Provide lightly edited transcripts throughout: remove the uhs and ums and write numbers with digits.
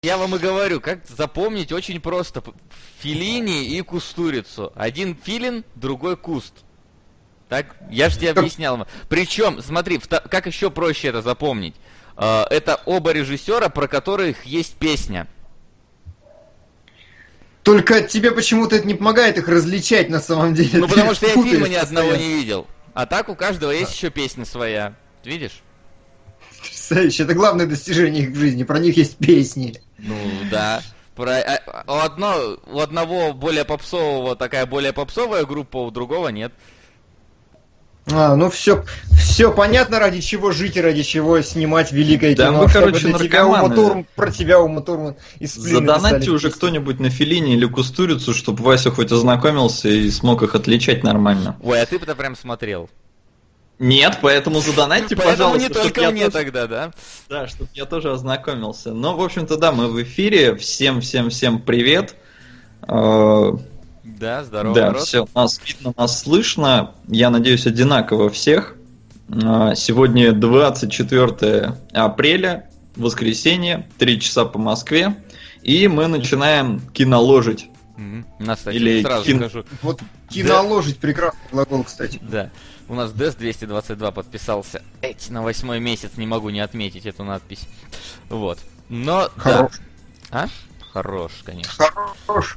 Я вам и говорю, как запомнить очень просто. Феллини и Кустурицу. Один филин, другой куст. Так, я же тебе объяснял. Причем, смотри, как еще проще это запомнить. Это оба режиссера, про которых есть песня. Только тебе почему-то это не помогает их различать на самом деле. Ну, потому что я фильма ни одного не видел. А так у каждого есть еще песня своя. Видишь? Потрясающе. Это главное достижение их в жизни. Про них есть песни. Ну, да. У одного более попсового такая более попсовая группа, у другого нет. Ну все понятно, ради чего жить и ради чего снимать великое да кино. Мы, короче, наркоманы. Про тебя Ума Турман из Сплина задонатьте уже кто-нибудь на Феллини или Кустурицу, чтобы Вася хоть ознакомился и смог их отличать нормально. Ой, а ты-то прям смотрел. Нет, поэтому задонатьте, пожалуйста. Поэтому не только мне тогда, да? Да, чтобы я тоже ознакомился. Но, в общем-то, да, мы в эфире. Всем привет. Да, здорово, да, народ. Все, нас видно, нас слышно. Я надеюсь, одинаково всех. Сегодня 24 апреля, воскресенье, 3 часа по Москве. И мы начинаем киноложить. У нас, кстати, сразу скажу. Вот киноложить прекрасный глагол, кстати. Да. У нас Дэс 222 подписался. На 8-й месяц не могу не отметить эту надпись. Вот. Но хорош. Да. Хорош, конечно. Хорош.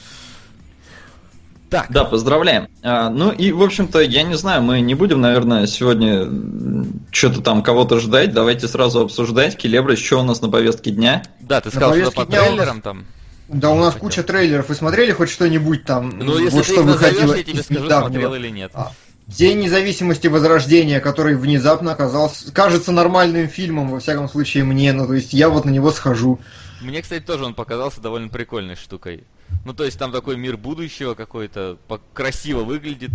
Так. Да, поздравляем. Ну и, в общем-то, я не знаю, мы не будем, наверное, сегодня что-то там кого-то ждать. Давайте сразу обсуждать. Келебрыч, что у нас на повестке дня? Да, ты сказал, что по трейлерам там. Да, у нас куча трейлеров. Вы смотрели хоть что-нибудь там? Ну, если вот ты что их назовешь, выходило я тебе скажу, смотрел или нет. День независимости Возрождения, который внезапно оказался, кажется, нормальным фильмом, во всяком случае мне, ну то есть я вот на него схожу. Мне, кстати, тоже он показался довольно прикольной штукой. Ну то есть там такой мир будущего какой-то, красиво выглядит.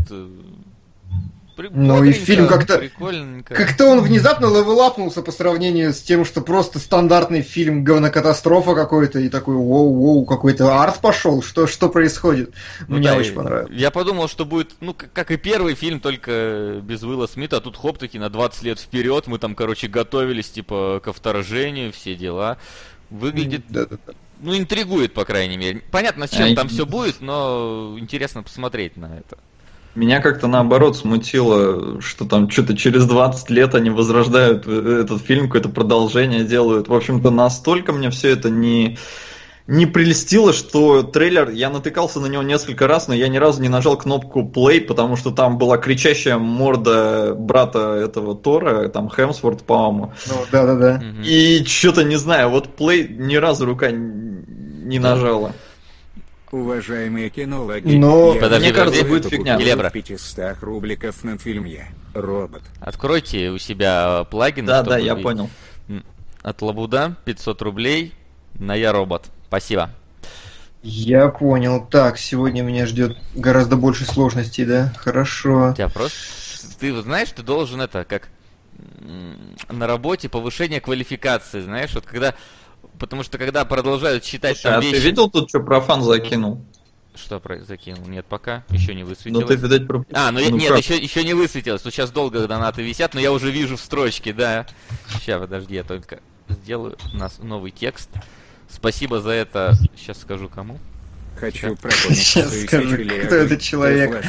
Ну и фильм как-то он внезапно левелапнулся по сравнению с тем, что просто стандартный фильм говнокатастрофа какой-то, и такой воу-воу, какой-то арт пошел, что происходит. Мне очень понравилось. Я подумал, что будет, ну, как и первый фильм, только без Уилла Смита, а тут хоп-таки на 20 лет вперед, мы там, короче, готовились, типа, ко вторжению, все дела. Выглядит, ну, интригует, по крайней мере. Понятно, с чем там все будет, но интересно посмотреть на это. Меня как-то наоборот смутило, что там что-то через 20 лет они возрождают этот фильм, какое-то продолжение делают. В общем-то, настолько мне все это не прельстило, что трейлер, я натыкался на него несколько раз, но я ни разу не нажал кнопку play, потому что там была кричащая морда брата этого Тора, там Хемсворт, по-моему. Ну, да. И что-то не знаю, вот play ни разу рука не нажала. Уважаемые кинологи, мне кажется, будет фигня. 500 рубликов на фильме «Робот». Откройте у себя плагин. Да, я понял. От Лабуда 500 рублей на Я Робот. Спасибо. Я понял. Так, сегодня меня ждет гораздо больше сложностей, да? Хорошо. Тебя просто... Ты знаешь, ты должен это, как на работе, повышение квалификации, знаешь, вот когда... Потому что когда продолжают считать. Слушай, там вещи... ты видел тут, что профан закинул? Что закинул? Нет, пока. Еще не высветилось. Ну ты, видать, нет, еще не высветилось. Тут сейчас долго донаты висят, но я уже вижу в строчке, да. Сейчас, подожди, я только сделаю у нас новый текст. Спасибо за это. Сейчас скажу кому. Хочу пропомнить. Сейчас скажу, кто этот человек.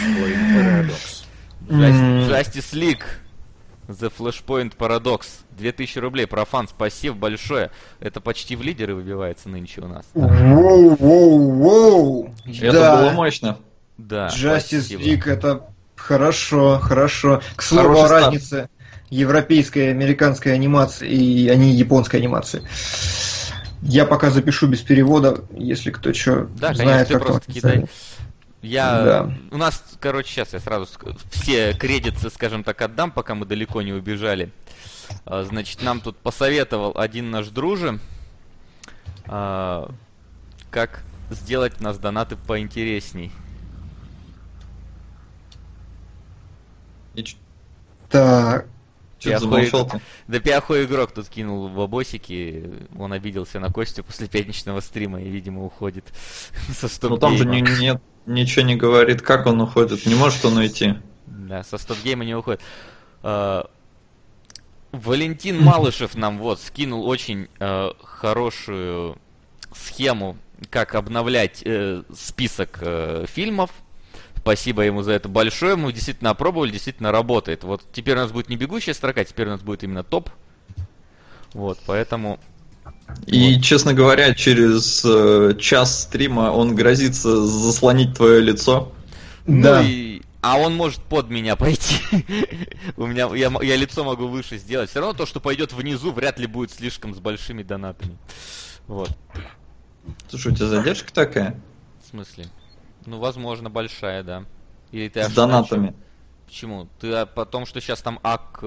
Justice League. The Flashpoint Paradox. 2000 рублей. Профан, спасибо большое. Это почти в лидеры выбивается нынче у нас. Воу. Это было мощно. Да. Justice League, это хорошо. К слову о разнице европейской и американской анимации, а не японской анимации. Я пока запишу без перевода, если кто что знает, как просто кидай. У нас, короче, сейчас я сразу все кредиты, скажем так, отдам, пока мы далеко не убежали. Значит, нам тут посоветовал один наш друже, как сделать нас донаты поинтересней. Так. Да Пиахой игрок тут кинул бабосики, он обиделся на Костю после пятничного стрима и, видимо, уходит со стоп-гейма. Ну там же нет, ничего не говорит, как он уходит, не может он уйти. Да, со стоп-гейма не уходит. Валентин Малышев нам скинул очень хорошую схему, как обновлять список фильмов. Спасибо ему за это большое. Мы действительно опробовали, действительно работает. Вот теперь у нас будет не бегущая строка, теперь у нас будет именно топ. Вот, поэтому... И, вот. Честно говоря, через час стрима он грозится заслонить твое лицо. Да. А он может под меня пойти. Я лицо могу выше сделать. Все равно то, что пойдет внизу, вряд ли будет слишком с большими донатами. Вот. Слушай, у тебя задержка такая? В смысле? Ну, возможно, большая, да. Или ты с донатами. Почему? Ты о том, что сейчас там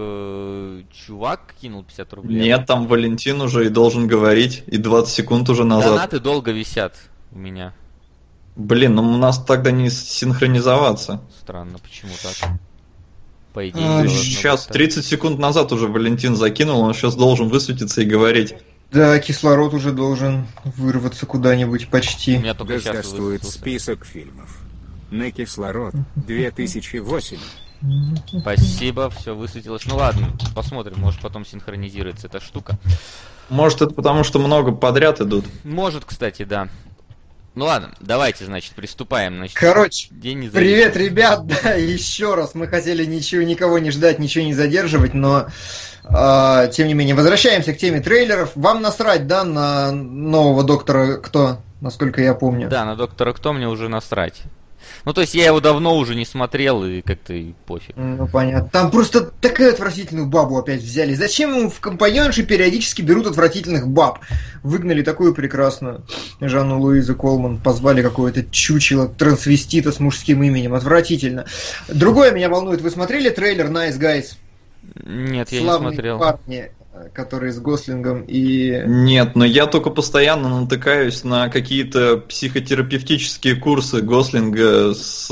чувак кинул 50 рублей? Нет, там Валентин уже и должен говорить, и 20 секунд уже назад. Донаты долго висят у меня. Блин, ну у нас тогда не синхронизоваться. Странно, почему так? По идее, сейчас 30 секунд назад уже Валентин закинул, он сейчас должен высветиться и говорить. Да, кислород уже должен вырваться куда-нибудь почти. У меня только здравствует список фильмов. На кислород 2008. Спасибо, все высветилось. Ну ладно, посмотрим, может потом синхронизируется эта штука. Может это потому, что много подряд идут? Может, кстати, да. Ну ладно, давайте, значит, приступаем. Значит, короче, привет, ребят, да, еще раз. Мы хотели никого не ждать, ничего не задерживать, но, тем не менее, возвращаемся к теме трейлеров. Вам насрать, да, на нового Доктора Кто, насколько я помню? Да, на Доктора Кто мне уже насрать. Ну, то есть я его давно уже не смотрел, и как-то и пофиг. Ну, понятно. Там просто такую отвратительную бабу опять взяли. Зачем ему в компаньонши периодически берут отвратительных баб? Выгнали такую прекрасную Жанну Луизу Колман, позвали какое-то чучело трансвестита с мужским именем. Отвратительно. Другое меня волнует. Вы смотрели трейлер Nice Guys? Нет, я Славные не смотрел. Парни, которые с Гослингом и... Нет, но я только постоянно натыкаюсь на какие-то психотерапевтические курсы Гослинга с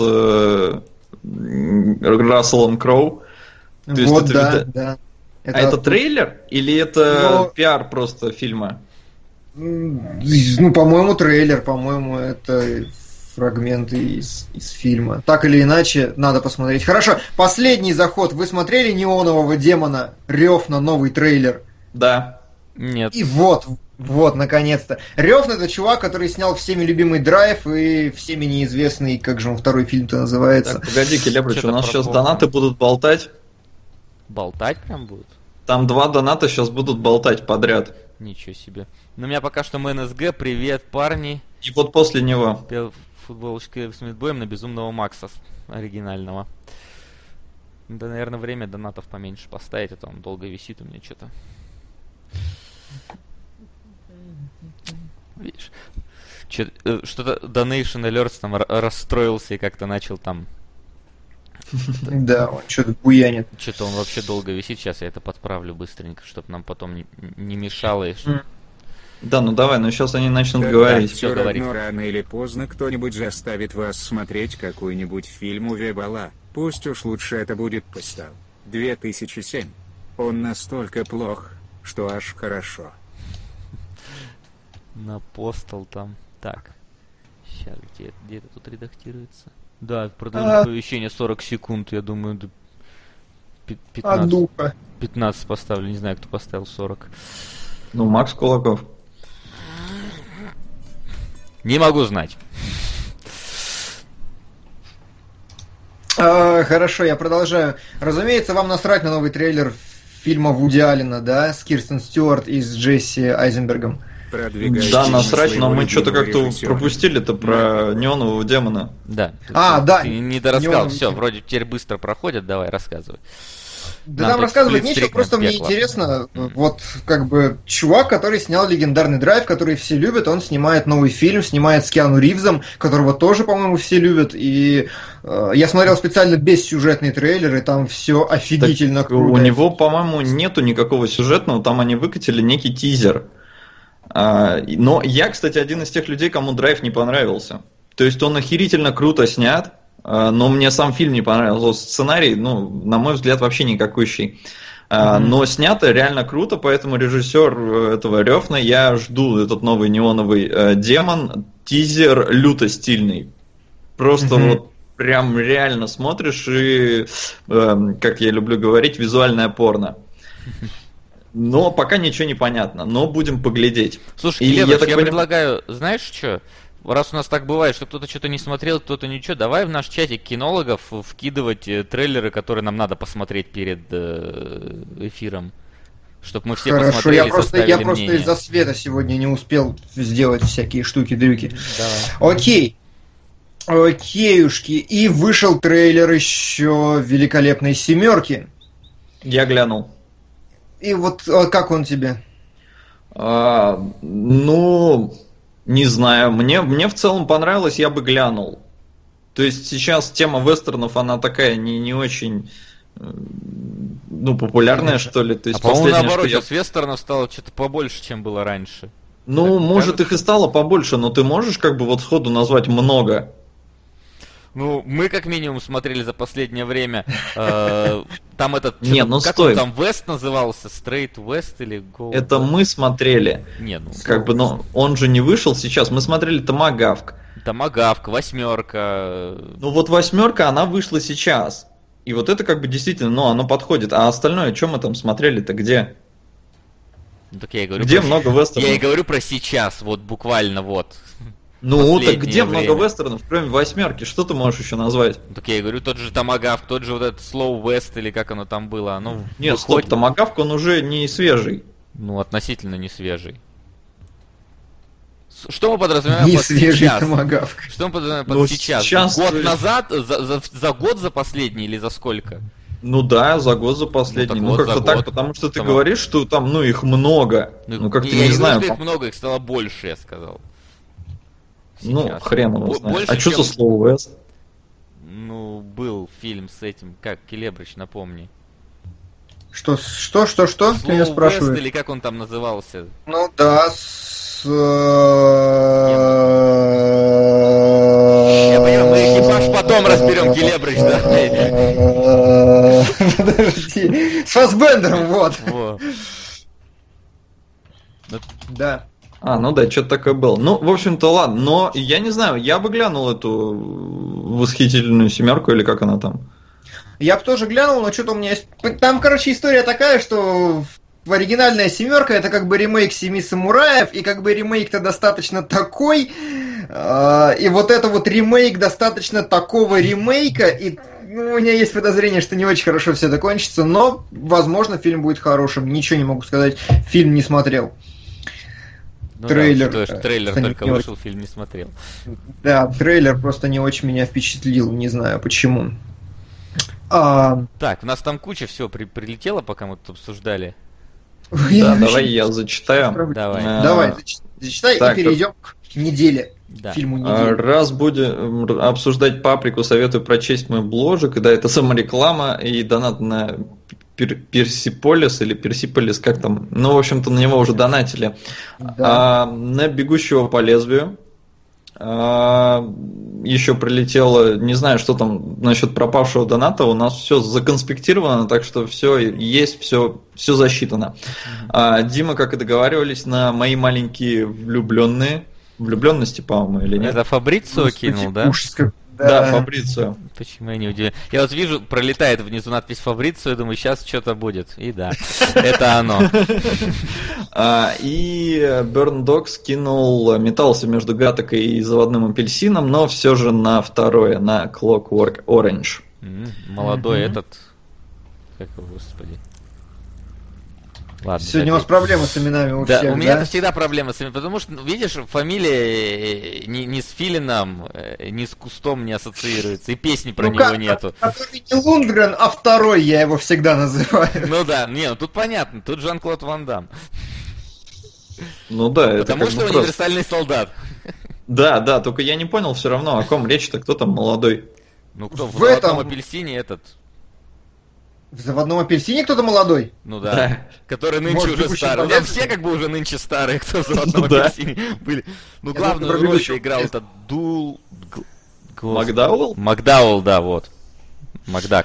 Расселом Кроу. То вот, есть да, да. Это трейлер или это пиар просто фильма? Ну, по-моему, трейлер, по-моему, это фрагменты из фильма. Так или иначе, надо посмотреть. Хорошо, последний заход. Вы смотрели «Неонового демона»? Рёфна, новый трейлер. Да. Нет. И вот, наконец-то. Рёфна — это чувак, который снял всеми любимый «Драйв» и всеми неизвестный, как же он второй фильм-то называется. Так, погоди, Келебрыч, у нас сейчас донаты будут болтать. Болтать прям будут? Там 2 доната сейчас будут болтать подряд. Ничего себе. Но у меня пока что МНСГ, привет, парни. И вот после него. Футболочка с мидбоем на Безумного Макса оригинального. Да, наверное, время донатов поменьше поставить, а то он долго висит у меня что-то. Видишь? Что-то Donation Alerts там расстроился и как-то начал там... Да, он что-то буянит. Что-то он вообще долго висит. Сейчас я это подправлю быстренько, чтобы нам потом не мешало. Да, ну давай, но сейчас они начнут говорить. Да, все равно рано или поздно кто-нибудь заставит вас смотреть какой-нибудь фильм у Вебала. Пусть уж лучше это будет Postal 2007. Он настолько плох, что аж хорошо. На Postal там. Так. Сейчас, где это тут редактируется? Да, продолжение помещения 40 секунд, я думаю, до 15. 15 поставлю, не знаю, кто поставил 40. Ну, Макс Кулаков. Не могу знать. Хорошо, я продолжаю. Разумеется, вам насрать на новый трейлер фильма Вуди Аллена, да, с Кирстен Стюарт и с Джесси Айзенбергом. Да, насрать, но мы что-то как-то пропустили-то про неонового демона. Да. Да. Ты не дорассказал. Все, вроде теперь быстро проходят, давай, рассказывай. Да там рассказывать нечего, просто мне интересно, вот как бы чувак, который снял легендарный «Драйв», который все любят, он снимает новый фильм, снимает с Киану Ривзом, которого тоже, по-моему, все любят, и я смотрел специально бессюжетный трейлер, и там все офигительно круто. У него, по-моему, нету никакого сюжетного, там они выкатили некий тизер. Но я, кстати, один из тех людей, кому «Драйв» не понравился. То есть он охерительно круто снят, но мне сам фильм не понравился. Сценарий, на мой взгляд, вообще никакущий. Но снято реально круто, поэтому режиссер этого Рёфна, я жду этот новый неоновый демон. Тизер люто стильный. Просто вот прям реально смотришь и, как я люблю говорить, визуальное порно. Но пока ничего не понятно, но будем поглядеть. Слушай, я предлагаю, знаешь что? Раз у нас так бывает, что кто-то что-то не смотрел, кто-то ничего, давай в наш чатик кинологов вкидывать трейлеры, которые нам надо посмотреть перед эфиром. Чтобы мы все посмотрели, я просто из-за света сегодня не успел сделать всякие штуки-дрюки. Окей. Окейушки. И вышел трейлер еще великолепной «Семерки». Я глянул. И вот как он тебе? Ну, не знаю. Мне в целом понравилось, я бы глянул. То есть сейчас тема вестернов, она такая не очень... Ну, популярная, что ли. То есть по-моему, наоборот, сейчас вестернов стало что-то побольше, чем было раньше. Ну, так, может, кажется? Их и стало побольше, но ты можешь как бы вот сходу назвать много? Ну, мы как минимум смотрели за последнее время. Там этот... Не, ну как стой. Он там West назывался? Straight West или Go? Это мы смотрели. Не, ну... Как бы, но он же не вышел сейчас. Мы смотрели «Томагавк». «Томагавк», «Восьмерка». Ну, вот «Восьмерка», она вышла сейчас. И вот это как бы действительно, ну, оно подходит. А остальное, что мы там смотрели-то, где? Ну, так я и говорю где много вестернов? Я и говорю про сейчас, вот буквально вот. Ну, так где время? Много вестернов, кроме «Восьмерки»? Что ты можешь еще назвать? Ну, так я и говорю, тот же «Томагавк», тот же вот этот «Slow West» или как оно там было. Оно нет, выходит... стоп, «Томагавк», он уже не свежий. Ну, относительно не свежий. Что мы подразумеваем не под сейчас? Томагавк. Что мы подразумеваем под сейчас? Год назад? За год за последний или за сколько? Ну да, за год за последний. Ну, как-то так, потому что ты говоришь, что там, ну, их много. Ну, как-то не знаю. Их много, их стало больше, я сказал. Сейчас. Ну, хрен его знает. А что за слово «Вест»? Ну, был фильм с этим, как, Келебрыч, напомни. Что? Ты меня спрашиваешь? Или как он там назывался? Ну да, Я понимаю, мы экипаж потом разберем, Келебрыч, да? Подожди, с Фассбендером, вот. Да. Ну да, что-то такое было. Ну, в общем-то, ладно. Но я не знаю, я бы глянул эту восхитительную «Семерку» или как она там. Я бы тоже глянул, но что-то у меня есть... Там, короче, история такая, что оригинальная «Семерка» это как бы ремейк «Семи самураев», и как бы ремейк-то достаточно такой, и вот это вот ремейк достаточно такого ремейка, и у меня есть подозрение, что не очень хорошо все закончится, но, возможно, фильм будет хорошим. Ничего не могу сказать, фильм не смотрел. Ну трейлер. Да, трейлер только вышел, фильм не смотрел. Да, трейлер просто не очень меня впечатлил, не знаю почему. Так, у нас там куча всего прилетело, пока мы тут обсуждали. Да, давай я зачитаю. Давай, зачитай и перейдем к неделе. Да. Фильму недели. Раз будем обсуждать «Паприку», советую прочесть мой бложик. Да, это самореклама и донат на Персиполис или Персиполис, как там. Ну, в общем-то, на него уже донатили. Да. На «Бегущего по лезвию». Еще прилетело, не знаю, что там насчет пропавшего доната, у нас все законспектировано, так что все есть, все засчитано. Дима, как и договаривались, на «Мои маленькие влюбленные». Влюбленности, по-моему, или нет? Это Фабрицио кинул, да? Да, Фабрицио. Почему я не удивлен? Я вот вижу, пролетает внизу надпись Фабрицио, и думаю, сейчас что-то будет. И да, это оно. И Burn Dogs кинул, метался между Гаттекой и Заводным апельсином, но все же на второе, на Clockwork Orange. Молодой этот... Как его, господи? Ладно, сегодня у вас проблемы с именами у всех, да? У меня всегда проблемы с именами, потому что, видишь, фамилия не с Филином, ни с Кустом не ассоциируется, и песни про него нету. Который не Лундгрен, а второй я его всегда называю. Ну да, ну тут понятно, тут Жан-Клод Ван Дамм. Ну да, это потому что универсальный солдат. Да, только я не понял все равно, о ком речь-то, кто там молодой. Ну кто, в «Заводном апельсине» этот... В «Заводном апельсине» кто-то молодой? Ну да. Который нынче уже старый. Ну, все как бы уже нынче старые, кто в «Заводном апельсине» были. Ну, главную роль играл этот Дул... Макдауэлл? Макдауэлл, да, вот. Макдак.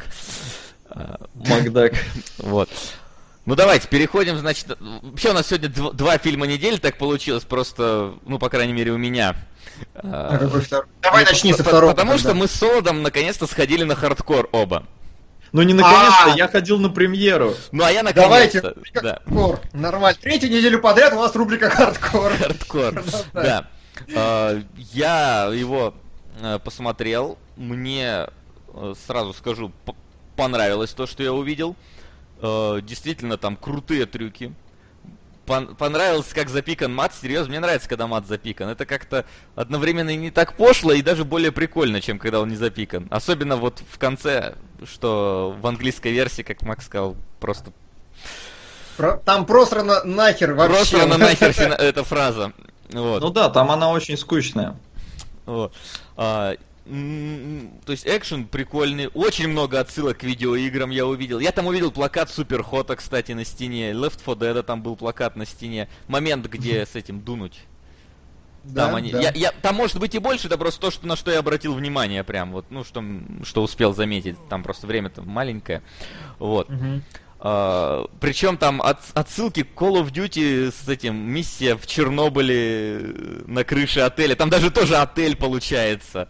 Вот. Ну давайте переходим, значит, вообще у нас сегодня 2 фильма недели, так получилось, просто, ну, по крайней мере, у меня. Давай начни со второго. Потому что мы с Солодом наконец-то сходили на хардкор оба. Ну не наконец-то, я ходил на премьеру. Ну а я наконец-то. Давайте, хардкор. Нормально. 3-ю неделю подряд у нас рубрика хардкор. Хардкор, да. Я его посмотрел. Мне, сразу скажу, понравилось то, что я увидел. Действительно, там крутые трюки. Понравилось, как запикан мат. Серьезно, мне нравится, когда мат запикан. Это как-то одновременно и не так пошло, и даже более прикольно, чем когда он не запикан. Особенно вот в конце, что в английской версии, как Макс сказал, просто... Там просрано нахер вообще. Просрано нахер эта фраза. Вот. Ну да, там она очень скучная. Вот. То есть экшен прикольный, очень много отсылок к видеоиграм я увидел. Я там увидел плакат Суперхота, кстати, на стене. Left 4 Dead там был плакат на стене. Момент, где с этим дунуть. Да, там они... да. Там может быть и больше, это просто то, на что я обратил внимание прям. Вот, ну, что успел заметить. Там просто время-то маленькое. Вот. Причем там отсылки к Call of Duty с этим, миссия в Чернобыле на крыше отеля. Там даже тоже отель получается.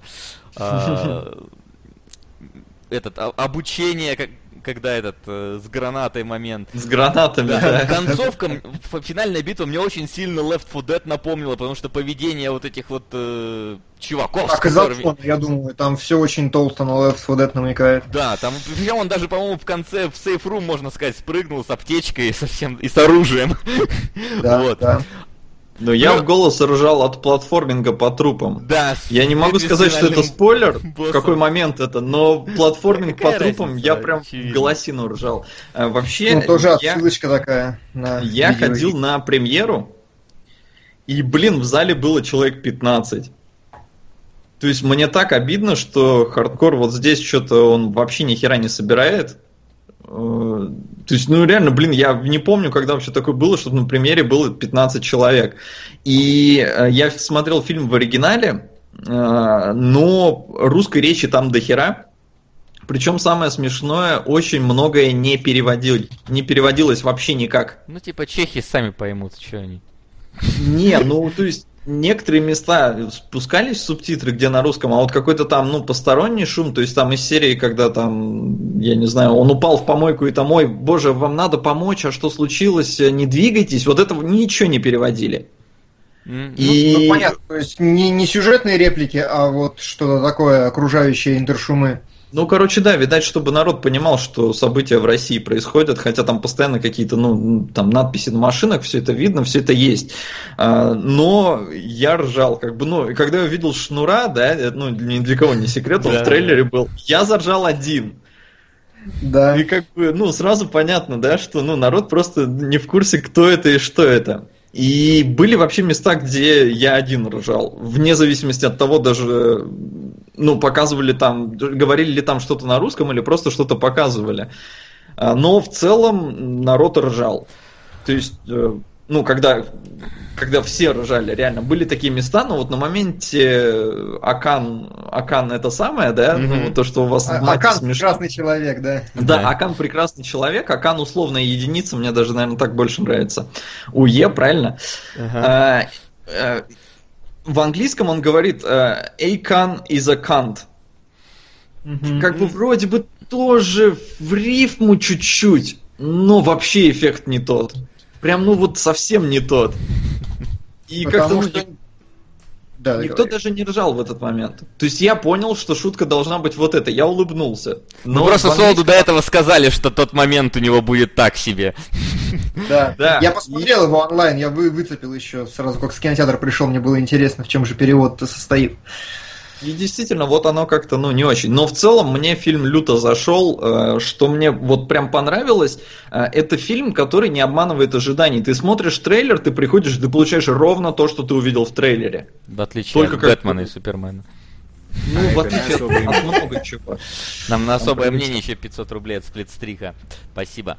Обучение, когда с гранатой момент. С гранатами, да. Концовка, финальная битва мне очень сильно Left 4 Dead напомнила, потому что поведение вот этих вот чуваков... Так, из Алтона, я думаю, там все очень толсто на Left 4 Dead намекает. Да, там, причем он даже, по-моему, в конце в сейф-рум, можно сказать, спрыгнул с аптечкой совсем и с оружием. Да, вот. Да. Но я в голос ржал от платформинга по трупам. Да. Я не могу сказать, что это спойлер, в какой момент это, но платформинг по трупам я прям в голосину ржал. Вообще... Ну, тоже отсылочка такая. Я ходил на премьеру, и, блин, в зале было человек 15. То есть мне так обидно, что хардкор вот здесь что-то он вообще ни хера не собирает. То есть, ну реально, блин, я не помню, когда вообще такое было, чтобы на премьере было 15 человек. И я смотрел фильм в оригинале, но русской речи там дохера. Причем самое смешное, очень многое не переводилось вообще никак. Ну типа чехи сами поймут, что они. Не, ну то есть... Некоторые места спускались в субтитры, где на русском, а вот какой-то там, ну, посторонний шум, то есть там из серии, когда там, я не знаю, он упал в помойку и там, ой, боже, вам надо помочь, а что случилось, не двигайтесь, вот этого ничего не переводили. Ну, понятно, то есть не сюжетные реплики, а вот что-то такое, окружающее интершумы. Ну, короче, да, видать, чтобы народ понимал, что события в России происходят, хотя там постоянно какие-то, ну, там надписи на машинах, все это видно, все это есть. Но я ржал, как бы, ну, и когда я увидел Шнура, да, ну, ни для кого не секрет, он в трейлере был, я заржал один. Да. И как бы, ну, сразу понятно, да, что, ну, народ просто не в курсе, кто это и что это. И были вообще места, где я один ржал, вне зависимости от того, даже, ну, показывали там, говорили ли там что-то на русском или просто что-то показывали. Но в целом народ ржал. То есть, ну, когда все ржали, реально, были такие места, но вот на моменте Акан это самое, да, ну, то, что у вас в мате Акан смешно. прекрасный человек, да. Да, Акан прекрасный человек, Акан условная единица, мне даже, наверное, так больше нравится. УЕ, правильно? Ага. В английском он говорит Akon is a cunt. Как бы вроде бы тоже в рифму чуть-чуть, но вообще эффект не тот. Прям, ну вот совсем не тот. И как-то никто даже не ржал в этот момент. То есть я понял, что шутка должна быть вот эта. Я улыбнулся. Но ну просто Солоду до этого сказали, что тот момент у него будет так себе. Да. Я посмотрел его онлайн, я выцепил еще сразу, как с кинотеатра пришел, мне было интересно, в чем же перевод-то состоит. И действительно, вот оно как-то, ну, не очень. Но в целом мне фильм люто зашел. Что мне вот прям понравилось, это фильм, который не обманывает ожиданий. Ты смотришь трейлер, ты приходишь, ты получаешь ровно то, что ты увидел в трейлере. В отличие от Бэтмена и Супермена. Ну, в отличие от много чего. Нам на особое мнение еще 500 рублей от Сплитстрика. Спасибо.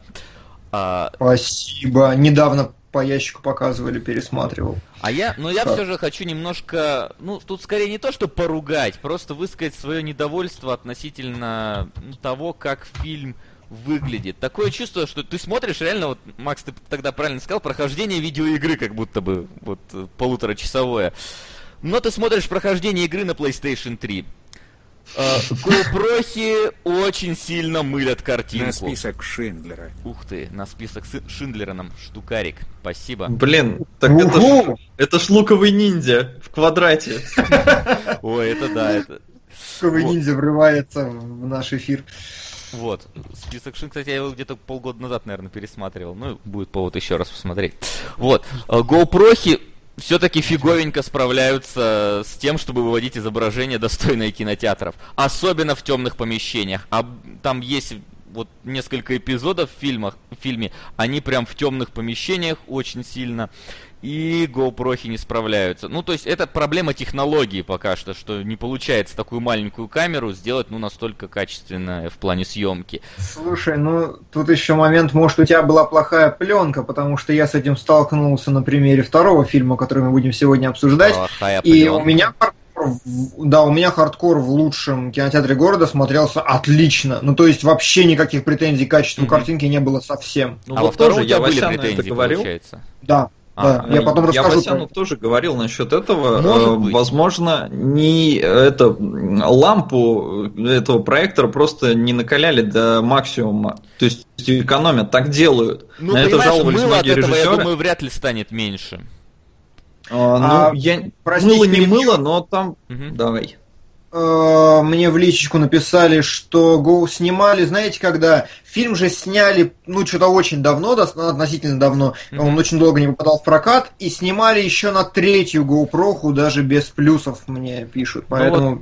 Спасибо. Недавно по ящику показывали, пересматривал. Я все же хочу немножко, ну, тут скорее не то, что поругать, просто высказать свое недовольство относительно того, как фильм выглядит. Такое чувство, что ты смотришь реально, вот, Макс, ты тогда правильно сказал, прохождение видеоигры, как будто бы, вот, полуторачасовое. Но ты смотришь прохождение игры на PlayStation 3. GoPro очень сильно мылят картинку. На список Шиндлера. Ух ты, на список Шиндлера нам штукарик. Спасибо. Блин, так это ж луковый ниндзя в квадрате. Ой, это да, это... Луковый ниндзя врывается в наш эфир. Вот. Список Шин, кстати, я его где-то полгода назад, наверное, пересматривал. Ну, будет повод еще раз посмотреть. Вот. GoPro-хи все-таки фиговенько справляются с тем, чтобы выводить изображение, достойное кинотеатров. Особенно в темных помещениях. А там есть вот несколько эпизодов в фильме, они прям в темных помещениях очень сильно. И GoPro-хи не справляются. Ну, то есть, это проблема технологии пока что не получается такую маленькую камеру сделать, ну, настолько качественно в плане съемки. Слушай, ну, тут еще момент, может, у тебя была плохая пленка, потому что я с этим столкнулся на примере второго фильма, который мы будем сегодня обсуждать. Плохая и пленка. у меня хардкор в лучшем кинотеатре города смотрелся отлично. Ну, то есть, вообще никаких претензий к качеству картинки не было совсем. Ну, вот тоже я были претензии, говорил. Получается. Да. Да, я потом расскажу. Я Васяну тоже говорил насчет этого. Возможно, лампу этого проектора просто не накаляли до максимума. То есть экономят, так делают. Ну, на это жаловались многие режиссеры. Я думаю, вряд ли станет меньше. Мыло не мыло, но там... Давай. Мне в личечку написали, что снимали, знаете, когда фильм же сняли, ну, что-то очень давно, относительно давно, он очень долго не попадал в прокат, и снимали еще на третью GoPro, даже без плюсов, мне пишут, поэтому,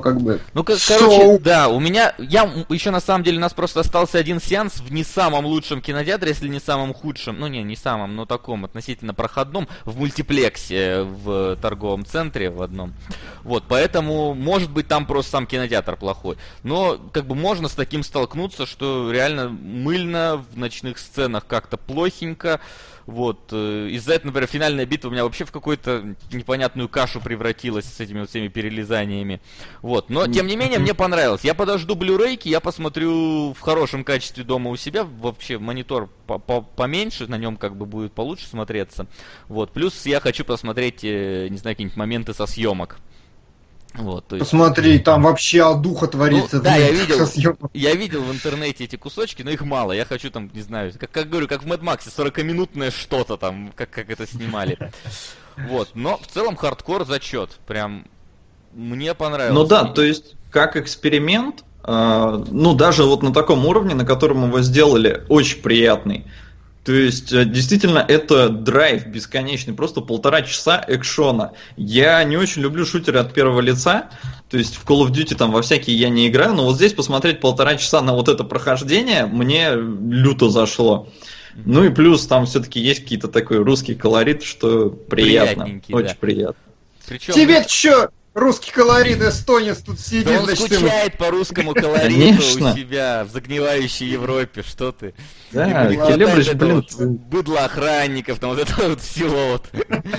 короче, да, я еще на самом деле, у нас просто остался один сеанс в не самом лучшем кинотеатре, если не самом худшем, ну, не самом, но таком относительно проходном, в мультиплексе в торговом центре в одном, вот, поэтому, может быть, там просто сам кинотеатр плохой. Но как бы можно с таким столкнуться, что реально мыльно в ночных сценах как-то плохенько. Вот. Из-за этого, например, финальная битва у меня вообще в какую-то непонятную кашу превратилась с этими вот всеми перелезаниями. Вот. Но, тем не менее, мне понравилось. Я подожду блюрейки, я посмотрю в хорошем качестве дома у себя. Вообще монитор поменьше, на нем как бы будет получше смотреться. Вот. Плюс я хочу посмотреть, не знаю, какие-нибудь моменты со съемок. Вот, то есть... Посмотри, там вообще от духа творится. Ну, да, я видел в интернете эти кусочки, но их мало. Я хочу там, не знаю, как говорю, как в Mad Max, 40-минутное что-то там, как это снимали. Вот, но в целом хардкор зачет. Прям мне понравилось. Ну да, то есть как эксперимент, ну даже вот на таком уровне, на котором его сделали, очень приятный. То есть, действительно, это драйв бесконечный, просто 1,5 часа экшона. Я не очень люблю шутеры от первого лица, то есть в Call of Duty там во всякие я не играю, но вот здесь посмотреть 1,5 часа на вот это прохождение мне люто зашло. Ну и плюс там все-таки есть какие-то такой русский колорит, что приятно, очень приятно. Причем... Тебе что? Русский колорит, эстонец тут сидит. Да он скучает по русскому колориту у себя в загнивающей Европе, что ты. Да, Келебрич, блин. Быдло охранников, там вот это вот всего вот.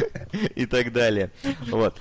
И так далее. Вот.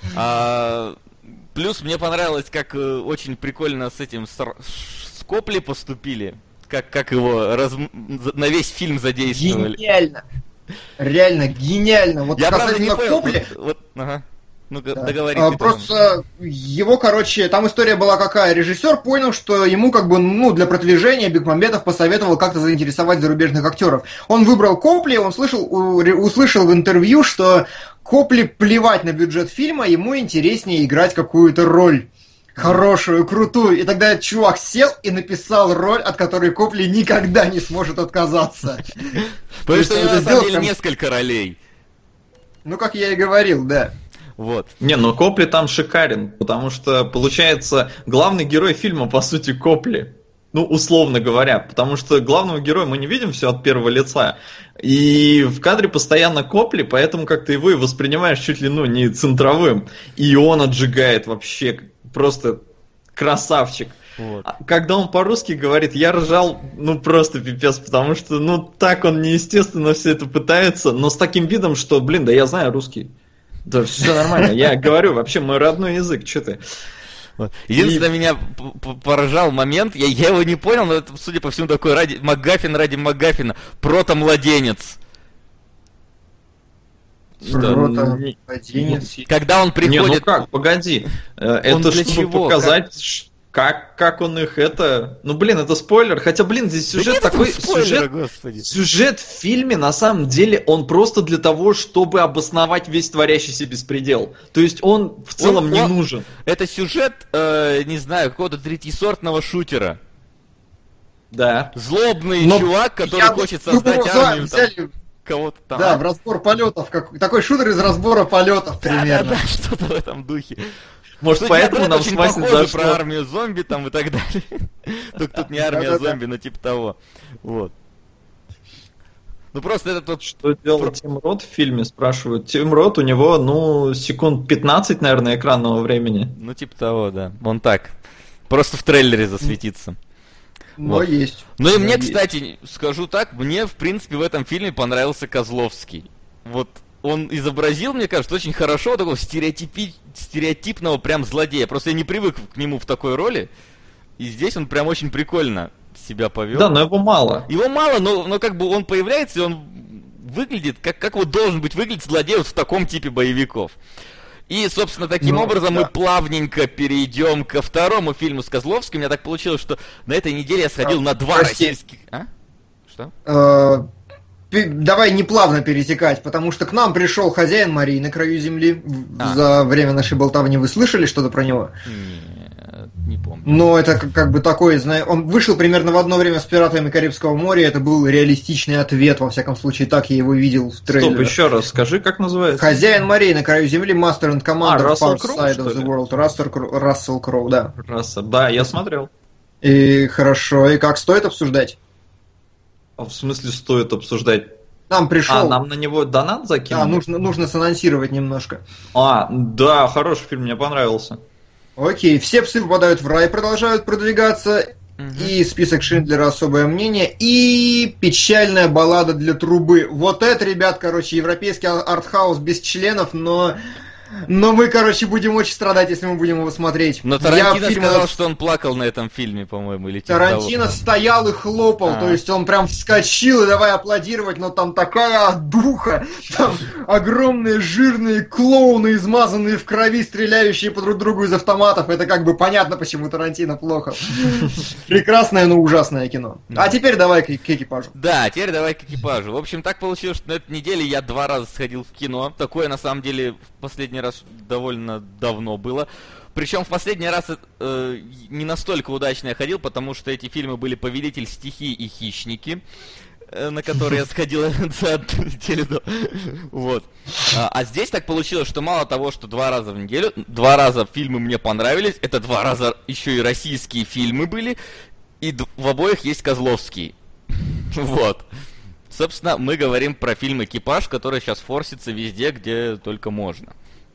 Плюс мне понравилось, как очень прикольно с этим с Копли поступили. Как его на весь фильм задействовали. Гениально. Реально гениально. Вот я правда не понял. Ага. Ну, да. Договори. Просто его, короче, там история была какая. Режиссер понял, что ему как бы, ну, для продвижения Бекмамбетов посоветовал как-то заинтересовать зарубежных актеров. Он выбрал Копли, он услышал в интервью, что Копли плевать на бюджет фильма, ему интереснее играть какую-то роль. Хорошую, крутую. И тогда этот чувак сел и написал роль, от которой Копли никогда не сможет отказаться. Потому что у него на самом деле несколько ролей. Ну, как я и говорил, да. Вот. Не, но Копли там шикарен, потому что, получается, главный герой фильма, по сути, Копли. Ну, условно говоря, потому что главного героя мы не видим все от первого лица. И в кадре постоянно Копли, поэтому как-то его и воспринимаешь чуть ли, ну, не центровым. И он отжигает вообще, просто красавчик. Вот. Когда он по-русски говорит, я ржал, ну, просто пипец, потому что, ну, так он неестественно все это пытается, но с таким видом, что, блин, да я знаю русский. Да, все нормально. Я говорю, вообще мой родной язык, что ты. Единственное, меня поражал момент, я его не понял, но это, судя по всему, такой МакГаффин ради МакГаффина. Прото-младенец. Прото-младенец. Когда он приходит... Не, ну как, погоди. Это чтобы показать... Как он их это... Ну, блин, это спойлер. Хотя, блин, здесь сюжет такой... Сюжет в фильме, на самом деле, он просто для того, чтобы обосновать весь творящийся беспредел. То есть он в целом не нужен. Это сюжет, не знаю, какого-то третьесортного шутера. Да. Злобный чувак, который хочет создать армию там, кого-то там. Да, в разбор полетов. Такой шутер из разбора полетов примерно. Да, что-то в этом духе. Может, поэтому нам очень похоже про армию зомби там и так далее. Только тут не армия зомби, но типа того. Вот. Ну просто это тот... Что делал Тим Рот в фильме, спрашивают. Тим Рот, у него, секунд 15, наверное, экранного времени. Ну типа того, да. Он так. Просто в трейлере засветится. Но есть. Ну и мне, кстати, скажу так, мне, в принципе, в этом фильме понравился Козловский. Вот он изобразил, мне кажется, очень хорошо такого стереотипного прям злодея. Просто я не привык к нему в такой роли. И здесь он прям очень прикольно себя повел. Да, но его мало. Его мало, но как бы он появляется, и он выглядит, как вот должен быть выглядеть злодей вот в таком типе боевиков. И, собственно, таким образом мы плавненько перейдем ко второму фильму с Козловским. У меня так получилось, что на этой неделе я сходил на 2 российских... А? Что? Давай не плавно перетекать, потому что к нам пришел «Хозяин морей на краю земли». За время нашей болтовни вы слышали что-то про него? Нет, не помню. Но это как бы такой, он вышел примерно в одно время с «Пиратами Карибского моря». Это был реалистичный ответ, во всяком случае, так я его видел в трейлере. Стоп, еще раз скажи, как называется? «Хозяин морей на краю земли», Master and Commander, Far Side of the World. Рассел Кроу, да. Да, я смотрел. И хорошо, и как, стоит обсуждать? А в смысле стоит обсуждать? Нам пришел. Нам на него донат закинули? Да, нужно санонсировать немножко. Да, хороший фильм, мне понравился. Окей, все псы попадают в рай, продолжают продвигаться. И список Шиндлера, особое мнение. И печальная баллада для трубы. Вот это, ребят, европейский артхаус без членов, но мы, будем очень страдать, если мы будем его смотреть. Но Тарантино сказал, что он плакал на этом фильме, по-моему, или типа Тарантино стоял и хлопал, то есть он прям вскочил и давай аплодировать, но там такая духа, там огромные жирные клоуны, измазанные в крови, стреляющие по друг другу из автоматов. Это понятно, почему Тарантино плохо. Прекрасное, но ужасное кино. А теперь давай к экипажу. Да, теперь давай к экипажу. В общем, так получилось, что на этой неделе я 2 раза сходил в кино. Такое, на самом деле, в последний раз довольно давно было. Причем в последний раз не настолько удачно я ходил, потому что эти фильмы были «Повелитель стихий» и «Хищники», на которые я сходил за неделю до. Вот. А здесь так получилось, что мало того, что 2 раза в неделю, 2 раза фильмы мне понравились, это 2 раза еще и российские фильмы были, и в обоих есть Козловский. Вот. Собственно, мы говорим про фильм «Экипаж», который сейчас форсится везде, где только можно.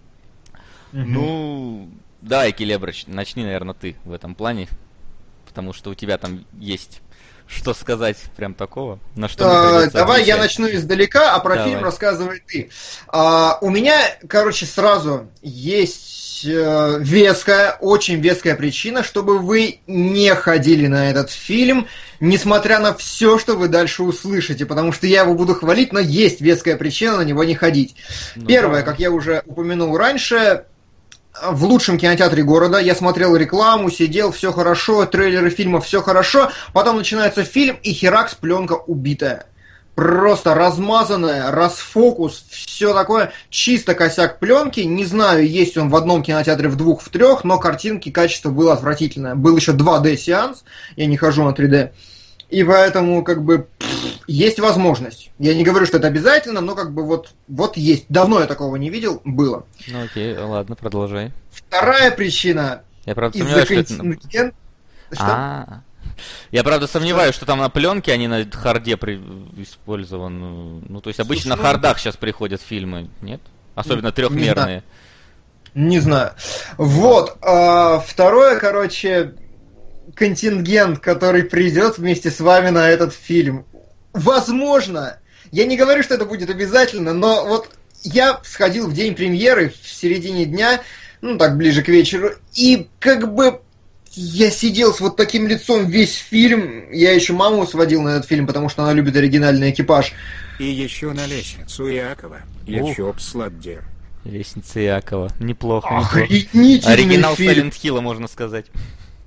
Ну, давай, Келебрыч, начни, наверное, ты в этом плане, потому что у тебя там есть что сказать прям такого, на что давай отвечать. Я начну издалека, а про фильм рассказывай ты. У меня, сразу есть очень веская причина, чтобы вы не ходили на этот фильм, несмотря на все, что вы дальше услышите, потому что я его буду хвалить, но есть веская причина на него не ходить. Первое, как я уже упомянул раньше, в лучшем кинотеатре города, я смотрел рекламу, сидел, все хорошо, трейлеры фильма, все хорошо, потом начинается фильм, и херакс, пленка убитая. Просто размазанная, расфокус, все такое, чисто косяк пленки, не знаю, есть он в одном кинотеатре, в 2, в 3, но картинки, качество было отвратительное. Был еще 2D сеанс, я не хожу на 3D, и поэтому, есть возможность. Я не говорю, что это обязательно, но вот есть. Давно я такого не видел, было. Ну окей, ладно, продолжай. Вторая причина. Я правда сомневаюсь, что это... Я правда сомневаюсь, что там на пленке, а не на харде использован. Ну, то есть обычно на хардах сейчас приходят фильмы, нет? Особенно трехмерные. Не знаю. Вот. Второе, контингент, который придет вместе с вами на этот фильм. Возможно, я не говорю, что это будет обязательно, но вот я сходил в день премьеры, в середине дня, ближе к вечеру, и я сидел с вот таким лицом весь фильм. Я еще маму сводил на этот фильм, потому что она любит оригинальный «Экипаж». И еще на лестницу Иакова. Еще Сладдер. Лестница Иакова. Неплохо. Охренительный оригинал фильм. Silent Hill'а, можно сказать.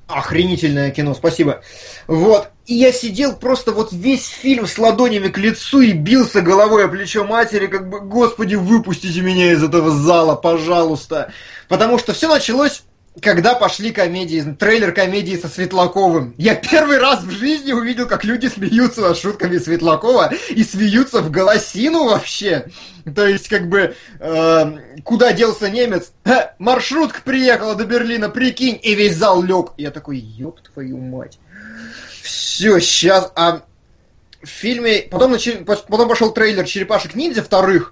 Охренительное кино, спасибо. Вот. И я сидел просто вот весь фильм с ладонями к лицу и бился головой о плечо матери, как бы, господи, выпустите меня из этого зала, пожалуйста. Потому что все началось, когда пошли комедии, трейлер комедии со Светлаковым. Я первый раз в жизни увидел, как люди смеются над шутками Светлакова и смеются в голосину вообще. То есть, как бы, куда делся немец? Маршрутка приехала до Берлина, прикинь, и весь зал лег. Я такой, ёб твою мать. Все, сейчас. А в фильме... Потом пошел трейлер «Черепашек-ниндзя» вторых.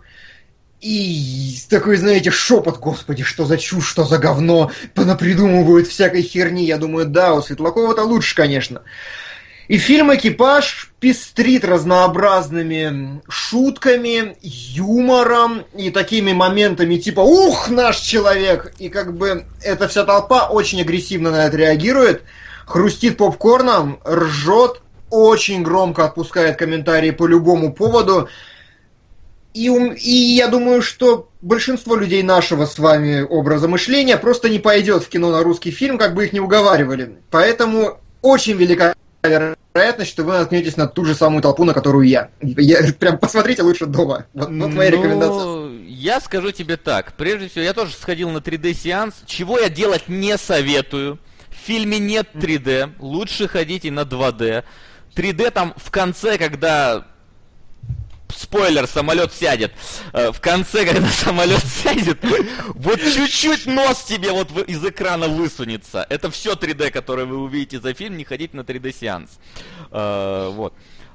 И такой, знаете, шепот, господи, что за чушь, что за говно, понапридумывают всякой херни. Я думаю, да, у Светлакова-то лучше, конечно. И фильм «Экипаж» пестрит разнообразными шутками, юмором и такими моментами типа «Ух, наш человек!» И как бы эта вся толпа очень агрессивно на это реагирует, хрустит попкорном, ржет, очень громко отпускает комментарии по любому поводу. И я думаю, что большинство людей нашего с вами образа мышления просто не пойдет в кино на русский фильм, как бы их не уговаривали. Поэтому очень велика вероятность, что вы наткнетесь на ту же самую толпу, на которую я. Прям посмотрите лучше дома. Вот моя рекомендация. Я скажу тебе так. Прежде всего, я тоже сходил на 3D-сеанс, чего я делать не советую. В фильме нет 3D, лучше ходите на 2D. 3D там в конце, когда... Спойлер, самолет сядет. В конце, когда самолет сядет, вот чуть-чуть нос тебе вот из экрана высунется. Это все 3D, которое вы увидите за фильм, не ходите на 3D-сеанс. Вот.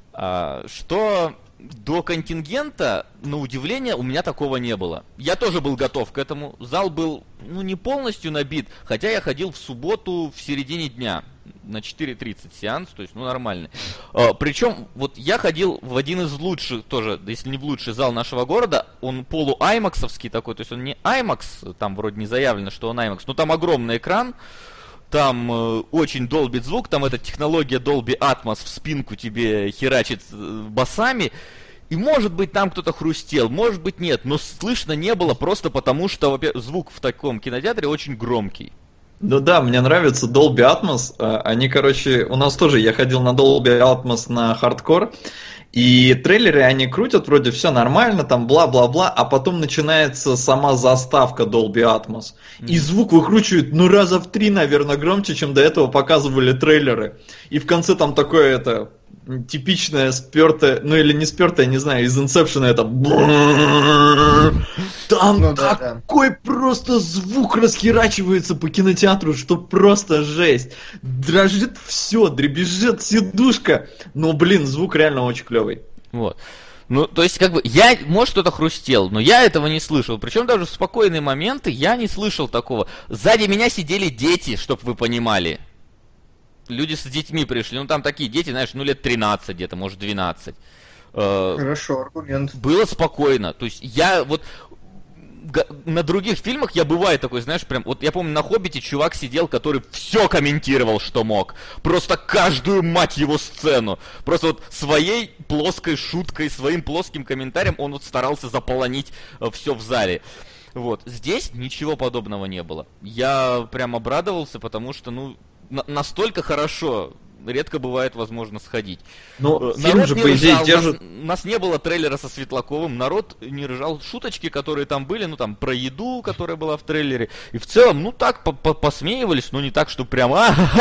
Что до контингента, на удивление, у меня такого не было. Я тоже был готов к этому. Зал был, не полностью набит, хотя я ходил в субботу в середине дня. На 4:30 сеанс, то есть, нормальный. Причем, вот я ходил в один из лучших, тоже, если не в лучший зал нашего города, он полу-аймаксовский такой, то есть он не IMAX, там вроде не заявлено, что он IMAX, но там огромный экран, там очень долбит звук, там эта технология Dolby Atmos в спинку тебе херачит басами, и может быть там кто-то хрустел, может быть нет, но слышно не было просто потому, что звук в таком кинотеатре очень громкий. Ну да, мне нравится Dolby Atmos. Они, короче, у нас тоже, я ходил на Dolby Atmos на хардкор, и трейлеры они крутят, вроде все нормально, там бла-бла-бла, а потом начинается сама заставка Dolby Atmos. И звук выкручивают, раза в 3, наверное, громче, чем до этого показывали трейлеры. И в конце там такое типичное спёртое, или не спёртое, не знаю, из Inception это... Там такой просто звук расхерачивается по кинотеатру, что просто жесть. Дрожит все, дребезжит сидушка. Но, звук реально очень клевый. Вот. То есть, может, кто-то хрустел, но я этого не слышал. Причем даже в спокойные моменты я не слышал такого. Сзади меня сидели дети, чтобы вы понимали. Люди с детьми пришли, там такие дети, знаешь, лет 13 где-то, может 12. Хорошо, аргумент. Было спокойно. То есть я на других фильмах я бываю такой, знаешь, прям, вот я помню, на «Хоббите» чувак сидел, который все комментировал, что мог. Просто каждую, мать его, сцену. Просто вот своей плоской шуткой, своим плоским комментарием он старался заполонить все в зале. Вот. Здесь ничего подобного не было. Я прям обрадовался, потому что, настолько хорошо редко бывает возможно сходить. Но фильм же, по идее, держит... У нас не было трейлера со Светлаковым, народ не ржал. Шуточки, которые там были, там про еду, которая была в трейлере. И в целом, так посмеивались, но не так, что прям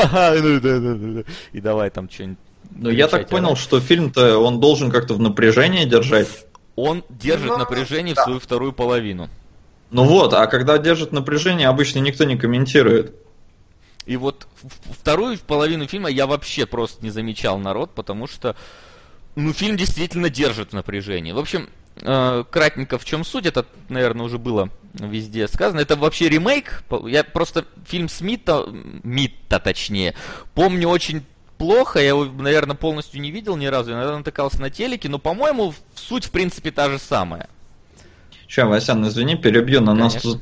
и давай там что-нибудь. Но я так понял, что фильм-то он должен как-то в напряжении держать. Он держит напряжение в свою вторую половину. А когда держит напряжение, обычно никто не комментирует. И вот вторую половину фильма я вообще просто не замечал народ, потому что, фильм действительно держит напряжение. В общем, кратенько в чем суть, это, наверное, уже было везде сказано. Это вообще ремейк. Я просто фильм Митта точнее, помню очень плохо. Я его, наверное, полностью не видел ни разу. Я, наверное, натыкался на телеке, но, по-моему, суть, в принципе, та же самая. Че, Васян, извини, перебью, на нас тут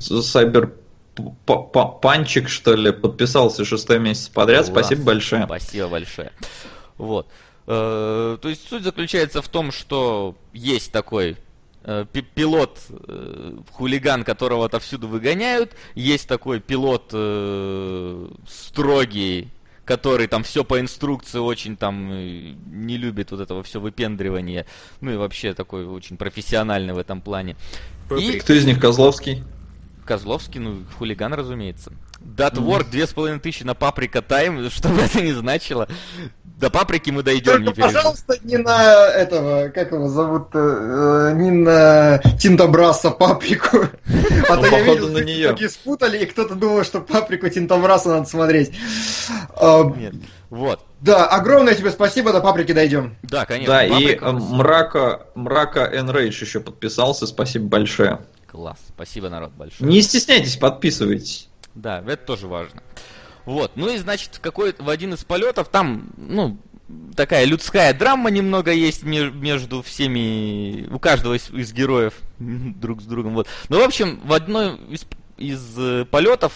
Панчик, что ли, подписался 6-й месяц подряд. Класс. Спасибо большое. Спасибо большое. Вот. То есть суть заключается в том, что есть такой пилот, хулиган, которого отовсюду выгоняют. Есть такой пилот строгий, который там все по инструкции очень там не любит вот этого все выпендривания. Ну и вообще такой очень профессиональный в этом плане. И кто из них Козловский? Козловский, ну, хулиган, разумеется. Датворк 2500 на Паприка Тайм, что бы это ни значило. До Паприки мы дойдем, не переживай. Пожалуйста, не на этого, как его зовут, не на Тинтобраса Паприку. А то я видел, что многие спутали, и кто-то думал, что Паприку Тинтобраса надо смотреть. Нет, вот. Да, огромное тебе спасибо, до Паприки дойдем. Да, конечно. Да, и Мрака Enrage еще подписался, спасибо большое. Класс, спасибо, народ, большое. Не стесняйтесь, подписывайтесь. Да, это тоже важно. Вот, ну и значит, в один из полетов там, ну, такая людская драма немного есть между всеми, у каждого из героев друг с другом. Вот. Ну, в общем, в одной из полетов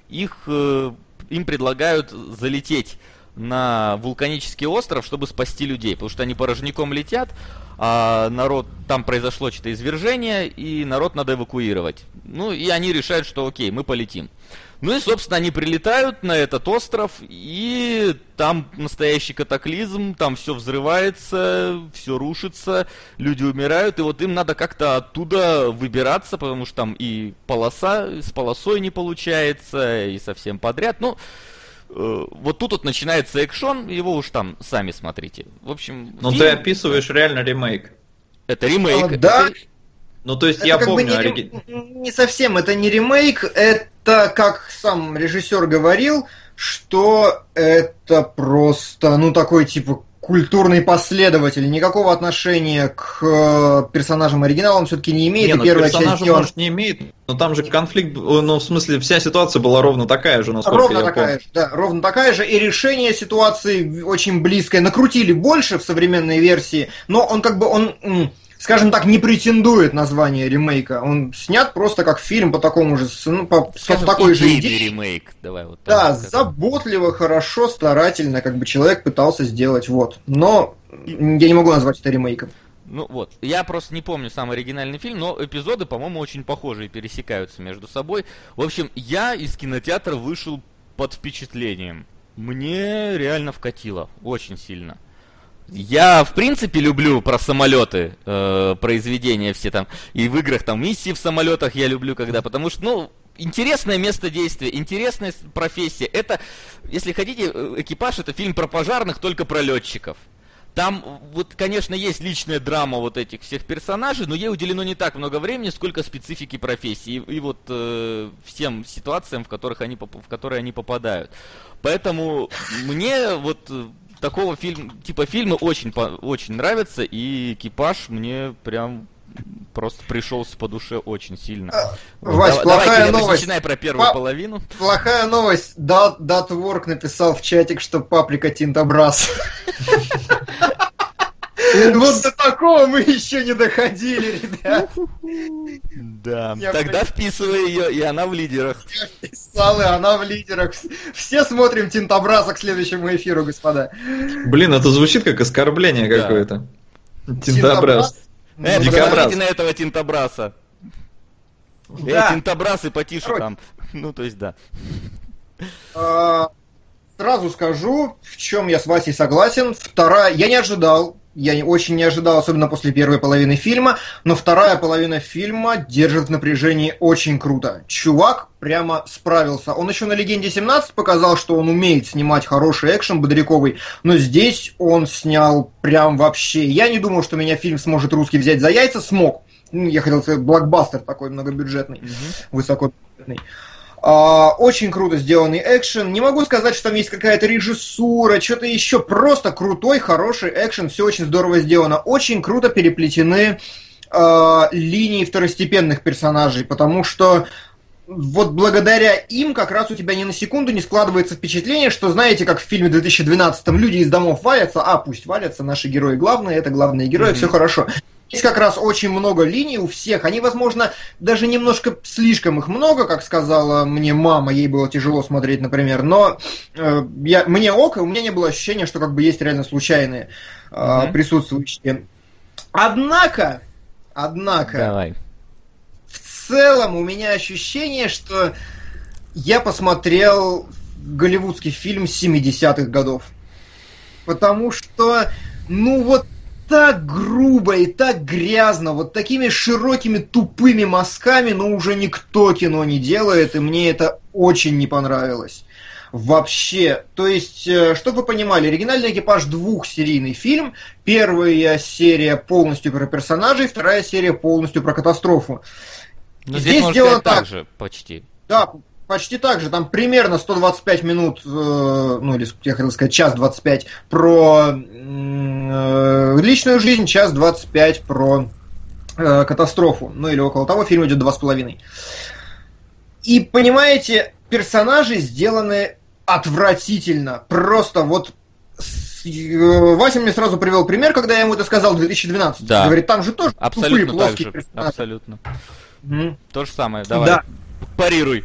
им предлагают залететь на вулканический остров, чтобы спасти людей, потому что они порожняком летят, а народ, там произошло что-то извержение, и народ надо эвакуировать. Ну, и они решают, что окей, мы полетим. Ну и, собственно, они прилетают на этот остров, и там настоящий катаклизм, там все взрывается, все рушится, люди умирают, и вот им надо как-то оттуда выбираться, потому что там и полоса, с полосой не получается, и совсем подряд. Ну, вот тут вот начинается экшон, его уж там сами смотрите. В общем, но ты описываешь реально ремейк. Это ремейк. Да. Ну, то есть, это я помню... Не совсем, это не ремейк, это, как сам режиссер говорил, что это просто, ну, такой, типа, культурный последователь. Никакого отношения к персонажам оригинала он все-таки не имеет. Не, первая персонажа, часть, может, не имеет, но там же конфликт, ну, в смысле, вся ситуация была ровно такая же, насколько ровно я такая помню. Же, да, ровно такая же, и решение ситуации очень близкое. Накрутили больше в современной версии, но он как бы, скажем так, не претендует на звание ремейка. Он снят просто как фильм по такому же, ну, по такой же идее. Ремейк. Давай вот так, да, заботливо, хорошо, старательно, как бы человек пытался сделать, вот. Но я не могу назвать это ремейком. Ну вот, я просто не помню сам оригинальный фильм, но эпизоды, по-моему, очень похожие, пересекаются между собой. В общем, я из кинотеатра вышел под впечатлением. Мне реально вкатило, очень сильно. Я, в принципе, люблю про самолеты произведения все там, и в играх там миссии в самолетах я люблю, когда, потому что, ну, интересное место действия, интересная профессия. Это, если хотите, экипаж, это фильм про пожарных, только про летчиков. Там, вот, конечно, есть личная драма вот этих всех персонажей, но ей уделено не так много времени, сколько специфики профессии и вот всем ситуациям, в которые они попадают. Поэтому мне вот такого фильма очень нравится, и экипаж мне прям просто пришелся по душе очень сильно. Вась, плохая новость. Начинай про первую половину. Плохая новость. Датворк написал в чатик, что Паприка Тинтобрас. Вот до такого мы еще не доходили, ребят. Да, тогда вписывай ее, и она в лидерах. Я вписал, и она в лидерах. Все смотрим Тинтобраса к следующему эфиру, господа. Блин, это звучит как оскорбление какое-то. Тинтобрас. Посмотрите на этого Тинтобраса. Тинтобрас и потише там. Ну, то есть, да. Сразу скажу, в чем я с Васей согласен. Я очень не ожидал, особенно после первой половины фильма, но вторая половина фильма держит в напряжении очень круто. Чувак прямо справился. Он еще на «Легенде 17» показал, что он умеет снимать хороший экшен бодряковый, но здесь он снял прям вообще. Я не думал, что меня фильм сможет русский взять за яйца. Смог. Я хотел сказать, блокбастер такой многобюджетный, высокобюджетный. Очень круто сделанный экшен. Не могу сказать, что там есть какая-то режиссура, что-то еще. Просто крутой, хороший экшен. Все очень здорово сделано. Очень круто переплетены линии второстепенных персонажей, потому что вот благодаря им как раз у тебя ни на секунду не складывается впечатление, что, знаете, как в фильме 2012-м люди из домов валятся, пусть валятся, наши герои главные, это главные герои, все хорошо. Есть как раз очень много линий у всех. Они, возможно, даже немножко слишком их много, как сказала мне мама, ей было тяжело смотреть, например. Но мне ок, и у меня не было ощущения, что как бы есть реально случайные присутствующие. Однако, Давай. В целом у меня ощущение, что я посмотрел голливудский фильм 70-х годов. Потому что, ну вот так грубо и так грязно, вот такими широкими тупыми мазками, ну уже никто кино не делает, и мне это очень не понравилось. Вообще, то есть, чтобы вы понимали, оригинальный «Экипаж» двухсерийный фильм. Первая серия полностью про персонажей, вторая серия полностью про катастрофу. Но здесь сделано так же, почти. Да, почти так же. Там примерно 125 минут, ну или, я хотел сказать, час 25 про личную жизнь, час 25 про катастрофу. Ну или около того, фильм идет 2,5. И, понимаете, персонажи сделаны отвратительно. Просто вот Вася мне сразу привел пример, когда я ему это сказал в 2012. Да. Говорит, там же тоже абсолютно тупые, плоские персонажи. Абсолютно. То же самое, давай. Да. Парируй.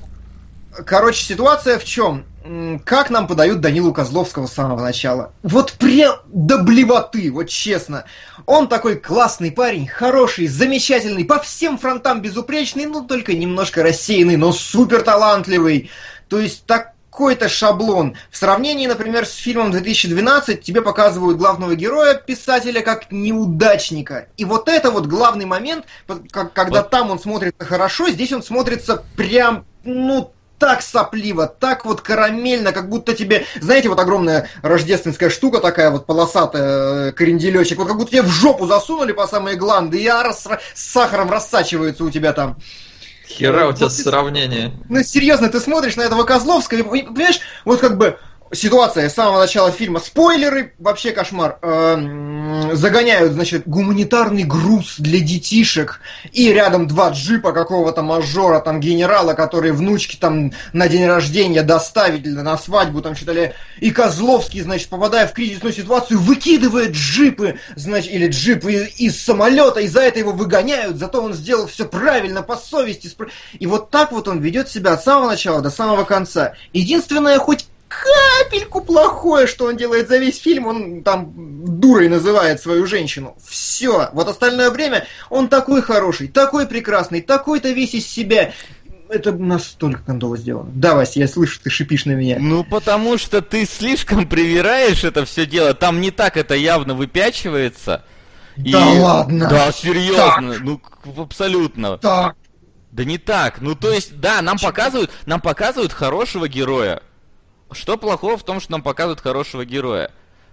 Короче, ситуация в чем? Как нам подают Данилу Козловского с самого начала? Вот прям до блевоты, вот честно. Он такой классный парень, хороший, замечательный, по всем фронтам безупречный, ну только немножко рассеянный, но супер талантливый. То есть такой-то шаблон. В сравнении, например, с фильмом 2012 тебе показывают главного героя, писателя, как неудачника. И вот это вот главный момент, когда там он смотрится хорошо, здесь он смотрится прям, ну, так сопливо, так вот карамельно, как будто тебе, знаете, вот огромная рождественская штука такая вот полосатая, кренделечек, вот как будто тебе в жопу засунули по самые гланды, и с сахаром рассачивается у тебя там. Хера у тебя сравнение. Ну, серьезно, ты смотришь на этого Козловского, и, понимаешь, вот как бы ситуация с самого начала фильма, спойлеры, вообще кошмар, загоняют, значит, гуманитарный груз для детишек, и рядом 2 джипа какого-то мажора, там, генерала, которые внучки там на день рождения доставить на свадьбу, там, что-то ли, и Козловский, значит, попадая в кризисную ситуацию, выкидывает джипы, значит, или джипы из самолета, и за это его выгоняют, зато он сделал все правильно, по совести, и вот так вот он ведет себя от самого начала до самого конца. Единственное, хоть капельку плохое, что он делает за весь фильм, он там дурой называет свою женщину. Все. Вот остальное время он такой хороший, такой прекрасный, такой-то весь из себя. Это настолько кондово сделано. Да, Вася, я слышу, ты шипишь на меня. Ну, потому что ты слишком привираешь это все дело. Там не так это явно выпячивается. Да ладно? Да, серьезно. Так. Ну, абсолютно. Так. Да не так. Ну, то есть, да, нам показывают хорошего героя. Что плохого в том, что нам показывают хорошего героя?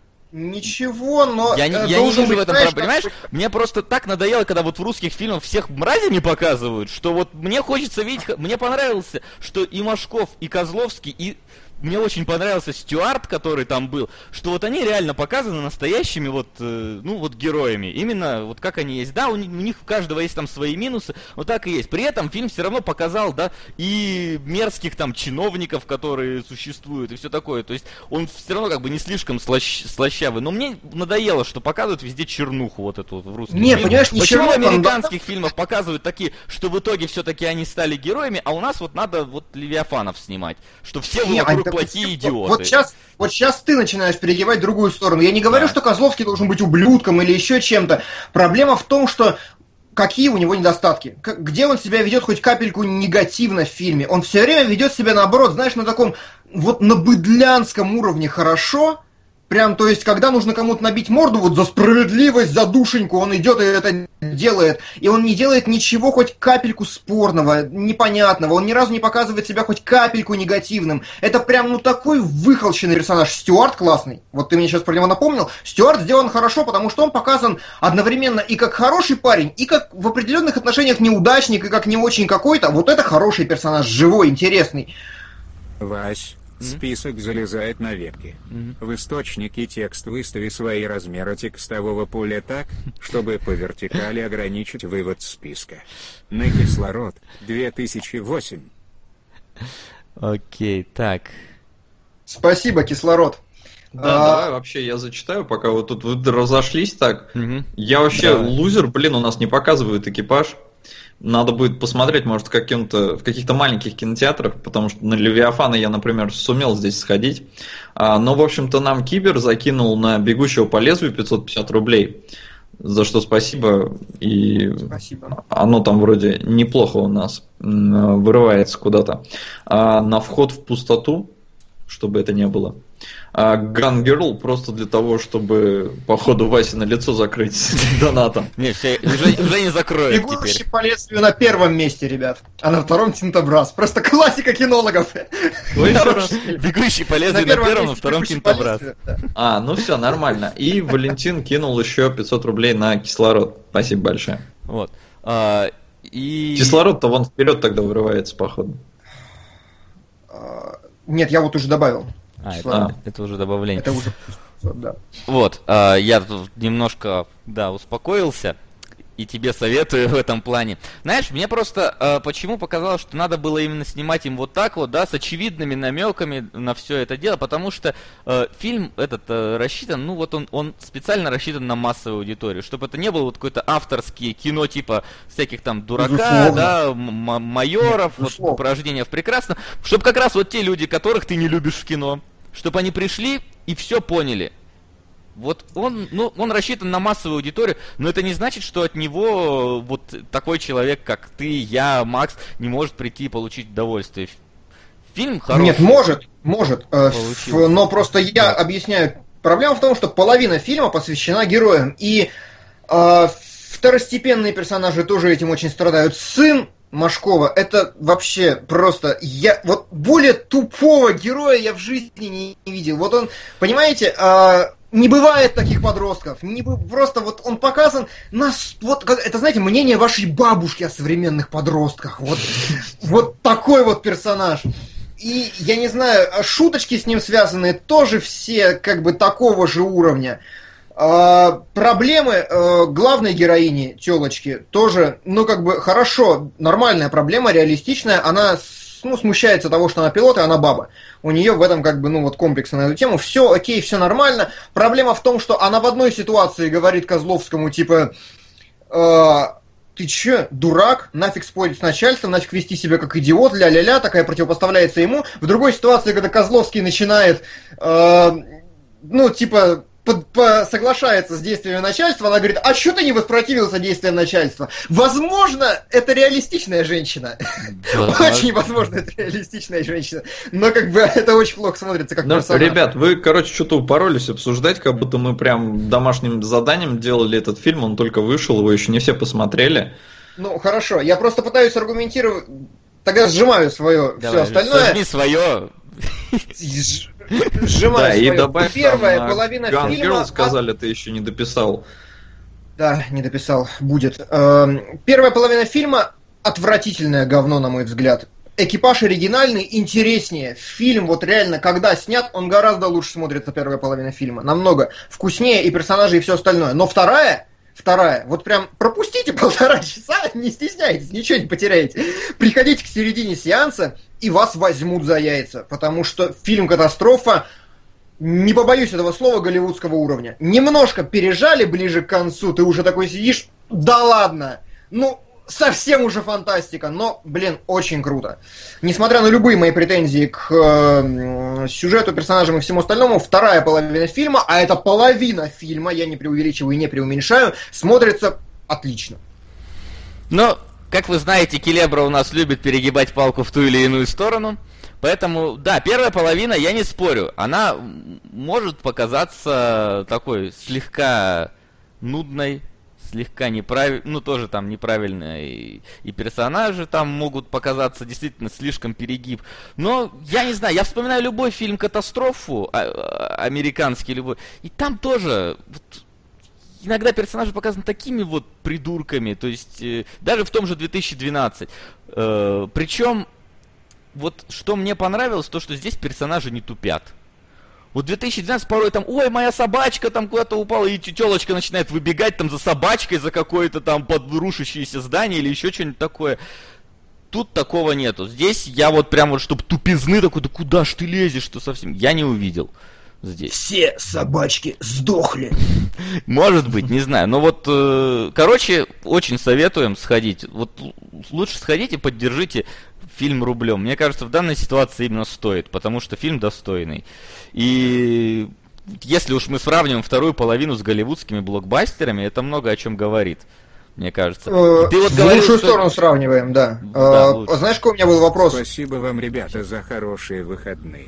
Ничего, но... Я не вижу в этом проблемы. Понимаешь, мне просто так надоело, когда вот в русских фильмах всех мразями показывают, что вот мне хочется видеть... Мне понравился, что и Машков, и Козловский, и... Мне очень понравился Стюарт, который там был, что вот они реально показаны настоящими вот, ну вот героями, именно вот как они есть. Да, у них у каждого есть там свои минусы, вот так и есть. При этом фильм все равно показал, да, и мерзких там чиновников, которые существуют, и все такое. То есть он все равно как бы не слишком слащавый. Но мне надоело, что показывают везде чернуху вот эту вот в русских фильмах. Понимаешь, не почему чернуха, в американских фильмах показывают такие, что в итоге все-таки они стали героями, а у нас вот надо вот Левиафанов снимать, что все вокруг плохие идиоты. Вот сейчас ты начинаешь перегибать в другую сторону. Я не говорю, что Козловский должен быть ублюдком или еще чем-то. Проблема в том, что какие у него недостатки. Где он себя ведет хоть капельку негативно в фильме. Он все время ведет себя наоборот, знаешь, на таком вот на быдлянском уровне хорошо. Прям, то есть, когда нужно кому-то набить морду, вот за справедливость, за душеньку, он идет и это делает. И он не делает ничего хоть капельку спорного, непонятного. Он ни разу не показывает себя хоть капельку негативным. Это прям, ну, такой выхолщенный персонаж. Стюарт классный. Вот ты мне сейчас про него напомнил. Стюарт сделан хорошо, потому что он показан одновременно и как хороший парень, и как в определенных отношениях неудачник, и как не очень какой-то. Вот это хороший персонаж, живой, интересный. Вась. Список залезает на ветки. В источнике текст выстави свои размеры текстового поля так, чтобы по вертикали ограничить вывод списка. На кислород 2008. Окей, так. Спасибо, кислород. Давай вообще я зачитаю, пока вот тут вы разошлись так. Я вообще лузер, у нас не показывают «Экипаж». Надо будет посмотреть, может, в каких-то маленьких кинотеатрах, потому что на Левиафана я, например, сумел здесь сходить. Но, в общем-то, нам Кибер закинул на «Бегущего по лезвию» 550 рублей, за что спасибо. И спасибо. Оно там вроде неплохо у нас вырывается куда-то. На «Вход в пустоту» чтобы это не было. А Gun Girl просто для того, чтобы, походу, Васе на лицо закрыть донатом. Не, все, уже не закроют теперь. «Бегущий по лезвию» на первом месте, ребят, а на втором «Тинтобраз». Просто классика кинологов. «Бегущий по лезвию» на первом, на втором «Тинтобраз». А, ну все, нормально. И Валентин кинул еще 500 рублей на кислород. Спасибо большое. Вот. Кислород-то вон вперед тогда вырывается, походу. Нет, я вот уже добавил. Это уже добавление. Это уже, да. Вот, я тут немножко, успокоился, и тебе советую в этом плане. Знаешь, мне просто почему показалось, что надо было именно снимать им вот так вот, с очевидными намеками на все это дело, потому что фильм этот рассчитан, он специально рассчитан на массовую аудиторию, чтобы это не было вот какое-то авторское кино типа всяких там дурака, майоров, «Упражнения в прекрасном», чтобы как раз вот те люди, которых ты не любишь в кино, чтобы они пришли и все поняли. Вот он рассчитан на массовую аудиторию, но это не значит, что от него вот такой человек, как ты, я, Макс, не может прийти и получить удовольствие. Фильм хороший. Нет, может. Но просто я объясняю. Проблема в том, что половина фильма посвящена героям. И второстепенные персонажи тоже этим очень страдают. Сын Машкова, это вообще просто... Вот более тупого героя я в жизни не видел. Вот он, понимаете... Не бывает таких подростков. Просто вот он показан это, знаете, мнение вашей бабушки о современных подростках. Вот такой вот персонаж. И, я не знаю, шуточки с ним связанные тоже все как бы такого же уровня. Проблемы главной героини, тёлочки, тоже, хорошо, нормальная проблема, реалистичная. Она смущается того, что она пилот, и она баба. У нее в этом комплексы на эту тему. Все окей, все нормально. Проблема в том, что она в одной ситуации говорит Козловскому, типа, ты че, дурак? Нафиг спорить с начальством, нафиг вести себя как идиот, ля-ля-ля, такая противопоставляется ему. В другой ситуации, когда Козловский начинает, соглашается с действиями начальства, она говорит, а что ты не воспротивился действиям начальства? Возможно, это реалистичная женщина. Очень возможно, это реалистичная женщина. Но это очень плохо смотрится, как персонаж. Ребят, вы, что-то упоролись обсуждать, как будто мы прям домашним заданием делали этот фильм, он только вышел, его еще не все посмотрели. Ну, хорошо, я просто пытаюсь аргументировать, тогда сжимаю свое, все остальное. Сожми свое. Да, и добавь первая половина фильма... сказали, ты еще не дописал. Да, не дописал, будет. Первая половина фильма отвратительное говно, на мой взгляд. Экипаж оригинальный, интереснее. Фильм вот реально, когда снят, он гораздо лучше смотрится, первая половина фильма. Намного вкуснее и персонажи, и все остальное. Но вторая, вот прям пропустите 1,5 часа, не стесняйтесь, ничего не потеряете. Приходите к середине сеанса, и вас возьмут за яйца. Потому что фильм «Катастрофа», не побоюсь этого слова, голливудского уровня. Немножко пережали ближе к концу, ты уже такой сидишь, да ладно, совсем уже фантастика, но, очень круто. Несмотря на любые мои претензии к сюжету, персонажам и всему остальному, вторая половина фильма, а это половина фильма, я не преувеличиваю и не преуменьшаю, смотрится отлично. Но, как вы знаете, Келебра у нас любит перегибать палку в ту или иную сторону. Поэтому, да, первая половина, я не спорю, она может показаться такой слегка нудной, слегка неправильной, тоже там неправильные и персонажи там могут показаться действительно слишком перегиб. Но, я не знаю, я вспоминаю любой фильм «Катастрофу», американский любой, и там тоже... Иногда персонажи показаны такими вот придурками, то есть даже в том же 2012. Причем, вот что мне понравилось, то что здесь персонажи не тупят. Вот 2012 порой там, ой, моя собачка там куда-то упала, и тёлочка начинает выбегать там за собачкой, за какое-то там подрушащееся здание или еще что-нибудь такое. Тут такого нету. Здесь я вот прям вот, чтобы тупизны такой, да куда ж ты лезешь, что совсем, я не увидел. Здесь. Все собачки сдохли. Может быть, не знаю. Но вот, очень советуем сходить. Вот лучше сходите, поддержите фильм рублем. Мне кажется, в данной ситуации именно стоит, потому что фильм достойный. И если уж мы сравниваем вторую половину с голливудскими блокбастерами, это много о чем говорит. Мне кажется. Ты вот в лучшую сторону сравниваем, да. Знаешь, какой у меня был вопрос? Спасибо вам, ребята, за хорошие выходные.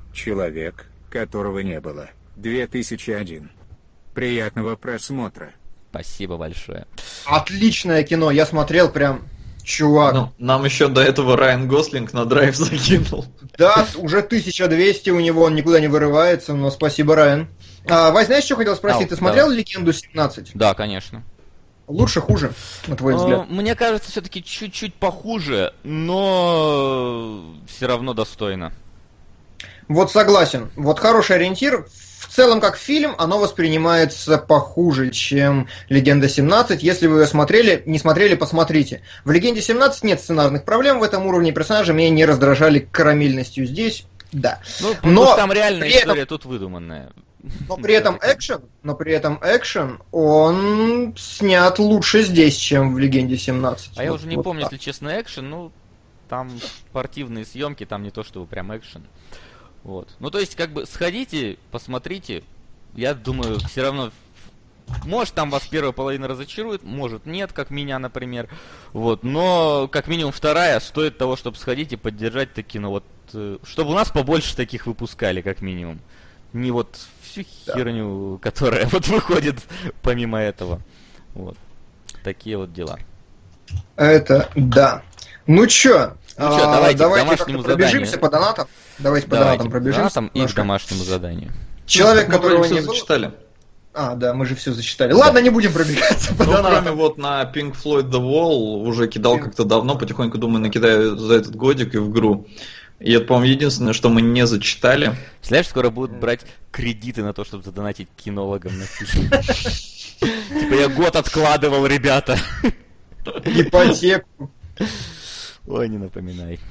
Человек, которого не было. 2001. Приятного просмотра. Спасибо большое. Отличное кино, я смотрел прям, чувак. Ну, нам еще до этого Райан Гослинг на драйв закинул. Да, уже 1200 у него, он никуда не вырывается, но спасибо, Райан. Вась, знаешь, что хотел спросить? Ты смотрел «Легенду 17»? Да, конечно. Лучше, хуже, на твой взгляд? Мне кажется, все-таки чуть-чуть похуже, но все равно достойно. Вот согласен. Вот хороший ориентир. В целом, как фильм, оно воспринимается похуже, чем «Легенда 17». Если вы ее не смотрели, посмотрите. В «Легенде 17» нет сценарных проблем в этом уровне. Персонажи меня не раздражали карамельностью. Здесь, да. Но там реальная история, тут выдуманная. Но при этом экшен, он снят лучше здесь, чем в «Легенде 17». А я уже не помню, если честно, экшен, там спортивные съемки, там не то чтобы прям экшен. Вот. Ну, то есть, как бы, сходите, посмотрите. Я думаю, все равно, может, там вас первая половина разочарует, может, нет, как меня, например. Вот. Но, как минимум, вторая стоит того, чтобы сходить и поддержать это кино. Вот, чтобы у нас побольше таких выпускали, как минимум. Не вот всю херню, которая вот выходит помимо этого. Вот. Такие вот дела. Это да. Ну чё, давайте к домашнему пробежимся заданию. По донатам. Давайте по донатам пробежимся. И к домашнему заданию. Человек, которого все не было... зачитали. Да, мы же все зачитали. Ладно, не будем пробегаться по донатам. Кроме вот на Pink Floyd The Wall уже кидал как-то давно, потихоньку, думаю, накидаю за этот годик и в игру. И это, по-моему, единственное, что мы не зачитали. Представляешь, скоро будут брать кредиты на то, чтобы задонатить кинологам на фильм. Типа я год откладывал, ребята. Ипотеку. Ой, не напоминай.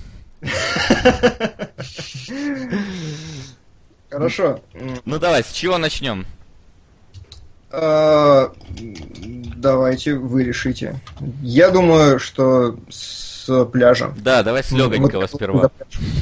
Хорошо. Ну давай, с чего начнем? Давайте, вы решите. Я думаю, что с пляжа. Да, давай с легонького сперва.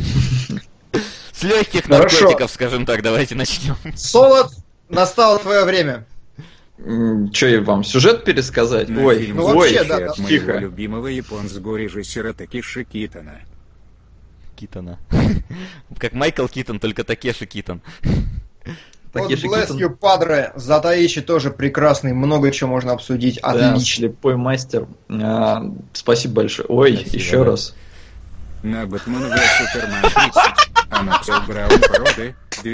С легких наркотиков, скажем так, давайте начнем. Солод, настало твое время. Че, вам сюжет пересказать? Ой, вообще, да, от моего любимого японского режиссера Такеши Китона. Китона. Как Майкл Китон, только Такеши Китон. Вот Bless You, Padre, Затаичи тоже прекрасный, много чего можно обсудить. Отлично. Слепой мастер. Спасибо большое. Ой, спасибо, еще раз. На Бэтмен в Супермен 30. А Максвелл Браун породы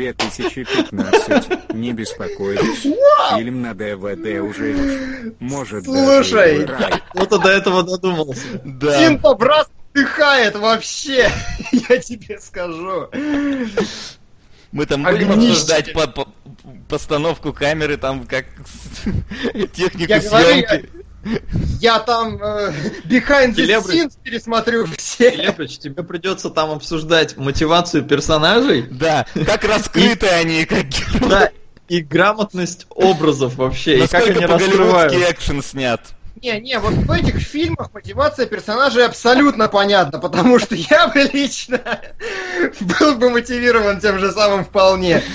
2015. Не беспокойтесь. Фильм на ДВД уже вышел. Может, слушай, кто-то до этого додумался. Да. Синтобрас отдыхает вообще. Я тебе скажу. Мы там будем обсуждать постановку камеры, там как технику съемки. Я там behind the scenes пересмотрю все. Келебрич, тебе придется там обсуждать мотивацию персонажей. Да, как раскрыты они, как герои. Да, и грамотность образов вообще, насколько и как они раскрывают. экшен снят. Не, вот в этих фильмах мотивация персонажей абсолютно понятна, потому что я бы лично был бы мотивирован тем же самым вполне.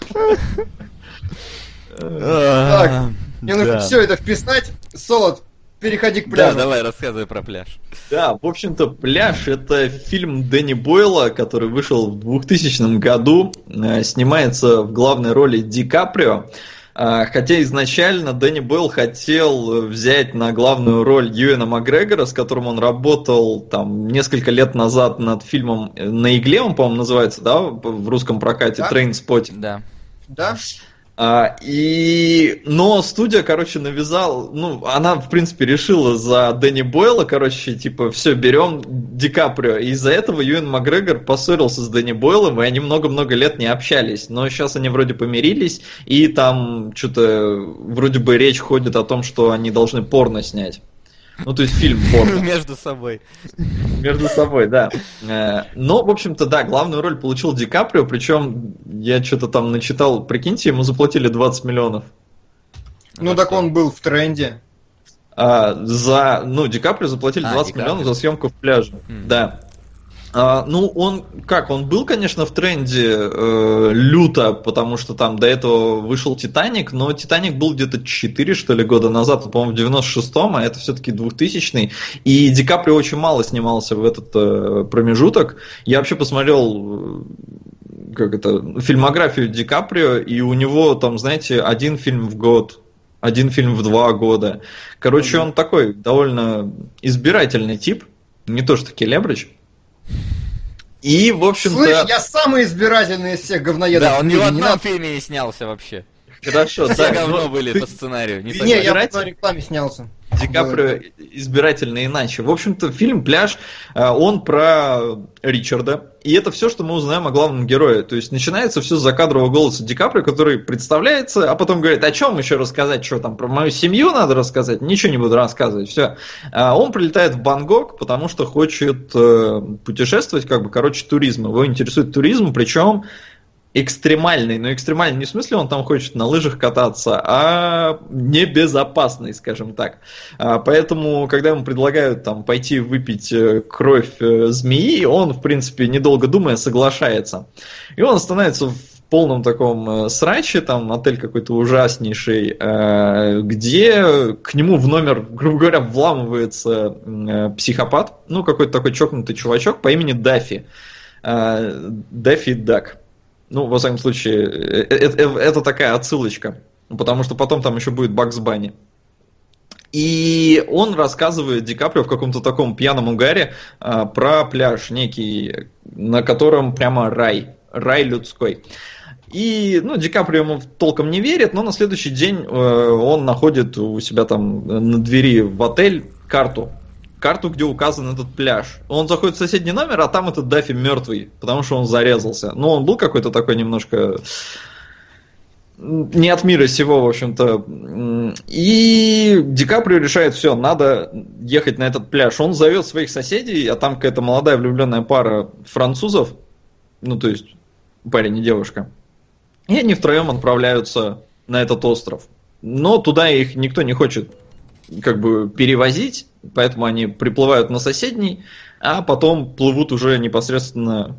Так, мне нужно все это вписать. Солод, переходи к пляжу. Да, давай, рассказывай про пляж. Да, в общем-то, «Пляж» — это фильм Дэнни Бойла, который вышел в 2000 году. Снимается в главной роли Ди Каприо. Хотя изначально Дэнни Бойл хотел взять на главную роль Юэна Макгрегора, с которым он работал там несколько лет назад над фильмом «На игле», он, по-моему, называется, да, в русском прокате, «Трейнспоттинг». Да. Да. Но студия, навязала, она, в принципе, решила за Дэнни Бойла, типа, все, берем Ди Каприо. И из-за этого Юэн Макгрегор поссорился с Дэнни Бойлом, и они много-много лет не общались. Но сейчас они вроде помирились, и там что-то вроде бы речь ходит о том, что они должны порно снять. Ну, то есть фильм порно. Между собой. Между собой, да. Но, в общем-то, да, главную роль получил Ди Каприо, причем я что-то там начитал, прикиньте, ему заплатили 20 миллионов. Ну, так он был в тренде. Ди Каприо заплатили 20 миллионов за съемку в пляже. Да. Он был, конечно, в тренде люто, потому что там до этого вышел «Титаник», но «Титаник» был где-то 4, что ли, года назад, по-моему, в 96-м, а это все-таки 2000-й, и Ди Каприо очень мало снимался в этот промежуток. Я вообще посмотрел фильмографию Ди Каприо, и у него там, знаете, 1 фильм в год, 1 фильм в 2 года. Короче, он такой довольно избирательный тип, не то что Келебрич. И, в общем-то... Слышь, я самый избирательный из всех говноедов. Да, он ни в одном фильме не снялся вообще. Хорошо, все говно были по сценарию. Не, я на рекламе снялся. Ди Каприо избирательно иначе. В общем-то, фильм «Пляж», он про Ричарда. И это все, что мы узнаем о главном герое. То есть начинается все с закадрового голоса Ди Каприо, который представляется, а потом говорит, о чем еще рассказать, что там, про мою семью надо рассказать? Ничего не буду рассказывать, все. Он прилетает в Бангкок, потому что хочет путешествовать, туризм. Его интересует туризм, причем экстремальный, но экстремальный не в смысле он там хочет на лыжах кататься, а небезопасный, скажем так. Поэтому, когда ему предлагают там пойти выпить кровь змеи, он, в принципе, недолго думая, соглашается. И он становится в полном таком сраче, там отель какой-то ужаснейший, где к нему в номер, грубо говоря, вламывается психопат, какой-то такой чокнутый чувачок по имени Даффи. Даффи Дак. Во всяком случае, это такая отсылочка, потому что потом там еще будет Бакс Банни. И он рассказывает Ди Каприо в каком-то таком пьяном угаре про пляж некий, на котором прямо рай людской. И, Ди Каприо ему толком не верит, но на следующий день он находит у себя там на двери в отель карту, где указан этот пляж. Он заходит в соседний номер, а там этот Даффи мертвый, потому что он зарезался. Он был какой-то такой немножко не от мира сего, в общем-то. И Ди Каприо решает, все, надо ехать на этот пляж. Он зовет своих соседей, а там какая-то молодая влюбленная пара французов, то есть парень и девушка. И они втроем отправляются на этот остров. Но туда их никто не хочет перевозить, поэтому они приплывают на соседний, а потом плывут уже непосредственно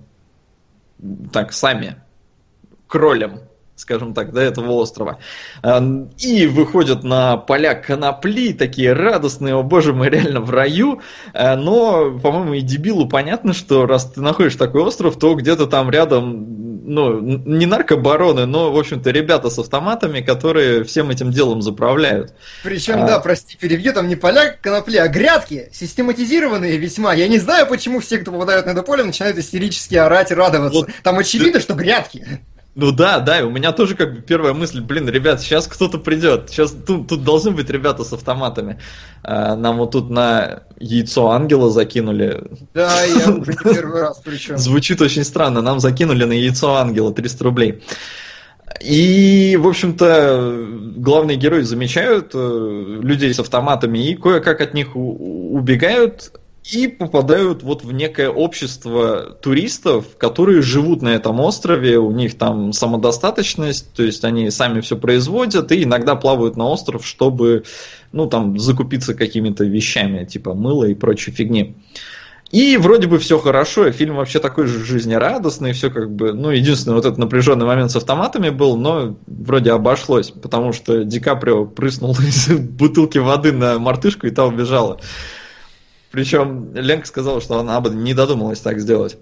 сами кролем, скажем так, до этого острова. И выходят на поля конопли, такие радостные, о боже, мы реально в раю. Но, по-моему, и дебилу понятно, что раз ты находишь такой остров, то где-то там рядом, не наркобароны, но, в общем-то, ребята с автоматами, которые всем этим делом заправляют. Причем, прости, перебью, там не поля конопли, а грядки, систематизированные весьма. Я не знаю, почему все, кто попадают на это поле, начинают истерически орать и радоваться. Там очевидно, что грядки. Да, и у меня тоже первая мысль, ребят, сейчас кто-то придет, сейчас тут должны быть ребята с автоматами. Нам вот тут на яйцо ангела закинули. Да, я уже не первый раз причем. Звучит очень странно, нам закинули на яйцо ангела 300 рублей. И, в общем-то, главные герои замечают людей с автоматами и кое-как от них убегают. И попадают в некое общество туристов, которые живут на этом острове, у них там самодостаточность, то есть они сами все производят и иногда плавают на остров, чтобы, закупиться какими-то вещами, типа мыла и прочей фигни. И вроде бы все хорошо, и фильм вообще такой же жизнерадостный, все единственный этот напряженный момент с автоматами был, но вроде обошлось, потому что Ди Каприо прыснул из бутылки воды на мартышку, и та убежала. Причем Ленка сказала, что она бы не додумалась так сделать.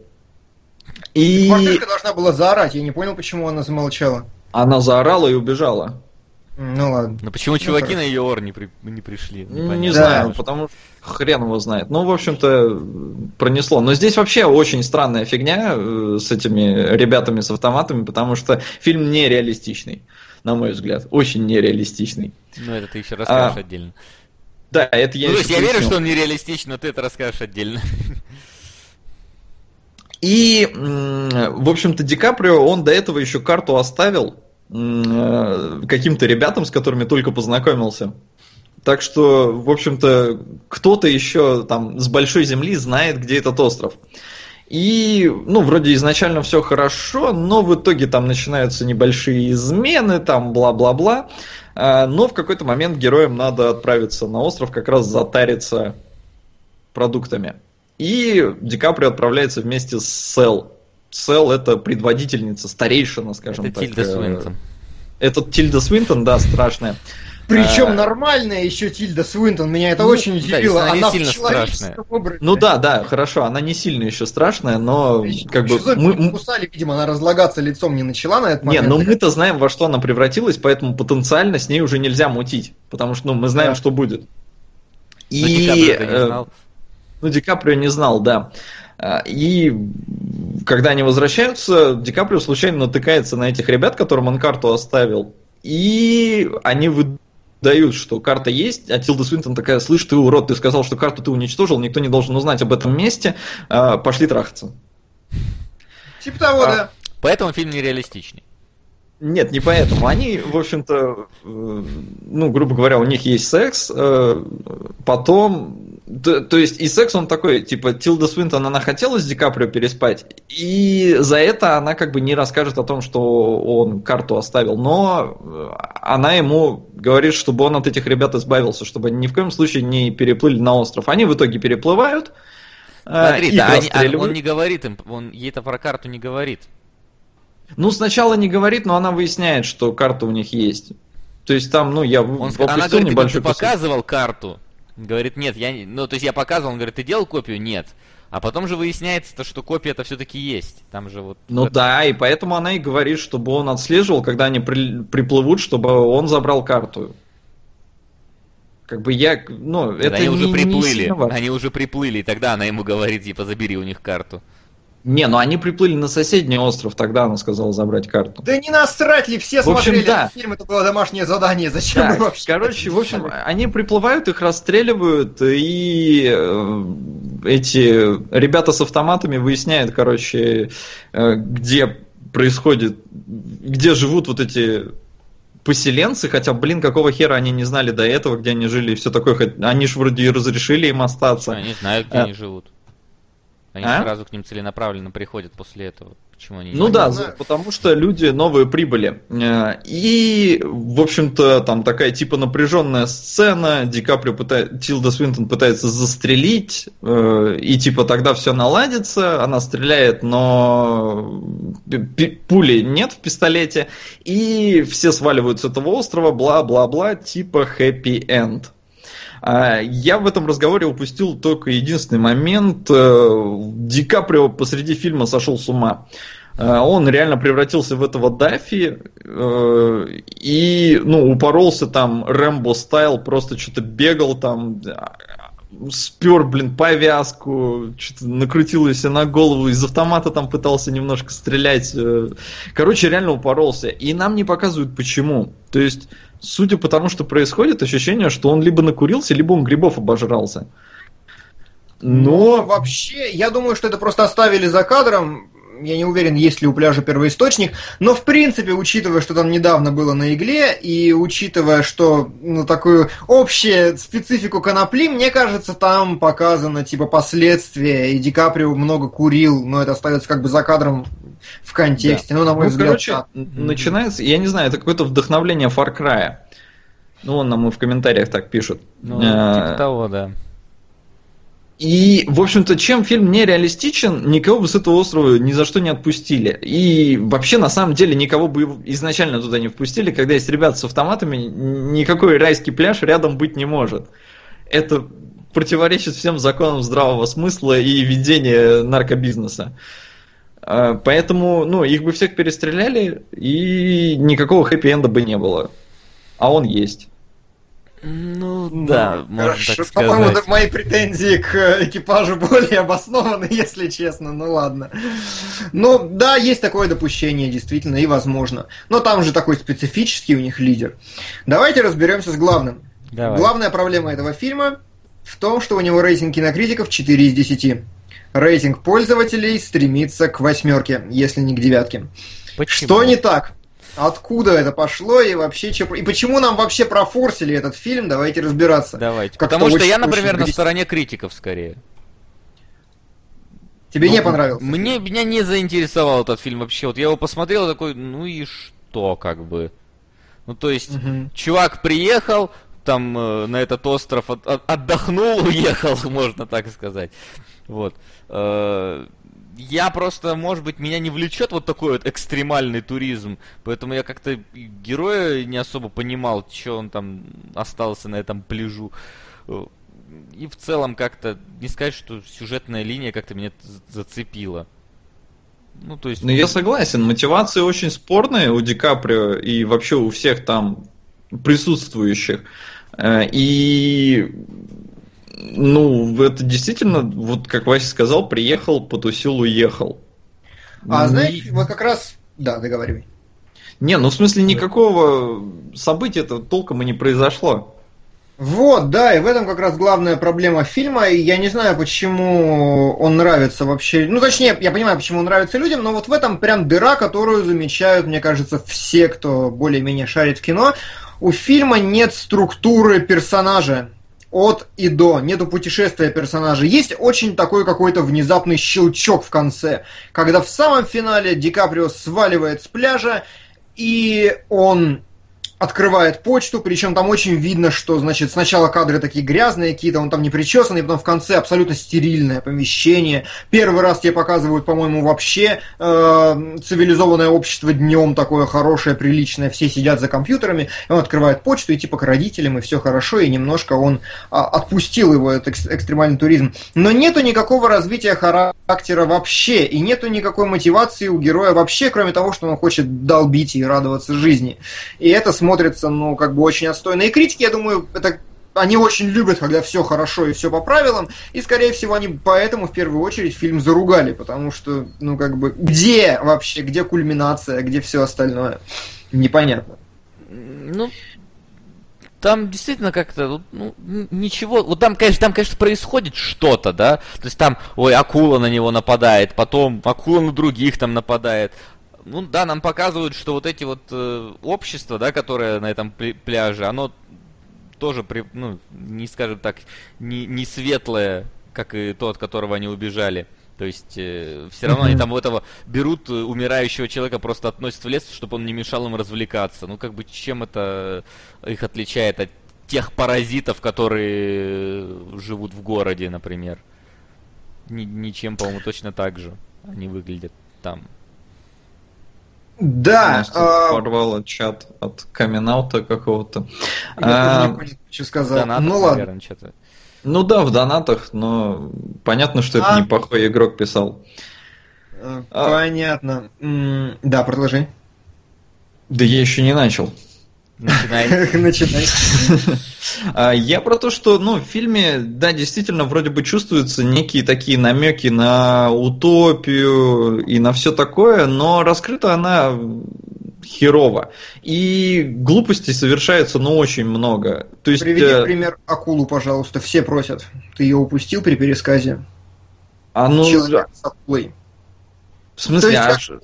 И мартышка должна была заорать, я не понял, почему она замолчала. Она заорала и убежала. Ладно. Но почему чуваки на ее ор не пришли? Не знаю, потому что хрен его знает. В общем-то, пронесло. Но здесь вообще очень странная фигня с этими ребятами с автоматами, потому что фильм нереалистичный, на мой взгляд. Очень нереалистичный. Это ты еще расскажешь отдельно. Да, это я. То есть я верю, что он нереалистичный, но ты это расскажешь отдельно. И, в общем-то, Ди Каприо, он до этого еще карту оставил каким-то ребятам, с которыми только познакомился. Так что, в общем-то, кто-то еще там с большой земли знает, где этот остров. И, вроде изначально все хорошо, но в итоге там начинаются небольшие измены, там бла-бла-бла. Но в какой-то момент героям надо отправиться на остров, как раз затариться продуктами. И Ди Каприо отправляется вместе с Сэл. Сэл — это предводительница, старейшина, скажем так. Это Тильда Свинтон. Это Тильда Свинтон, да, страшная. Причем нормальная еще Тильда Свинтон, меня это очень удивило. Да, она сильно страшная. Ну да, хорошо, она не сильно еще страшная, но как бы мы кусали, видимо, она разлагаться лицом не начала на этот момент. Не, но мы-то знаем, во что она превратилась, поэтому потенциально с ней уже нельзя мутить, потому что мы знаем, что будет. И Ди Каприо не знал, да. И когда они возвращаются, Ди Каприо случайно натыкается на этих ребят, которым он карту оставил, и они выдают, что карта есть, а Тильда Свинтон такая: слышь, ты урод, ты сказал, что карту ты уничтожил, никто не должен узнать об этом месте, пошли трахаться. Типа того, да. Поэтому фильм нереалистичный. Нет, не поэтому. Они, в общем-то, грубо говоря, у них есть секс, потом... То есть и секс он такой, типа, Тильда Свинтон, она хотела с Ди Каприо переспать, и за это она как бы не расскажет о том, что он карту оставил, но она ему говорит, чтобы он от этих ребят избавился, чтобы они ни в коем случае не переплыли на остров. Они в итоге переплывают. Смотри, да, он не говорит им, он ей-то про карту не говорит. Ну, сначала не говорит, но она выясняет, что карта у них есть. То есть там, она говорит, небольшой ты показывал карту? Говорит, нет, то есть я показывал, он говорит, ты делал копию? Нет. А потом же выясняется, что копия это все-таки есть. Там же вот... да, и поэтому она и говорит, чтобы он отслеживал, когда они приплывут, чтобы он забрал карту. Как бы это они уже приплыли. Они уже приплыли, и тогда она ему говорит, типа, забери у них карту. Не, они приплыли на соседний остров, тогда она сказала забрать карту. Да не насрать ли, все смотрели этот фильм, это было домашнее задание, зачем мы вообще... Короче, в общем, они приплывают, их расстреливают, и эти ребята с автоматами выясняют, где живут вот эти поселенцы, хотя, какого хера они не знали до этого, где они жили и все такое, они же вроде и разрешили им остаться. Они знают, где они живут. Они сразу к ним целенаправленно приходят после этого. Почему они потому что люди новые прибыли. И, в общем-то, там такая типа напряженная сцена. Ди Каприо Тильда Свинтон пытается застрелить, и типа тогда все наладится. Она стреляет, но пули нет в пистолете. И все сваливают с этого острова, бла-бла-бла, типа хэппи-энд. Я в этом разговоре упустил только единственный момент. Ди Каприо посреди фильма сошел с ума. Он реально превратился в этого Даффи и упоролся там Рэмбо стайл, просто что-то бегал там, спер, повязку, что-то накрутил ее себе на голову, из автомата там пытался немножко стрелять. Короче, реально упоролся. И нам не показывают почему. То есть, судя по тому, что происходит, ощущение, что он либо накурился, либо он грибов обожрался. Но вообще, я думаю, что это просто оставили за кадром. Я не уверен, есть ли у пляжа первоисточник, но в принципе, учитывая, что там недавно было на игле, и учитывая, что такую общую специфику конопли, мне кажется, там показано типа последствия, и Ди Каприо много курил, но это остается как бы за кадром в контексте. Да. На мой взгляд, начинается, я не знаю, это какое-то вдохновление Far Cry. Он нам и в комментариях так пишет. Типа того, да. И, в общем-то, чем фильм нереалистичен, никого бы с этого острова ни за что не отпустили. И вообще, на самом деле, никого бы изначально туда не впустили. Когда есть ребята с автоматами, никакой райский пляж рядом быть не может. Это противоречит всем законам здравого смысла и ведения наркобизнеса. Поэтому, их бы всех перестреляли, и никакого хэппи-энда бы не было. А он есть. Да, можно хорошо, так сказать. По-моему, мои претензии к экипажу более обоснованы, если честно, ладно. Да, есть такое допущение, действительно, и возможно. Но там же такой специфический у них лидер. Давайте разберемся с главным. Давай. Главная проблема этого фильма в том, что у него рейтинг кинокритиков 4 из 10. Рейтинг пользователей стремится к 8, если не к 9. Почему? Что не так? Откуда это пошло и вообще и почему нам вообще профорсили этот фильм? Давайте разбираться. Давайте. Потому что я, например, на стороне критиков скорее. Тебе не понравился? Меня не заинтересовал этот фильм вообще. Вот я его посмотрел такой, и что, как бы. То есть, чувак приехал, там на этот остров отдохнул, уехал, можно так сказать. Вот. я просто, может быть, меня не влечет вот такой вот экстремальный туризм, поэтому я как-то героя не особо понимал, что он там остался на этом пляжу. И в целом как-то не сказать, что сюжетная линия как-то меня зацепила. Ну, то есть... Ну, я согласен, мотивации очень спорные у Ди Каприо и вообще у всех там присутствующих. И... Ну, это действительно, вот как Вася сказал, приехал, потусил, уехал. Знаешь, вот как раз... Да, договаривай. Не, ну в смысле никакого события-то толком и не произошло. Вот, да, и в этом как раз главная проблема фильма, и я не знаю, почему он нравится вообще, ну, точнее, я понимаю, почему он нравится людям, но вот в этом прям дыра, которую замечают, мне кажется, все, кто более-менее шарит в кино. У фильма нет структуры персонажа от и до, нету путешествия персонажа. Есть очень такой какой-то внезапный щелчок в конце, когда в самом финале Ди Каприо сваливает с пляжа, и он открывает почту, причем там очень видно, что, значит, сначала кадры такие грязные какие-то, он там не причесанный, потом в конце абсолютно стерильное помещение. Первый раз тебе показывают, по-моему, вообще цивилизованное общество днем такое хорошее, приличное, все сидят за компьютерами, и он открывает почту, и типа к родителям, и все хорошо, и немножко он отпустил его, этот экстремальный туризм. Но нету никакого развития характера вообще, и нету никакой мотивации у героя вообще, кроме того, что он хочет долбить и радоваться жизни. И это смотрится, ну, как бы очень отстойно. И критики, я думаю, это они очень любят, когда все хорошо и все по правилам, и, скорее всего, они поэтому в первую очередь фильм заругали, потому что, ну, как бы, где вообще, где кульминация, где все остальное? Непонятно. Ну, там действительно как-то, ну, ничего, вот там, конечно, происходит что-то, да, то есть там, ой, акула на него нападает, потом акула на других там нападает. Ну да, нам показывают, что вот эти вот общества, да, которое на этом пляже, оно тоже, ну, не скажем так, не светлое, как и то, от которого они убежали. То есть все равно они там у этого берут умирающего человека, просто относят в лес, чтобы он не мешал им развлекаться. Ну как бы чем это их отличает от тех паразитов, которые живут в городе, например? Ничем, по-моему, точно так же они выглядят там. Да. Порвало чат от камин-аута какого-то. Я тоже не понял, что сказал. Донатах, ну ладно. наверное, что-то. Ну да, в донатах, но понятно, что это неплохой игрок писал. Понятно. Да, продолжи. Да я еще не начал. Начинай. Я про то, что, ну, в фильме, да, действительно, вроде бы чувствуются некие такие намеки на утопию и на все такое, но раскрыта она херово. И глупостей совершается, ну, очень много. То есть, приведи пример акулу, пожалуйста. Все просят. Ты ее упустил при пересказе? Человек с акулой. В смысле?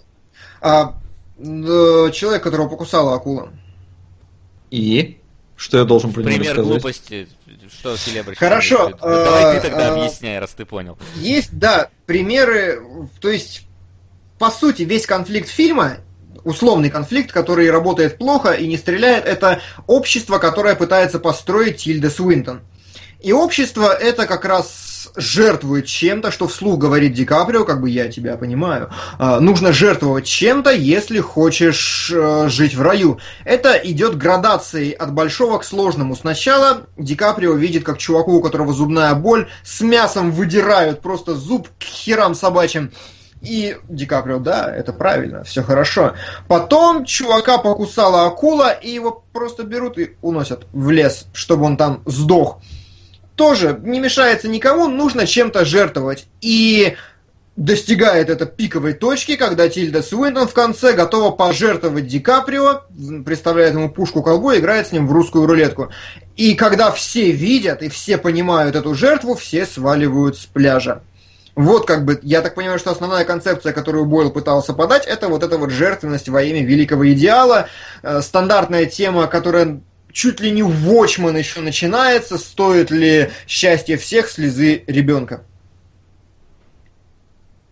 Человек, которого покусала акула. И? Что я должен про него пример сказать? Глупости, что Селебрич. Хорошо. Давай ты тогда объясняй, раз ты понял. Есть, да, примеры, то есть, по сути, весь конфликт фильма, условный конфликт, который работает плохо и не стреляет, это общество, которое пытается построить Тильда Суинтон. И общество это как раз жертвует чем-то, что вслух говорит Ди Каприо, как бы я тебя понимаю, нужно жертвовать чем-то, если хочешь жить в раю. Это идет градацией от большого к сложному. Сначала Ди Каприо видит, как чуваку, у которого зубная боль, с мясом выдирают просто зуб к херам собачьим. И Ди Каприо, да, это правильно, все хорошо. Потом чувака покусала акула, и его просто берут и уносят в лес, чтобы он там сдох. Тоже не мешается никому, нужно чем-то жертвовать. И достигает это пиковой точки, когда Тильда Суинтон в конце готова пожертвовать Ди Каприо, представляет ему пушку ковбоя, играет с ним в русскую рулетку. И когда все видят и все понимают эту жертву, все сваливают с пляжа. Вот как бы, я так понимаю, что основная концепция, которую Бойл пытался подать, это вот эта вот жертвенность во имя великого идеала. Стандартная тема, которая чуть ли не в Watchmen еще начинается, стоит ли счастье всех слезы ребенка.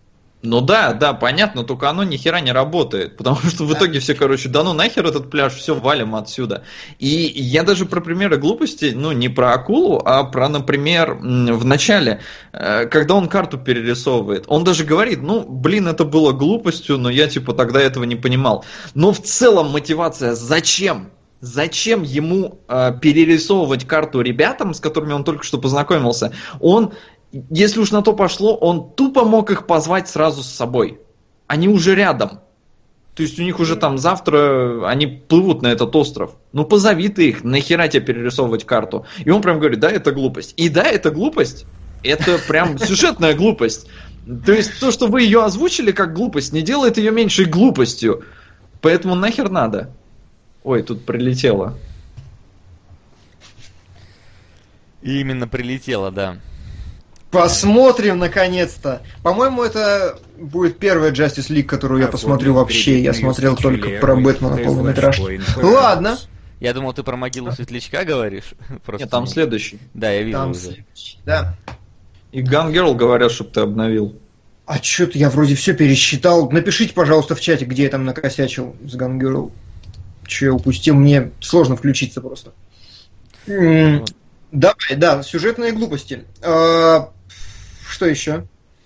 Ну да, понятно, только оно ни хера не работает, потому что в итоге все, короче, да ну нахер этот пляж, все, валим отсюда. И я даже про примеры глупости, ну не про акулу, а про, например, в начале, когда он карту перерисовывает, он даже говорит, ну, блин, это было глупостью, но я типа тогда этого не понимал. Но в целом мотивация, зачем? Зачем ему перерисовывать карту ребятам, с которыми он только что познакомился? Он... Если уж на то пошло, он тупо мог их позвать сразу с собой. Они уже рядом. То есть у них уже там завтра они плывут на этот остров. Ну позови ты их, нахера тебе перерисовывать карту? И он прям говорит, да, это глупость. И да, это глупость. Это прям сюжетная глупость. То есть то, что вы ее озвучили как глупость, не делает ее меньшей глупостью. Поэтому нахер надо. Ой, тут прилетело. И именно прилетело, да. Посмотрим, наконец-то. По-моему, это будет первая Justice League, которую я посмотрю вообще. Я смотрел только про Бэтмена полнометражку. Ладно. Я думал, ты про могилу Светлячка говоришь. Нет, там следующий. Да, я вижу там уже. Следующий, да. И Gun Girl говорят, чтобы ты обновил. А чё-то я вроде все пересчитал. Напишите, пожалуйста, в чате, где я там накосячил с Gun Girl. Чё я упустил, мне сложно включиться просто. Давай, да, сюжетные глупости. Что еще?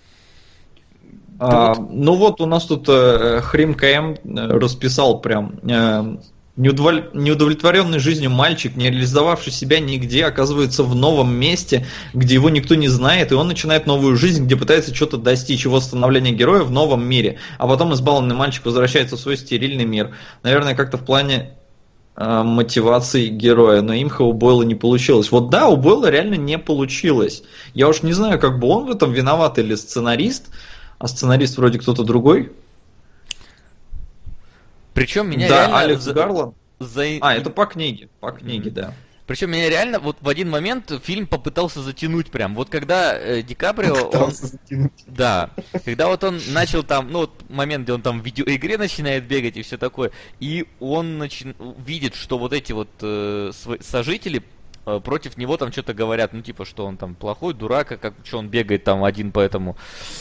Ну вот у нас тут Хрим КМ расписал прям неудовлетворенный жизнью мальчик, не реализовавший себя нигде, оказывается в новом месте, где его никто не знает, и он начинает новую жизнь, где пытается что-то достичь, его становления героя в новом мире. А потом избалованный мальчик возвращается в свой стерильный мир. Наверное, как-то в плане мотивации героя, но имха у Бойла не получилось. Вот да, у Бойла реально не получилось. Я уж не знаю, как бы он в этом виноват или сценарист, а сценарист вроде кто-то другой. Причем меня да, реально... Алекс Гарланд. А, это по книге, да. Причем меня реально вот в один момент фильм попытался затянуть прям. Вот когда Ди Каприо... Да. Когда вот он начал там, ну вот момент, где он там в видеоигре начинает бегать и все такое, и он видит, что вот эти вот сожители против него там что-то говорят, ну типа, что он там плохой, дурак, а как что он бегает там один по этому...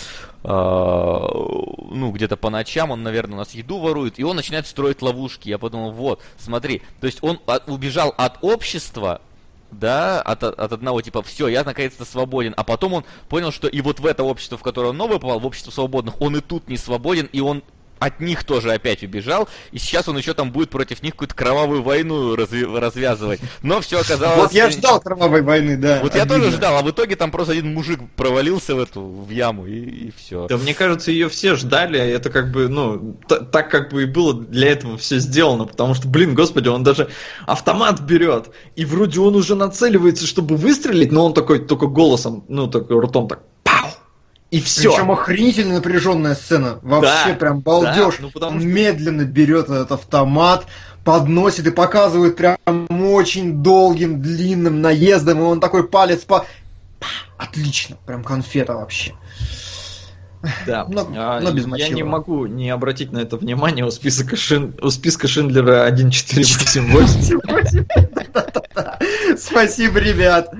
ну, где-то по ночам, он, наверное, у нас еду ворует, и он начинает строить ловушки. Я подумал, вот, смотри, то есть он убежал от общества, да, от одного типа, все, я наконец-то свободен, а потом он понял, что и вот в это общество, в которое он новый попал, в общество свободных, он и тут не свободен, и он от них тоже опять убежал, и сейчас он еще там будет против них какую-то кровавую войну развязывать. Но все оказалось... Вот я ждал кровавой войны, да. Вот обидно. Я тоже ждал, а в итоге там просто один мужик провалился в яму, и все. Да, мне кажется, ее все ждали, это как бы, ну, так как бы и было для этого все сделано, потому что, блин, господи, он даже автомат берет, и вроде он уже нацеливается, чтобы выстрелить, но он такой только голосом, ну, такой ртом так, пау! И все. Причем охренительно напряженная сцена. Вообще прям балдеж. Да, ну, он медленно берет этот автомат, подносит и показывает прям очень долгим, длинным наездом. И он такой палец по... Отлично. Прям конфета вообще. Да. Но без мочила. Я не могу не обратить на это внимание. У списка Шиндлера 1488. Спасибо, ребят.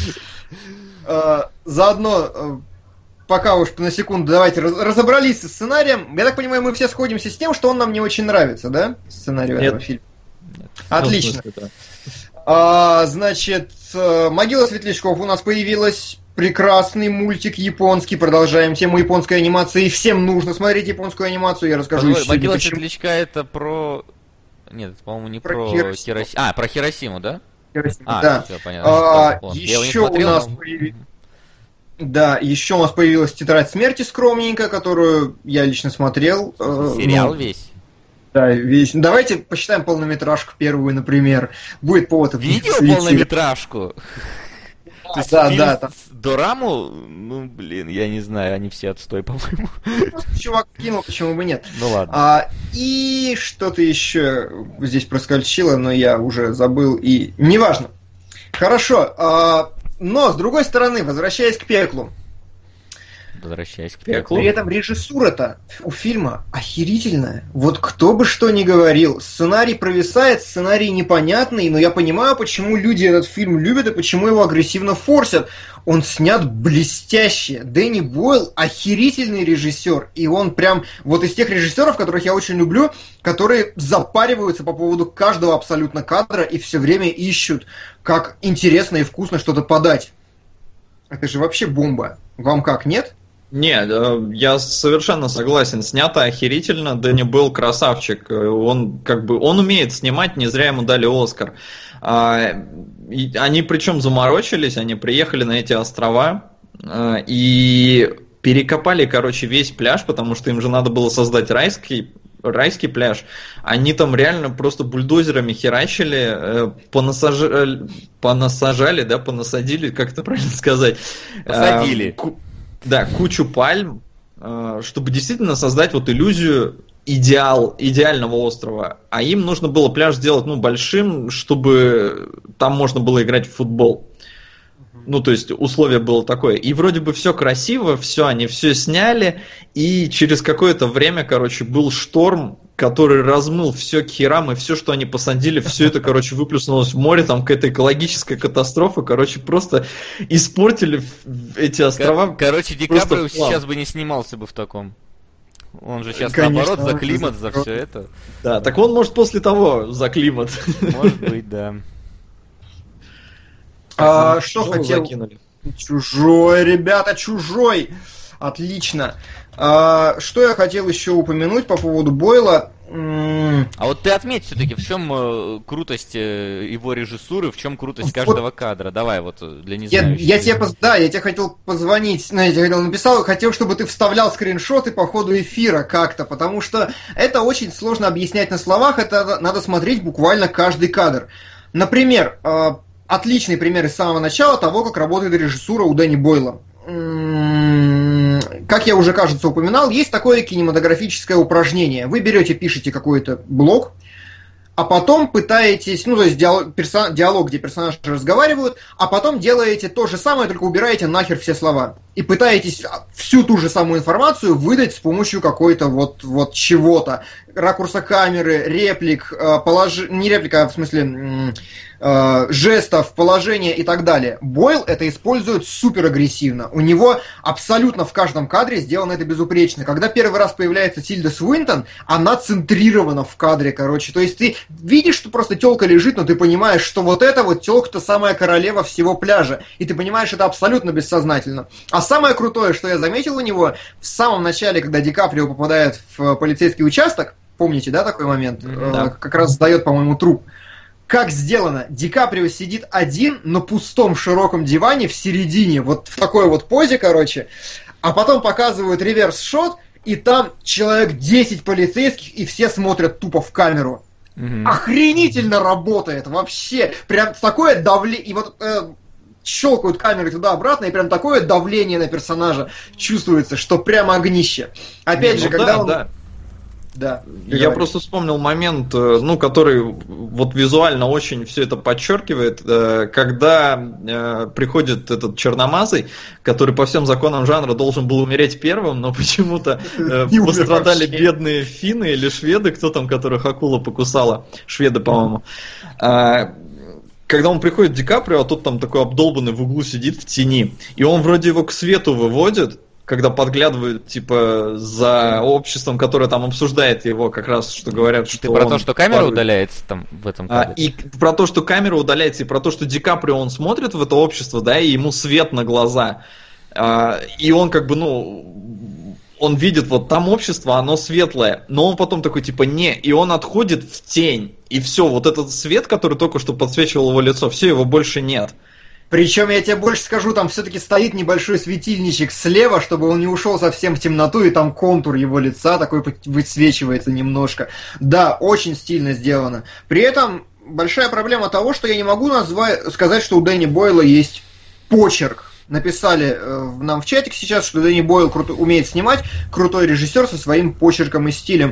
Заодно... Пока уж на секунду давайте разобрались со сценарием. Я так понимаю, мы все сходимся с тем, что он нам не очень нравится, да? Сценарий этого фильма. Нет. Отлично. Ну, да. Значит, «Могила Светлячков» у нас появилась. Прекрасный мультик японский. Продолжаем тему японской анимации. Всем нужно смотреть японскую анимацию. Я расскажу. «Могила Светлячка» это про... Нет, это, по-моему, не про Хиросиму. А, про Хиросиму, да? Хиросиму, да. Все, понятно. Еще у нас появилась... Да, еще у нас появилась «Тетрадь смерти» скромненько, которую я лично смотрел. Сериал весь. Да, весь. Давайте посчитаем полнометражку первую, например. Будет повод... Видео полнометражку? Да. Дораму? Ну, блин, я не знаю, они все отстой, по-моему. Чувак кинул, почему бы нет. Ну ладно. И что-то еще здесь проскользило, но я уже забыл, и неважно. Хорошо. Но, с другой стороны, возвращаясь к пеклу. возвращаясь к пеклу. При этом режиссура-то у фильма охерительная. Вот кто бы что ни говорил, сценарий провисает, сценарий непонятный, но я понимаю, почему люди этот фильм любят и почему его агрессивно форсят. Он снят блестяще. Дэнни Бойл охерительный режиссер, и он прям вот из тех режиссеров, которых я очень люблю, которые запариваются по поводу каждого абсолютно кадра и все время ищут, как интересно и вкусно что-то подать. Это же вообще бомба. Вам как, нет? Нет, я совершенно согласен. Снято охерительно. Дэнни Бойл красавчик. Он умеет снимать, не зря ему дали Оскар. Они причем заморочились, они приехали на эти острова и перекопали, весь пляж, потому что им же надо было создать райский пляж. Они там реально просто бульдозерами херачили, понасадили, как это правильно сказать? Посадили. Кучу пальм, чтобы действительно создать вот иллюзию идеального острова. А им нужно было пляж сделать большим, чтобы там можно было играть в футбол. То есть условие было такое. И вроде бы все красиво, они все сняли, и через какое-то время, был шторм, который размыл все к херам, и все, что они посадили, все это, выплеснулось в море, там какая-то экологическая катастрофа, просто испортили эти острова. Ди Каприо сейчас бы не снимался бы в таком. Он же сейчас, наоборот, за климат, за все это. Да, так он, может, после того за климат. Может быть, да. Что хотел? Закинули. Чужой, ребята, чужой! Отлично. Что я хотел еще упомянуть по поводу Бойла? А вот ты отметь все-таки, в чем крутость его режиссуры, в чем крутость каждого кадра. Давай вот для незнающих. Я тебе хотел позвонить, хотел, чтобы ты вставлял скриншоты по ходу эфира как-то, потому что это очень сложно объяснять на словах, это надо смотреть буквально каждый кадр. Например, отличный пример из самого начала того, как работает режиссура у Дэнни Бойла. Как я уже, кажется, упоминал, есть такое кинематографическое упражнение. Вы берете, пишете какой-то блок, а потом пытаетесь, то есть диалог, где персонажи разговаривают, а потом делаете то же самое, только убираете нахер все слова. И пытаетесь всю ту же самую информацию выдать с помощью какой-то вот чего-то. Ракурса камеры, реплик, не реплика, а в смысле жестов, положения и так далее. Бойл это использует супер агрессивно. У него абсолютно в каждом кадре сделано это безупречно. Когда первый раз появляется Тильда Свинтон, она центрирована в кадре, То есть ты видишь, что просто тёлка лежит, но ты понимаешь, что вот эта вот тёлка-то самая королева всего пляжа. И ты понимаешь, это абсолютно бессознательно. А самое крутое, что я заметил у него, в самом начале, когда Ди Каприо попадает в полицейский участок, помните, да, такой момент? Да. Как раз сдает, по-моему, труп. Как сделано? Ди Каприо сидит один на пустом широком диване в середине, вот в такой вот позе, а потом показывают реверс-шот, и там человек 10 полицейских, и все смотрят тупо в камеру. Охренительно работает вообще. Прям такое давление. И вот щелкают камеры туда-обратно, и прям такое давление на персонажа чувствуется, что прям огнище. Опять же, когда он... Да. Я просто вспомнил момент, который вот визуально очень все это подчеркивает, когда приходит этот черномазый, который по всем законам жанра должен был умереть первым, но почему-то пострадали бедные финны или шведы, кто там, которых акула покусала, шведы, по-моему. Когда он приходит Ди Каприо, а тот там такой обдолбанный в углу сидит в тени, и он вроде его к свету выводит, когда подглядывают, за обществом, которое там обсуждает его, как раз, что говорят, что ты про то, что камера удаляется там в этом кадре? И про то, что камера удаляется, и про то, что Ди Каприо, он смотрит в это общество, да, и ему свет на глаза. И он он видит, вот там общество, оно светлое, но он потом такой, не, и он отходит в тень, и все, вот этот свет, который только что подсвечивал его лицо, все, его больше нет. Причем я тебе больше скажу, там все-таки стоит небольшой светильничек слева, чтобы он не ушел совсем в темноту, и там контур его лица такой высвечивается немножко. Да, очень стильно сделано. При этом большая проблема того, что я не могу сказать, что у Дэнни Бойла есть почерк. Написали нам в чатик сейчас, что Дэнни Бойл умеет снимать, крутой режиссер со своим почерком и стилем.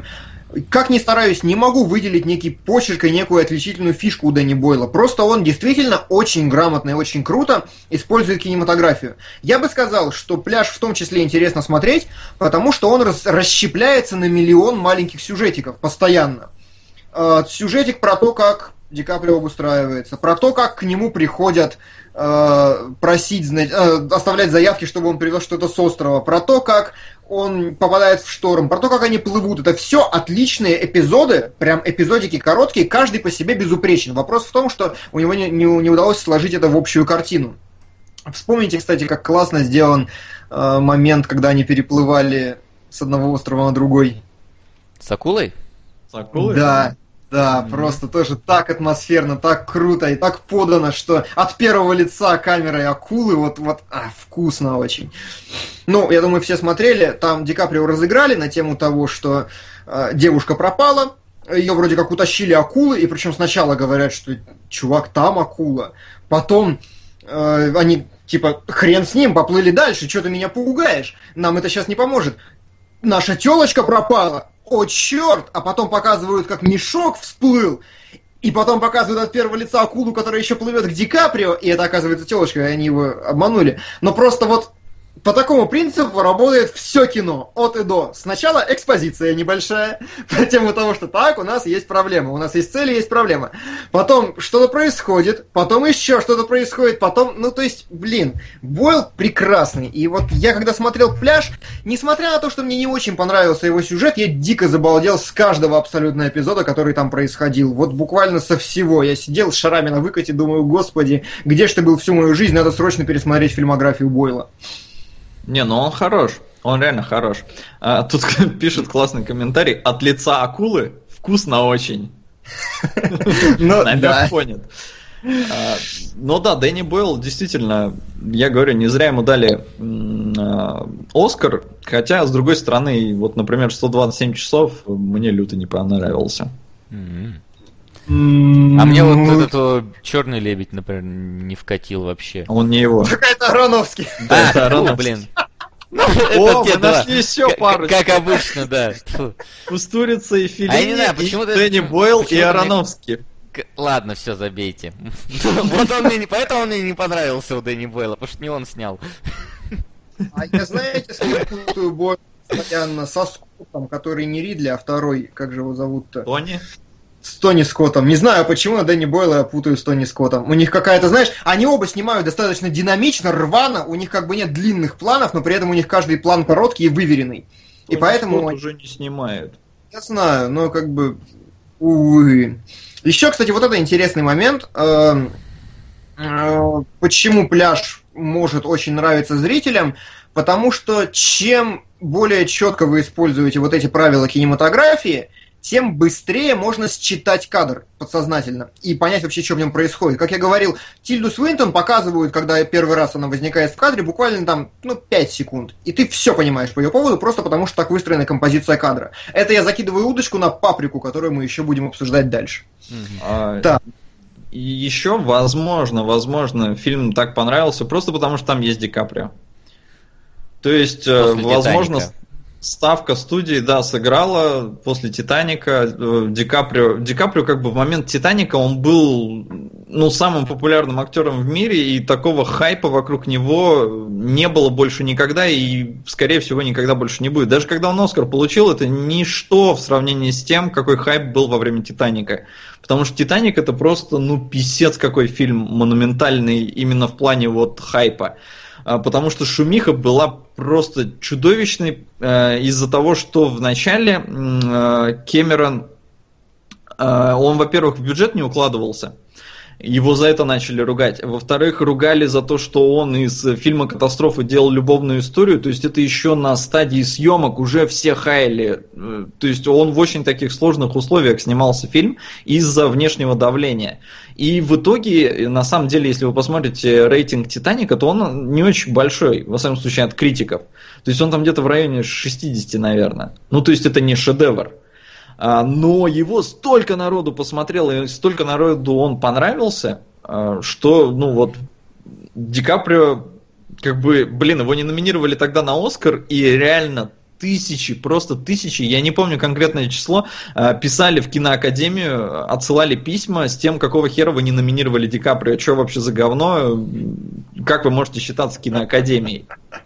как ни стараюсь, не могу выделить некий почерк и некую отличительную фишку у Дэнни Бойла. Просто он действительно очень грамотно и очень круто использует кинематографию. Я бы сказал, что «Пляж» в том числе интересно смотреть, потому что он расщепляется на миллион маленьких сюжетиков постоянно. Сюжетик про то, как Ди Каприо обустраивается, про то, как к нему приходят просить, оставлять заявки, чтобы он привез что-то с острова, про то, как он попадает в шторм, про то, как они плывут. Это все отличные эпизоды, прям эпизодики короткие, каждый по себе безупречен. Вопрос в том, что у него не удалось сложить это в общую картину. Вспомните, кстати, как классно сделан момент, когда они переплывали с одного острова на другой. С акулой? С акулой? Да. Да, просто тоже так атмосферно, так круто и так подано, что от первого лица камерой акулы вкусно очень. Ну, я думаю, все смотрели, там Ди Каприо разыграли на тему того, что девушка пропала, ее вроде как утащили акулы, и причем сначала говорят, что чувак, там акула, потом они типа хрен с ним, поплыли дальше, что ты меня пугаешь, нам это сейчас не поможет. Наша телочка пропала. О, черт! А потом показывают, как мешок всплыл, и потом показывают от первого лица акулу, которая еще плывет к Ди Каприо, и это оказывается телочка, и они его обманули. Но просто вот по такому принципу работает все кино, от и до. Сначала экспозиция небольшая, по тему того, что так, у нас есть проблема, у нас есть цели, есть проблема. Потом что-то происходит, потом еще что-то происходит, потом, Бойл прекрасный. И вот я когда смотрел «Пляж», несмотря на то, что мне не очень понравился его сюжет, я дико забалдел с каждого абсолютно эпизода, который там происходил. Вот буквально со всего. Я сидел с шарами на выкате, думаю, господи, где ж ты был всю мою жизнь, надо срочно пересмотреть фильмографию Бойла. Не, ну он хорош, он реально хорош. Тут пишет классный комментарий: от лица акулы вкусно очень. Намек понят. Ну да, Дэнни Бойл действительно, я говорю, не зря ему дали Оскар, хотя, с другой стороны, вот, например, 127 часов мне люто не понравился. А мне вот этот «Черный лебедь», например, не вкатил вообще. Он не его. Какая-то Аронофский. Да, это Аронофский. Блин. О, мы нашли еще пару. Как обычно, да. Устурица и Феллини, и Дэнни Бойл и Аронофский. Ладно, все, забейте. Вот он мне, поэтому он мне не понравился у Дэнни Бойла, потому что не он снял. А я, знаете, с кем путаю Бойла постоянно? Со Скоттом, который не Ридли, а второй, как же его зовут-то? Тони? С Тони Скоттом. Не знаю, почему на Дэнни Бойла я путаю с Тони Скоттом. У них какая-то, знаешь, они оба снимают достаточно динамично, рвано, у них как бы нет длинных планов, но при этом у них каждый план короткий и выверенный. Тони и поэтому... Скотт уже не снимает. Я знаю, но как бы... Увы. Еще, кстати, вот это интересный момент. Почему «Пляж» может очень нравиться зрителям? Потому что чем более четко вы используете вот эти правила кинематографии, тем быстрее можно считать кадр подсознательно и понять вообще, что в нем происходит. Как я говорил, Тильду Свинтон показывают, когда первый раз она возникает в кадре, буквально там 5 секунд. И ты все понимаешь по ее поводу, просто потому что так выстроена композиция кадра. Это я закидываю удочку на «Паприку», которую мы еще будем обсуждать дальше. Да. И еще, возможно, фильм так понравился просто потому, что там есть Ди Каприо. То есть, возможно... Ставка студии, да, сыграла после «Титаника». Ди Каприо как бы в момент «Титаника» он был, самым популярным актером в мире, и такого хайпа вокруг него не было больше никогда, и, скорее всего, никогда больше не будет. Даже когда он «Оскар» получил, это ничто в сравнении с тем, какой хайп был во время «Титаника». Потому что «Титаник» это просто, писец какой фильм монументальный именно в плане вот хайпа. Потому что шумиха была просто чудовищной из-за того, что вначале Кэмерон, он, во-первых, в бюджет не укладывался, его за это начали ругать. Во-вторых, ругали за то, что он из фильма «Катастрофа» делал любовную историю, то есть это еще на стадии съемок уже все хаяли. То есть он в очень таких сложных условиях снимался фильм из-за внешнего давления. И в итоге, на самом деле, если вы посмотрите рейтинг «Титаника», то он не очень большой, во всяком случае, от критиков. То есть он там где-то в районе 60, наверное. То есть это не шедевр. Но его столько народу посмотрело, и столько народу он понравился, что, Ди Каприо, его не номинировали тогда на Оскар, и реально просто тысячи, я не помню конкретное число, писали в киноакадемию, отсылали письма с тем, какого хера вы не номинировали Ди Каприо, что вообще за говно, как вы можете считаться киноакадемией?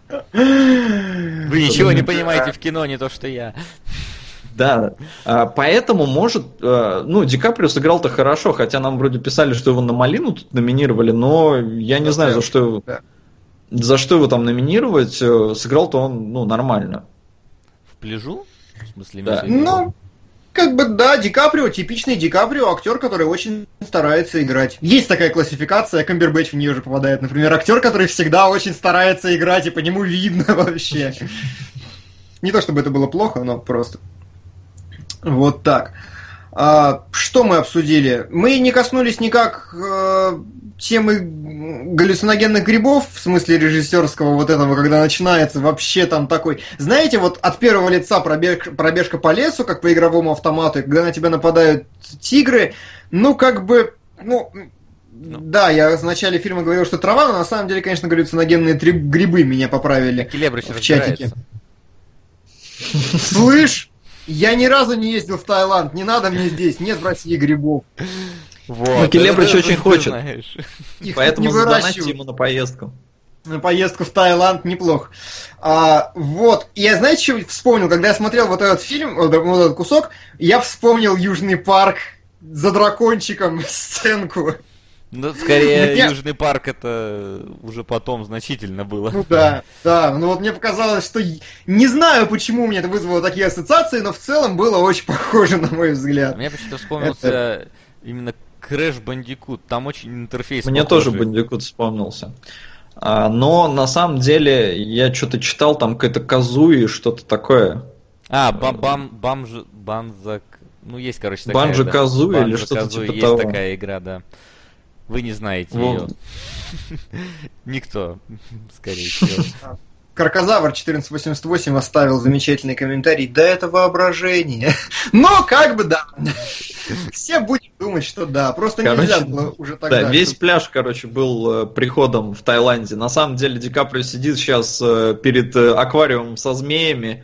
Вы ничего не понимаете в кино, не то что я. Да, поэтому, может, Ди Каприо сыграл-то хорошо, хотя нам вроде писали, что его на «Малину» тут номинировали, но я не знаю, за что его там номинировать, сыграл-то он, нормально. В «Пляжу»? В смысле, да. Ди Каприо, типичный Ди Каприо, актер, который очень старается играть. Есть такая классификация, Камбербэтч в нее же попадает, например, актер, который всегда очень старается играть, и по нему видно вообще. Не то чтобы это было плохо, но просто... Вот так. Что мы обсудили? Мы не коснулись никак темы галлюциногенных грибов, в смысле режиссерского вот этого, когда начинается вообще там такой... Знаете, вот от первого лица пробежка по лесу, как по игровому автомату, и когда на тебя нападают тигры, да, я в начале фильма говорил, что трава, но на самом деле, конечно, галлюциногенные грибы меня поправили в чатике. Слышь? Я ни разу не ездил в Таиланд, не надо мне здесь, нет в России грибов. Вот. Келебрыч очень хочет, поэтому задонатьте ему на поездку. На поездку в Таиланд неплохо. И я, знаете, что вспомнил, когда я смотрел вот этот фильм, вот этот кусок, я вспомнил Южный парк за дракончиком сценку. Скорее, Южный парк это уже потом значительно было. Мне показалось, что... Не знаю, почему у меня это вызвало такие ассоциации, но в целом было очень похоже, на мой взгляд. Мне почему-то вспомнился именно Crash Bandicoot, там очень интерфейс Мне тоже Bandicoot вспомнился. Но на самом деле, я что-то читал, там какая-то Казуи, что-то такое. Банзак... есть, такая, Банджо-Казуи или что-то типа есть того. Есть такая игра, да. Вы не знаете ее. Никто, скорее всего. Кракозавр 1488 оставил замечательный комментарий. Да, это воображение. Но да. Все будем думать, что да. Просто нельзя было уже тогда. Да, весь пляж, был приходом в Таиланде. На самом деле Ди Каприо сидит сейчас перед аквариумом со змеями.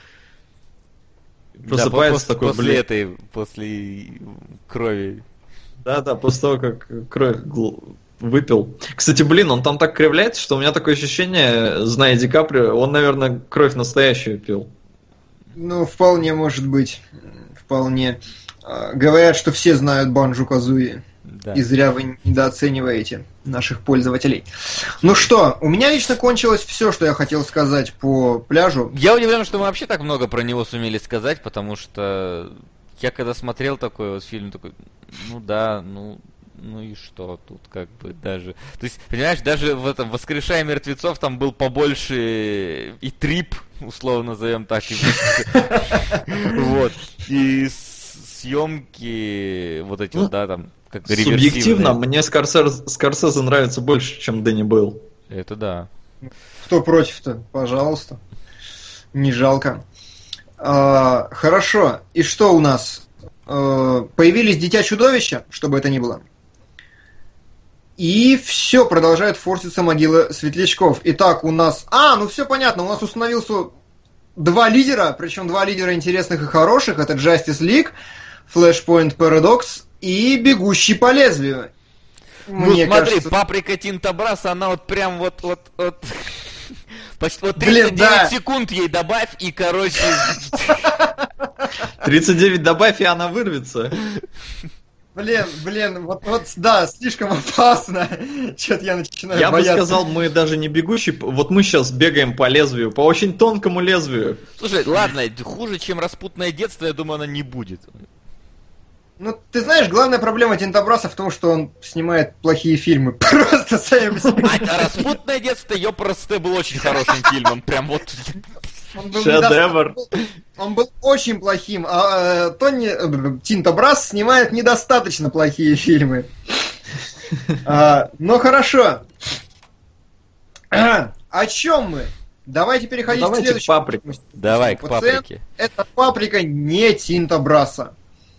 Просыпается такой, после крови. Да, после того, как кровь выпил. Кстати, он там так кривляется, что у меня такое ощущение, зная Ди Каприо, он, наверное, кровь настоящую пил. Вполне может быть. Вполне. Говорят, что все знают Банджо-Казуи. Да. И зря вы недооцениваете наших пользователей. Ну что, у меня лично кончилось все, что я хотел сказать по пляжу. Я удивлен, что мы вообще так много про него сумели сказать, потому что я когда смотрел такой вот фильм, такой, и что тут даже... То есть, понимаешь, даже в этом «Воскрешая мертвецов» там был побольше и трип, условно назовем так. Вот. И съемки вот эти там, как реверсивные. Субъективно, мне Скорсезе нравится больше, чем Дэнни Бойл. Это да. Кто против-то? Пожалуйста. Не жалко. Хорошо. И что у нас? Появились Дитя-чудовища, что бы это ни было. И все, продолжает форситься могила светлячков. Итак, у нас... все понятно, у нас установился 2 лидера, причем 2 лидера интересных и хороших. Это Justice League, Flashpoint Paradox и Бегущий по лезвию. Мне кажется... Паприка Тинта Брасса, она вот прям вот... Почти 39 секунд ей добавь, и, 39 добавь, и она вырвется. Да, слишком опасно. Что-то я начинаю бояться. Я бы сказал, мы даже не бегущий, вот мы сейчас бегаем по лезвию, по очень тонкому лезвию. Слушай, ладно, хуже, чем распутное детство, я думаю, она не будет. Ты знаешь, главная проблема Тинта Брасса в том, что он снимает плохие фильмы. Просто сами по себе. А «Распутное детство» ёпросто был очень хорошим фильмом. Прям вот... Шедевр. Он был очень плохим, а Тинта Брасс снимает недостаточно плохие фильмы. Но хорошо. О чем мы? Давайте переходить к следующему. Паприку. Давай, к паприке. Это паприка не Тинта Брасса.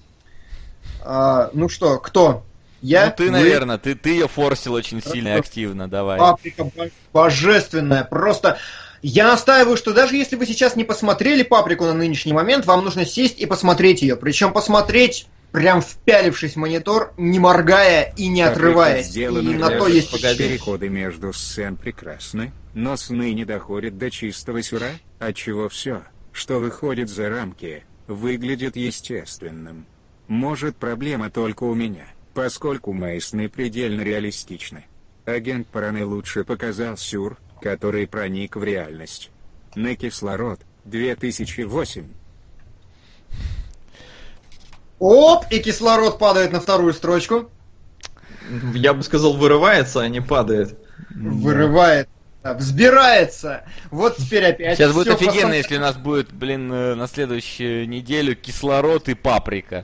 Кто? Я? Ты, наверное, ты ее форсил очень сильно и активно, давай. Паприка божественная, просто... Я настаиваю, что даже если вы сейчас не посмотрели «Паприку» на нынешний момент, вам нужно сесть и посмотреть ее. Причем посмотреть, прям впялившись в монитор, не моргая и не отрываясь. И на то есть переходы между сцен прекрасны, но сны не доходят до чистого сюра, отчего все, что выходит за рамки, выглядит естественным. Может, проблема только у меня, поскольку мои сны предельно реалистичны. Агент Параны лучше показал сюр, который проник в реальность. На кислород, 2008. Оп, и кислород падает на вторую строчку. Я бы сказал, вырывается, а не падает. Вырывает. Взбирается. Вот теперь опять. Сейчас будет офигенно, если у нас будет, на следующую неделю кислород и паприка.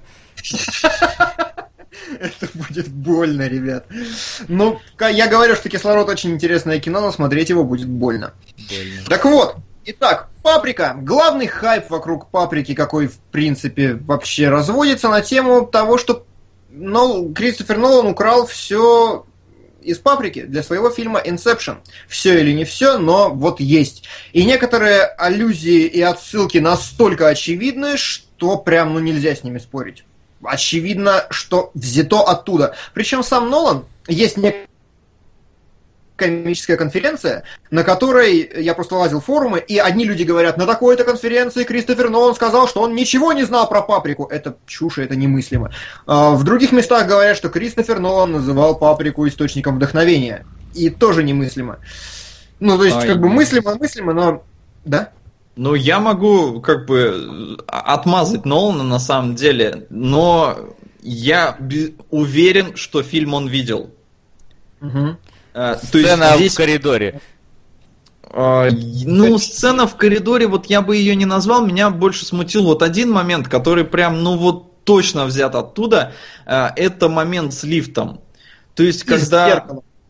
Это будет больно, ребят. Ну, я говорю, что «Кислород» очень интересное кино, но смотреть его будет больно. Так вот, итак, «Паприка». Главный хайп вокруг «Паприки», какой, в принципе, вообще разводится на тему того, что Кристофер Нолан украл все из «Паприки» для своего фильма «Инсепшн». Все или не все, но вот есть. И некоторые аллюзии и отсылки настолько очевидны, что прям нельзя с ними спорить. Очевидно, что взято оттуда. Причем сам Нолан, есть некая комическая конференция, на которой я просто лазил в форумы, и одни люди говорят, на такой-то конференции Кристофер Нолан сказал, что он ничего не знал про «Паприку». Это чушь, это немыслимо. В других местах говорят, что Кристофер Нолан называл «Паприку» источником вдохновения. И тоже немыслимо. Ну, то есть, мыслимо, но... Да? Ну, я могу, отмазать Нолана на самом деле, но я уверен, что фильм он видел. Угу. Сцена в коридоре. Сцена в коридоре, вот я бы ее не назвал, меня больше смутил вот один момент, который прям, точно взят оттуда, это момент с лифтом. То есть, когда...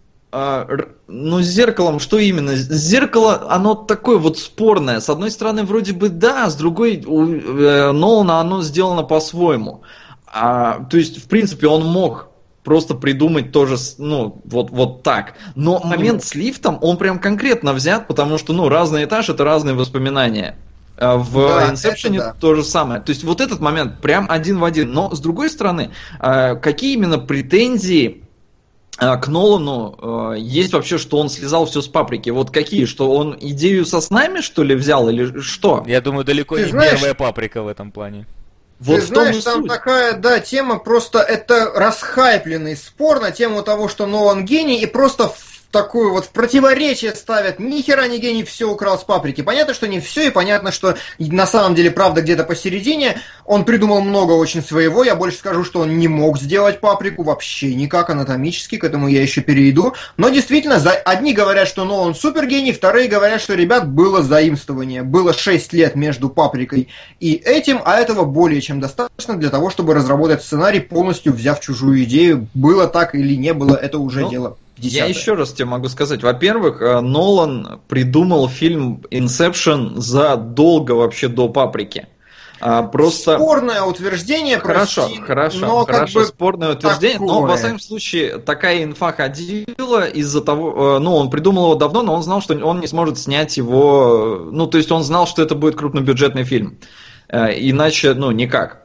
с зеркалом, что именно? Зеркало, оно такое вот спорное. С одной стороны, вроде бы да, с другой, у Нолана оно сделано по-своему. То есть, в принципе, он мог просто придумать тоже, вот так. Но момент с лифтом, он прям конкретно взят, потому что, разный этаж — это разные воспоминания. В Inception то же самое. То есть, вот этот момент прям один в один. Но, с другой стороны, какие именно претензии к Нолану есть вообще, что он слезал все с «Паприки»? Вот какие? Что он идею со снами, что ли, взял, или что? Я думаю, далеко не первая «Паприка» в этом плане. Вот ты знаешь, там такая, тема, просто это расхайпленный спор на тему того, что Нолан гений, и просто такую вот в противоречие ставят, ни хера не гений, все украл с «Паприки». Понятно, что не все, и понятно, что на самом деле правда где-то посередине. Он придумал много очень своего, я больше скажу, что он не мог сделать «Паприку» вообще никак анатомически, к этому я еще перейду. Но действительно, одни говорят, что Нолан супергений, вторые говорят, что, ребят, было заимствование. Было 6 лет между «Паприкой» и этим, а этого более чем достаточно для того, чтобы разработать сценарий, полностью взяв чужую идею. Было так или не было, это уже дело. 10-е. Я еще раз тебе могу сказать. Во-первых, Нолан придумал фильм «Инсепшн» задолго вообще до «Паприки». Просто... Спорное утверждение, хорошо, спорное утверждение, такое. Но, во всяком случае, такая инфа ходила из-за того, он придумал его давно, но он знал, что он не сможет снять его, то есть он знал, что это будет крупнобюджетный фильм, иначе, никак.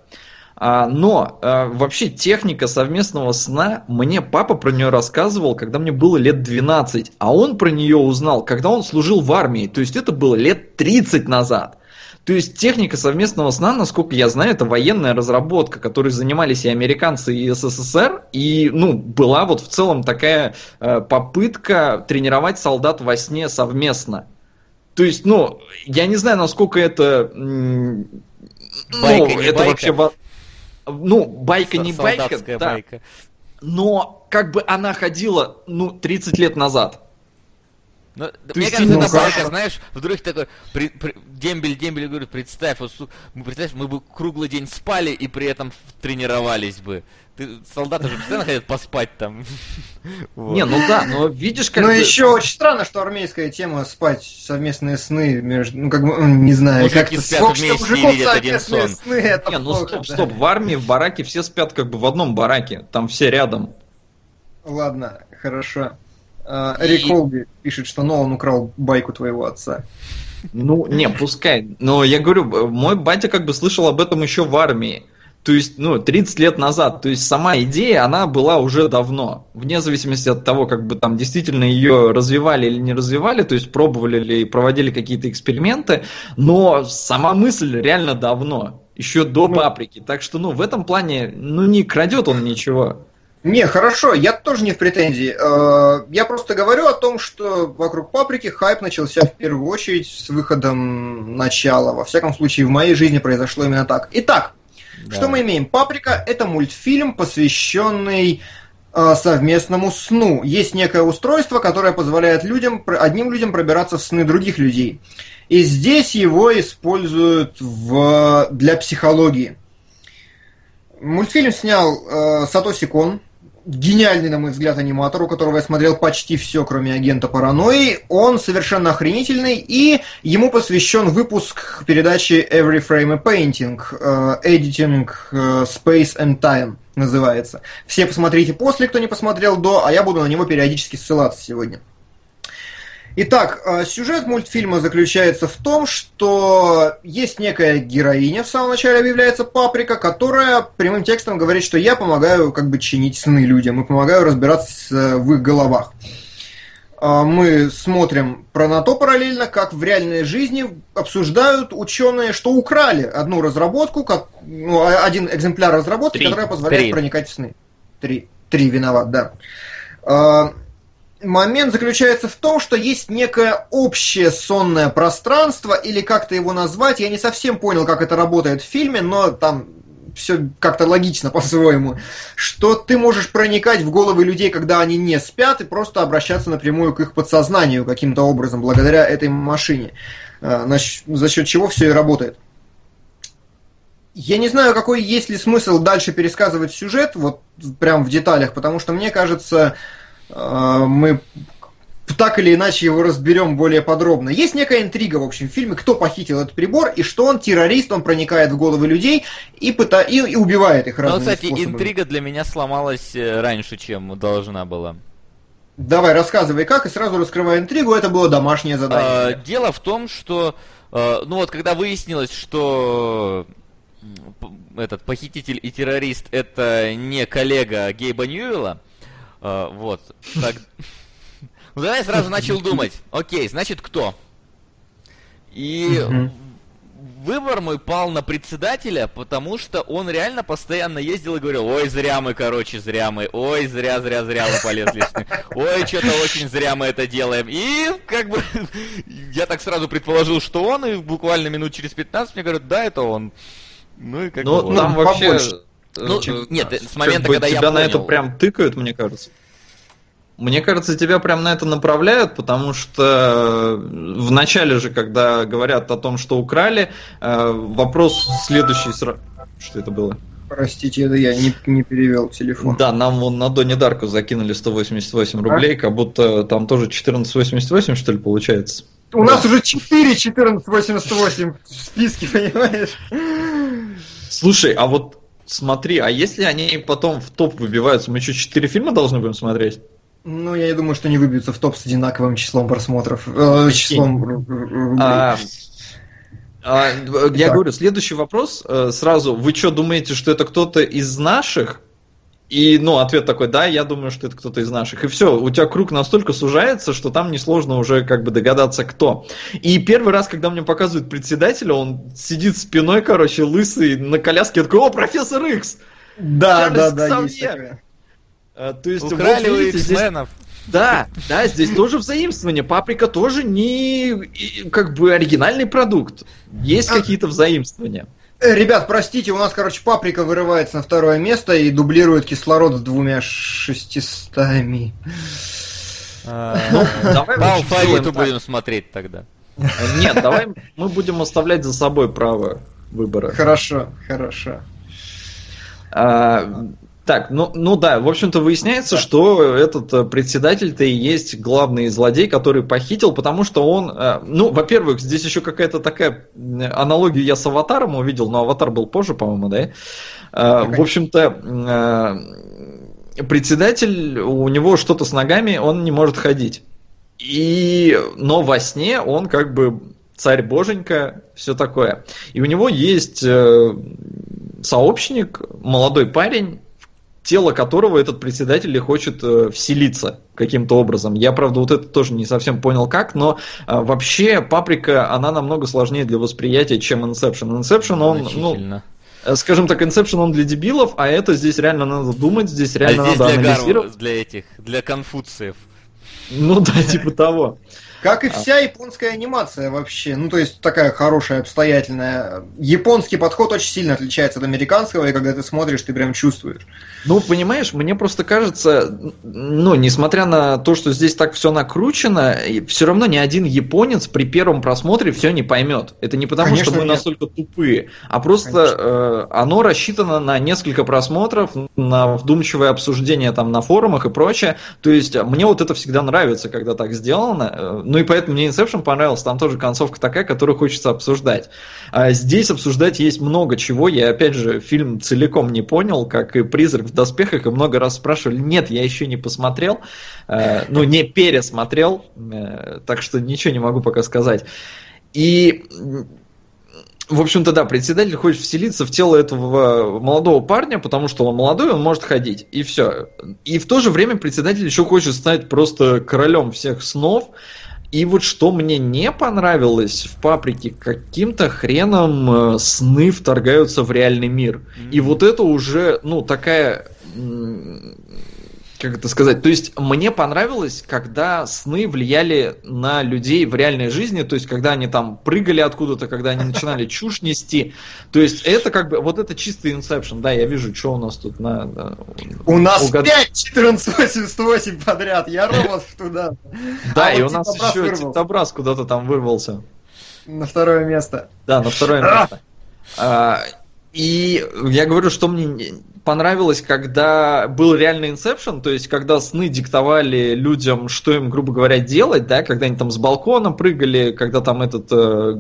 Но вообще техника совместного сна, мне папа про нее рассказывал, когда мне было лет 12, а он про нее узнал, когда он служил в армии, то есть это было лет 30 назад. То есть техника совместного сна, насколько я знаю, это военная разработка, которой занимались и американцы, и СССР, и была вот в целом такая попытка тренировать солдат во сне совместно. То есть, я не знаю, насколько это... Байка, не это байка. Вообще... байка не байка, да. Байка. Но она ходила, 30 лет назад. Мне кажется, это байка, знаешь, вдруг такой, дембель говорит, представь, мы бы круглый день спали и при этом тренировались бы. Солдаты же постоянно хотят поспать там. Но видишь, как... еще очень странно, что армейская тема спать, совместные сны, не знаю, мужики как-то... спят вместе и видят один сон. Стоп, в армии, в бараке все спят в одном бараке, там все рядом. Ладно, хорошо. Эрик Холби пишет, что Нолан украл байку твоего отца. Ну, не, пускай. Но я говорю, мой батя как бы слышал об этом еще в армии. То есть, 30 лет назад. То есть, сама идея, она была уже давно. Вне зависимости от того, как бы там действительно ее развивали или не развивали, то есть, пробовали ли, проводили какие-то эксперименты, но сама мысль реально давно. Еще до «Паприки». Так что, в этом плане, не крадет он ничего. Не, хорошо, я тоже не в претензии. Я просто говорю о том, что вокруг «Паприки» хайп начался в первую очередь с выходом начала. Во всяком случае, в моей жизни произошло именно так. Итак, что мы имеем? «Паприка» — это мультфильм, посвященный совместному сну. Есть некое устройство, которое позволяет одним людям пробираться в сны других людей. И здесь его используют для психологии. Мультфильм снял Сатоси Кон, гениальный, на мой взгляд, аниматор, у которого я смотрел почти все, кроме «Агента Паранойи». Он совершенно охренительный, и ему посвящен выпуск передачи Every Frame a Painting, Editing Space and Time называется. Все посмотрите после, кто не посмотрел до, а я буду на него периодически ссылаться сегодня. Итак, сюжет мультфильма заключается в том, что есть некая героиня, в самом начале объявляется Паприка, которая прямым текстом говорит, что я помогаю чинить сны людям и помогаю разбираться в их головах. Мы смотрим на то параллельно, как в реальной жизни обсуждают ученые, что украли одну разработку, один экземпляр разработки, которая позволяет проникать в сны. Три виноват, да. Момент заключается в том, что есть некое общее сонное пространство, или как-то его назвать, я не совсем понял, как это работает в фильме, но там все как-то логично по-своему, что ты можешь проникать в головы людей, когда они не спят, и просто обращаться напрямую к их подсознанию каким-то образом, благодаря этой машине, за счет чего все и работает. Я не знаю, какой есть ли смысл дальше пересказывать сюжет, вот прям в деталях, потому что мне кажется, мы так или иначе его разберем более подробно. Есть некая интрига, в общем, в фильме, кто похитил этот прибор, и что он террорист, он проникает в головы людей и убивает их разными способами. Кстати, интрига для меня сломалась раньше, чем должна была. Давай, рассказывай как, и сразу раскрывай интригу, это было домашнее задание. Дело в том, что, когда выяснилось, что этот похититель и террорист это не коллега Гейба Ньюэлла, так... тогда я сразу начал думать, окей, значит кто? И выбор мой пал на председателя, потому что он реально постоянно ездил и говорил, ой, зря мы, ой, зря мы полезли в сны, ой, что-то очень зря мы это делаем. И я так сразу предположил, что он, и буквально минут через 15 мне говорят, да, это он. Там вообще... нет, с момента, когда я понял... Тебя на это прям тыкают, мне кажется. Мне кажется, тебя прям на это направляют, потому что в начале же, когда говорят о том, что украли, вопрос следующий сразу... Что это было? Простите, это я не перевел телефон. Да, нам вон на Доне Дарку закинули 188 рублей, как будто там тоже 1488, что ли, получается. У нас уже 4 1488 в списке, понимаешь? Слушай, а вот смотри, а если они потом в топ выбиваются, мы что, 4 фильма должны будем смотреть? Ну, я думаю, что не выбьются в топ с одинаковым числом просмотров. Числом рублей. Я говорю, следующий вопрос сразу. Вы что, думаете, что это кто-то из наших? И, ответ такой, да, я думаю, что это кто-то из наших. И все, у тебя круг настолько сужается, что там несложно уже догадаться, кто. И первый раз, когда мне показывают председателя, он сидит спиной, лысый, на коляске, я такой, о, профессор Икс! Да, есть такое. То есть, украли у X-менов. Да, здесь тоже взаимствование. Паприка тоже не оригинальный продукт. Есть какие-то взаимствования. Ребят, простите, у нас, Паприка вырывается на второе место и дублирует кислород с 2600. Давай по алфавиту будем смотреть тогда. Нет, давай мы будем оставлять за собой право выбора. Хорошо. Так, да, в общем-то выясняется, что этот председатель-то и есть главный злодей, который похитил, потому что он, во-первых, здесь еще какая-то такая аналогия я с Аватаром увидел, но Аватар был позже, по-моему, В общем-то, председатель, у него что-то с ногами, он не может ходить. Но во сне он как бы царь боженька, все такое. И у него есть сообщник, молодой парень, тело которого этот председатель и хочет вселиться каким-то образом. Я, правда, вот это тоже не совсем понял как, но вообще «Паприка», она намного сложнее для восприятия, чем «Инсепшн». «Инсепшн», он, скажем так, «Инсепшн», он для дебилов, а это здесь реально надо думать, здесь реально надо анализировать. Для конфуциев. Ну да, типа того. Как и вся японская анимация вообще. Ну, то есть, такая хорошая, обстоятельная. Японский подход очень сильно отличается от американского, и когда ты смотришь, ты прям чувствуешь. Ну, понимаешь, мне просто кажется, несмотря на то, что здесь так все накручено, все равно ни один японец при первом просмотре все не поймет. Это не потому, конечно, что мы настолько тупые, а просто оно рассчитано на несколько просмотров, на вдумчивое обсуждение там на форумах и прочее. То есть, мне вот это всегда нравится, когда так сделано. Ну и поэтому мне Inception понравился, там тоже концовка такая, которую хочется обсуждать. А здесь обсуждать есть много чего, я опять же фильм целиком не понял, как и «Призрак в доспехах», и много раз спрашивали, нет, я еще не посмотрел, не пересмотрел, так что ничего не могу пока сказать. И... В общем-то, да, председатель хочет вселиться в тело этого молодого парня, потому что он молодой, он может ходить, и все. И в то же время председатель еще хочет стать просто королем всех снов. И вот что мне не понравилось в «Паприке», каким-то хреном сны вторгаются в реальный мир. Mm-hmm. И вот это уже, такая... Как это сказать? То есть мне понравилось, когда сны влияли на людей в реальной жизни, то есть когда они там прыгали откуда-то, когда они начинали чушь нести. То есть это как бы, вот это чистый Inception. Да, я вижу, что у нас тут на... У нас 5 1488 подряд, я робот туда. Да, и у нас еще Титобраз куда-то там вырвался. На второе место. Да, на второе место. И я говорю, что мне понравилось, когда был реальный Inception, то есть когда сны диктовали людям, что им, грубо говоря, делать, да, когда они там с балкона прыгали, когда там этот,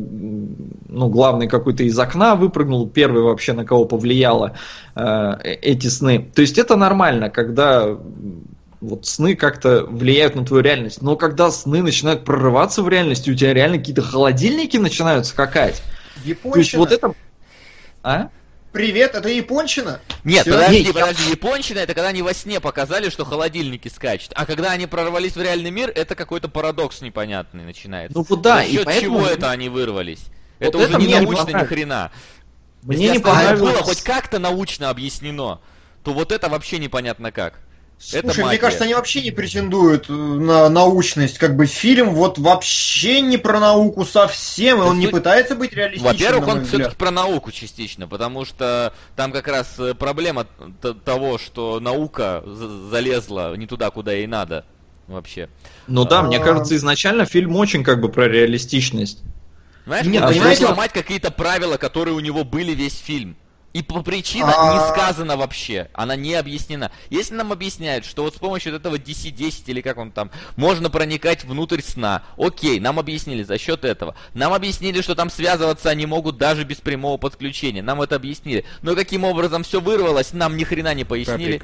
главный какой-то из окна выпрыгнул, первый вообще на кого повлияло эти сны. То есть это нормально, когда вот сны как-то влияют на твою реальность, но когда сны начинают прорываться в реальность, у тебя реально какие-то холодильники начинают скакать. Японщина. То есть вот это... А? Привет, это японщина? Нет, подожди, японщина это когда они во сне показали, что холодильники скачут. А когда они прорвались в реальный мир, это какой-то парадокс непонятный начинается. Ну вот да, за счет чего это они вырвались? Вот это уже не научно ни хрена. Мне не понравилось. Если было хоть как-то научно объяснено, то вот это вообще непонятно как. Слушай, мне кажется, они вообще не претендуют на научность. Как бы фильм вот вообще не про науку совсем, и он не пытается быть реалистичным. Во-первых, он все-таки про науку частично, потому что там как раз проблема того, что наука залезла не туда, куда ей надо вообще. Ну да, мне кажется, изначально фильм очень как бы про реалистичность. Знаешь, понимаете, сломать какие-то правила, которые у него были весь фильм. И причина не сказана вообще, она не объяснена. Если нам объясняют, что вот с помощью вот этого DC-10 или как он там, можно проникать внутрь сна, окей, нам объяснили за счет этого. Нам объяснили, что там связываться они могут даже без прямого подключения, нам это объясли. Но каким образом все вырвалось, нам ни хрена не пояснили.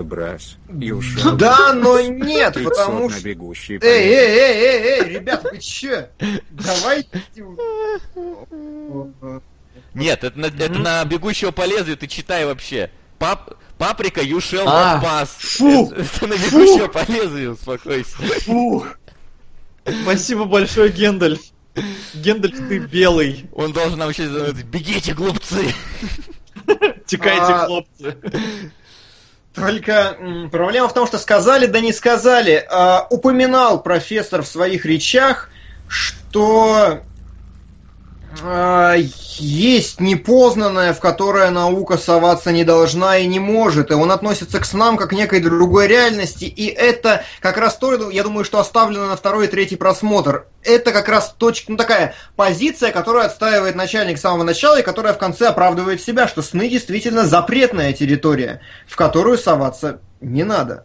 Да, но нет, потому что... Эй, ребят, вы че? Давайте... Нет, это на «Бегущего по лезвию» ты читай вообще. «Паприка, you shall not pass». Это на «Бегущего по лезвию», успокойся. Спасибо большое, Гендальф. Гендальф, ты белый. Он должен нам еще сказать: бегите, глупцы. Текайте, хлопцы. Только проблема в том, что сказали, да не сказали. Упоминал профессор в своих речах, что... есть непознанное, в которое наука соваться не должна и не может, и он относится к снам как к некой другой реальности, и это как раз то, я думаю, что оставлено на второй и третий просмотр. Это как раз такая позиция, которую отстаивает начальник с самого начала, и которая в конце оправдывает себя, что сны действительно запретная территория, в которую соваться не надо.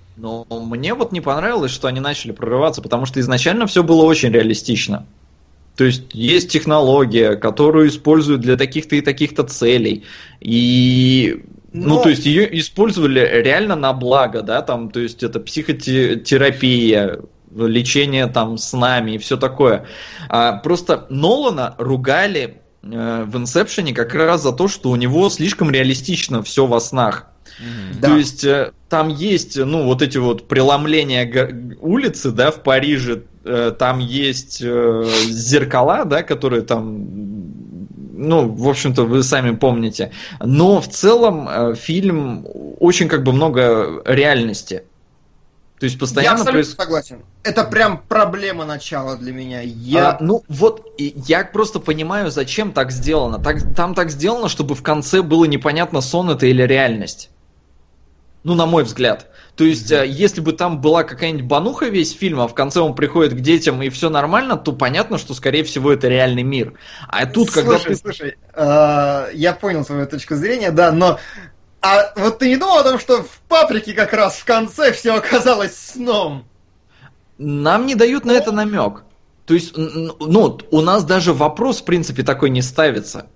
Но мне вот не понравилось, что они начали прорываться, потому что изначально все было очень реалистично. То есть технология, которую используют для таких-то и таких-то целей. И, то есть ее использовали реально на благо, да, там, то есть это психотерапия, лечение там снами и все такое. Просто Нолана ругали в «Инсепшене» как раз за то, что у него слишком реалистично все во снах. Да. То есть там есть, вот эти вот преломления улицы, да, в Париже, там есть зеркала, да, которые там, в общем-то, вы сами помните. Но в целом фильм очень много реальности. То есть постоянно... Я абсолютно согласен. Это прям проблема начала для меня. Я просто понимаю, зачем так сделано. Там так сделано, чтобы в конце было непонятно, сон это или реальность. На мой взгляд. То есть, если бы там была какая-нибудь бануха весь фильм, а в конце он приходит к детям и все нормально, то понятно, что, скорее всего, это реальный мир. А тут, Слушай, я понял свою точку зрения, да, но... А вот ты не думал о том, что в «Паприке» как раз в конце все оказалось сном? Нам не дают на это намек. То есть, у нас даже вопрос, в принципе, такой не ставится.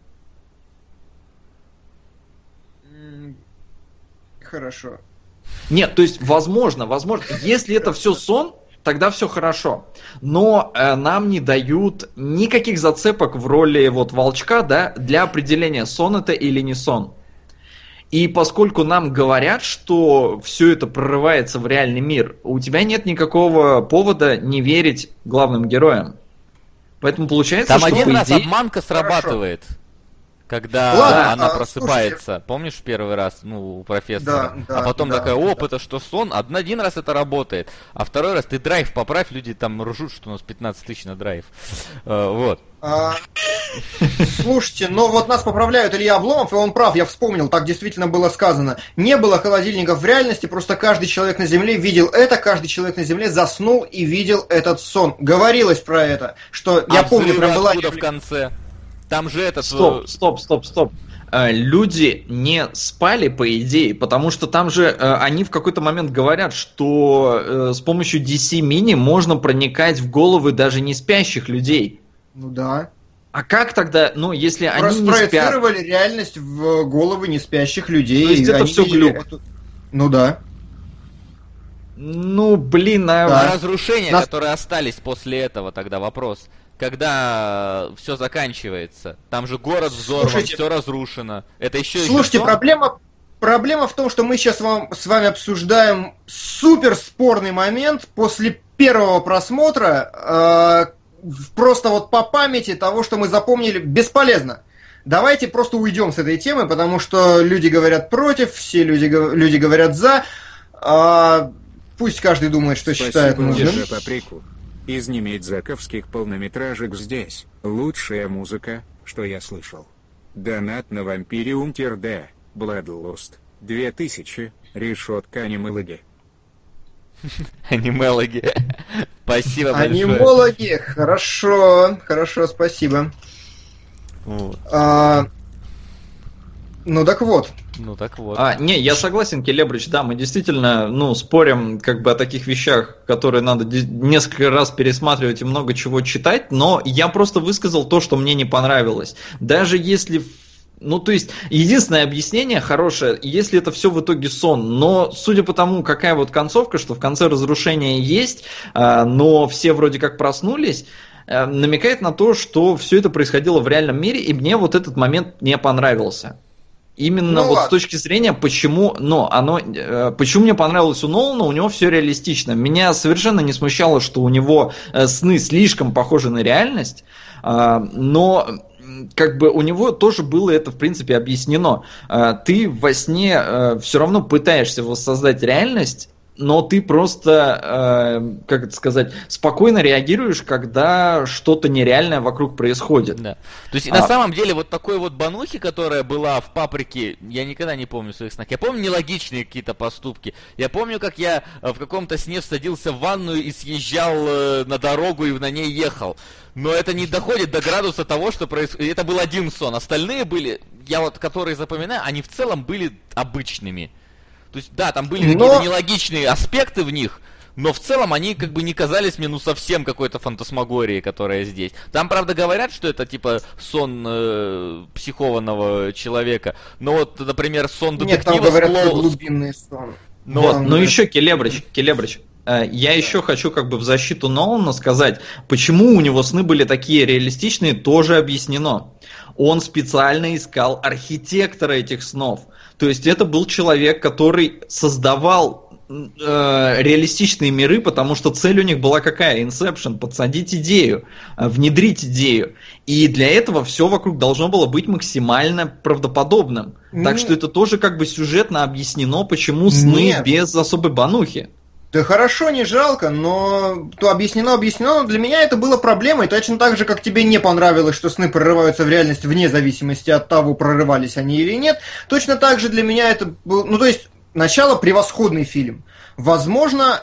Хорошо. Нет, то есть, возможно, если это все сон, тогда все хорошо. Но нам не дают никаких зацепок в роли волчка, да, для определения, сон это или не сон. И поскольку нам говорят, что все это прорывается в реальный мир, у тебя нет никакого повода не верить главным героям. Поэтому получается, там что один раз идее... обманка срабатывает. Когда она просыпается, слушайте. Помнишь первый раз, у профессора? Да, а потом да, такая, это что, сон? Один раз это работает, а второй раз ты драйв поправь, люди там ржут, что у нас 15 тысяч на драйв. Вот. Слушайте, нас поправляют Илья Обломов, и он прав, я вспомнил, так действительно было сказано. Не было холодильников в реальности, просто каждый человек на Земле видел это, каждый человек на Земле заснул и видел этот сон. Говорилось про это, что я помню, прям была... в конце? Там же этот... Стоп. Люди не спали, по идее, потому что там же они в какой-то момент говорят, что с помощью DC Mini можно проникать в головы даже не спящих людей. Ну да. А как тогда, если они не спят... Спроецировали реальность в головы не спящих людей. То есть это все глюк. Ну да. Разрушения, которые остались после этого, тогда вопрос. Когда все заканчивается, там же город взорван, все разрушено. Это еще проблема в том, что мы сейчас с вами обсуждаем супер спорный момент после первого просмотра, просто по памяти того, что мы запомнили, бесполезно. Давайте просто уйдем с этой темы, потому что люди говорят против, все люди говорят за. Пусть каждый думает, что считает нужным. Спасибо за «Паприку». Из немедзаковских полнометражек здесь лучшая музыка, что я слышал. Донат на Vampirium Tier Bloodlust 2000, решетка анимологи. Анимологи. Спасибо большое. Анимологи, хорошо, спасибо. Так вот. Я согласен, Келебрич, да, мы действительно, спорим о таких вещах, которые надо несколько раз пересматривать и много чего читать, но я просто высказал то, что мне не понравилось. Даже если... то есть, единственное объяснение хорошее, если это все в итоге сон, но судя по тому, какая концовка, что в конце разрушения есть, но все вроде как проснулись, намекает на то, что все это происходило в реальном мире, и мне этот момент не понравился. Именно с точки зрения, почему мне понравилось у Нолана, у него все реалистично. Меня совершенно не смущало, что у него сны слишком похожи на реальность, но у него тоже было это в принципе объяснено. Ты во сне все равно пытаешься воссоздать реальность, но ты просто, спокойно реагируешь, когда что-то нереальное вокруг происходит. Да. То есть, на самом деле, такой банухи, которая была в «Паприке», я никогда не помню в своих снах. Я помню нелогичные какие-то поступки. Я помню, как я в каком-то сне садился в ванную и съезжал на дорогу и на ней ехал. Но это не доходит до градуса того, что происходит. Это был один сон. Остальные были, которые запоминаю, они в целом были обычными. То есть, да, там были какие-то нелогичные аспекты в них, но в целом они как бы не казались мне ну совсем какой-то фантасмагорией, которая здесь. Там, правда, говорят, что это типа сон психованного человека, но вот, например, сон детектива... Нет, там говорят про глубинный сон. Ну еще, Келебрич, я еще хочу как бы в защиту Нолана сказать, почему у него сны были такие реалистичные, тоже объяснено. Он специально искал архитектора этих снов. То есть это был человек, который создавал реалистичные миры, потому что цель у них была какая? Inception, подсадить идею, внедрить идею. И для этого все вокруг должно было быть максимально правдоподобным. Так что это тоже как бы сюжетно объяснено, почему сны без особой банухи. Да хорошо, не жалко, но то объяснено, но для меня это было проблемой, точно так же, как тебе не понравилось, что сны прорываются в реальность вне зависимости от того, прорывались они или нет, точно так же для меня это был, ну то есть, начало превосходный фильм. Возможно,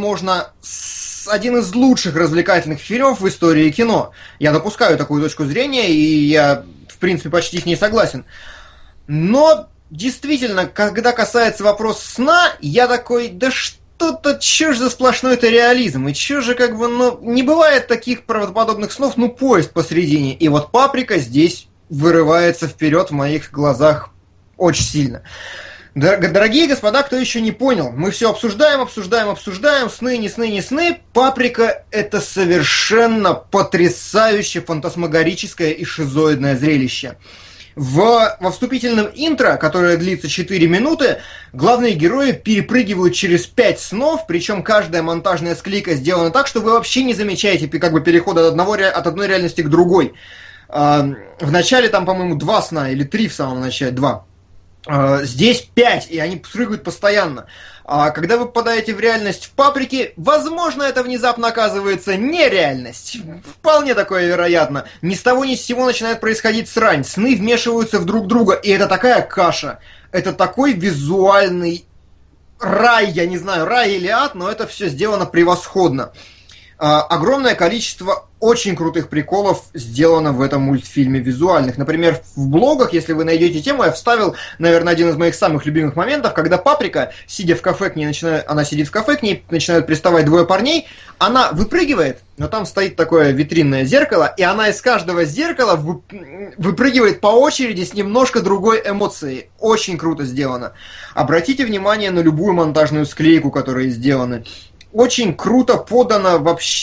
один из лучших развлекательных фильмов в истории кино. Я допускаю такую точку зрения, и я, в принципе, почти с ней согласен. Но, действительно, когда касается вопроса сна, я такой, да что-то, чё ж за сплошной-то реализм, и чё же как бы, ну, не бывает таких правдоподобных снов, ну, поезд посредине. И вот «Паприка» здесь вырывается вперед в моих глазах очень сильно. Дорогие господа, кто еще не понял, мы все обсуждаем, сны, не сны. «Паприка» — это совершенно потрясающе фантасмагорическое и шизоидное зрелище. Во вступительном интро, которое длится 4 минуты, главные герои перепрыгивают через 5 снов, причем каждая монтажная склейка сделана так, что вы вообще не замечаете как бы перехода от одной реальности к другой. В начале там, по-моему, 2 сна, или 3 в самом начале, 2. Здесь 5, и они прыгают постоянно. А когда вы попадаете в реальность в «Паприке», возможно, это внезапно оказывается нереальность. Вполне такое вероятно. Ни с того ни с сего начинает происходить срань. Сны вмешиваются в друг друга, и это такая каша. Это такой визуальный рай, я не знаю, рай или ад, но это все сделано превосходно. Огромное количество очень крутых приколов сделано в этом мультфильме визуальных. Например, в блогах, если вы найдете тему, я вставил, наверное, один из моих самых любимых моментов, когда Паприка, сидя в кафе, она сидит в кафе, к ней начинают приставать 2 парней, она выпрыгивает, но там стоит такое витринное зеркало, и она из каждого зеркала выпрыгивает по очереди с немножко другой эмоцией. Очень круто сделано. Обратите внимание на любую монтажную склейку, которые сделаны. Очень круто поданы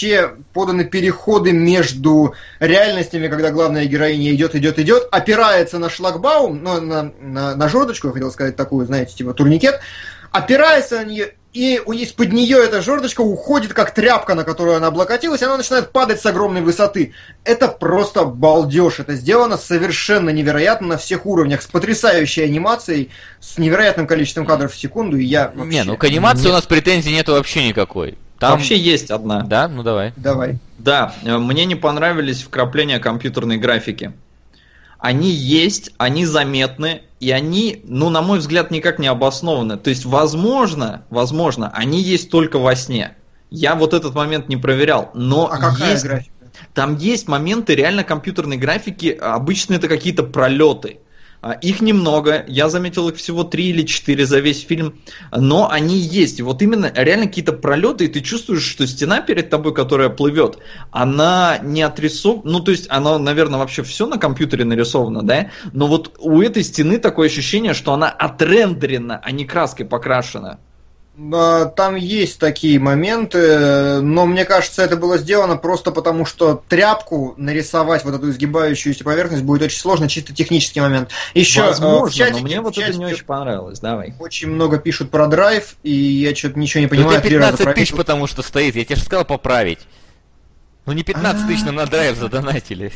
переходы между реальностями, когда главная героиня идет, опирается на шлагбаум, на жердочку, я хотел сказать такую, знаете, типа турникет, опирается на нее, и из-под нее эта жердочка уходит, как тряпка, на которую она облокотилась, и она начинает падать с огромной высоты. Это просто балдеж. Это сделано совершенно невероятно на всех уровнях, с потрясающей анимацией, с невероятным количеством кадров в секунду, и я вообще... Не, ну к анимации у нас претензий нету вообще никакой. Там... Вообще есть одна. Да? Ну давай. Да, мне не понравились вкрапления компьютерной графики. Они есть, они заметны, и они, ну, на мой взгляд, никак не обоснованы. То есть, возможно, они есть только во сне. Я вот этот момент не проверял, но какая графика? Там есть моменты реально компьютерной графики, обычно это какие-то пролеты. Их немного, я заметил их всего 3 или 4 за весь фильм, но они есть. И вот именно реально какие-то пролеты, и ты чувствуешь, что стена перед тобой, которая плывет, она не отрисована, ну то есть она, наверное, вообще все на компьютере нарисовано, да? Но вот у этой стены такое ощущение, что она отрендерена, а не краской покрашена. Там есть такие моменты, но мне кажется, это было сделано просто потому, что тряпку нарисовать, вот эту изгибающуюся поверхность, будет очень сложно, чисто технический момент. Еще возможно, в чатике, но мне вот это не очень понравилось, давай. Очень много пишут про драйв, и я что-то ничего не понимаю. Это 15 тысяч, потому что стоит, я тебе же сказал поправить. Ну не 15 тысяч нам на драйв задонатили.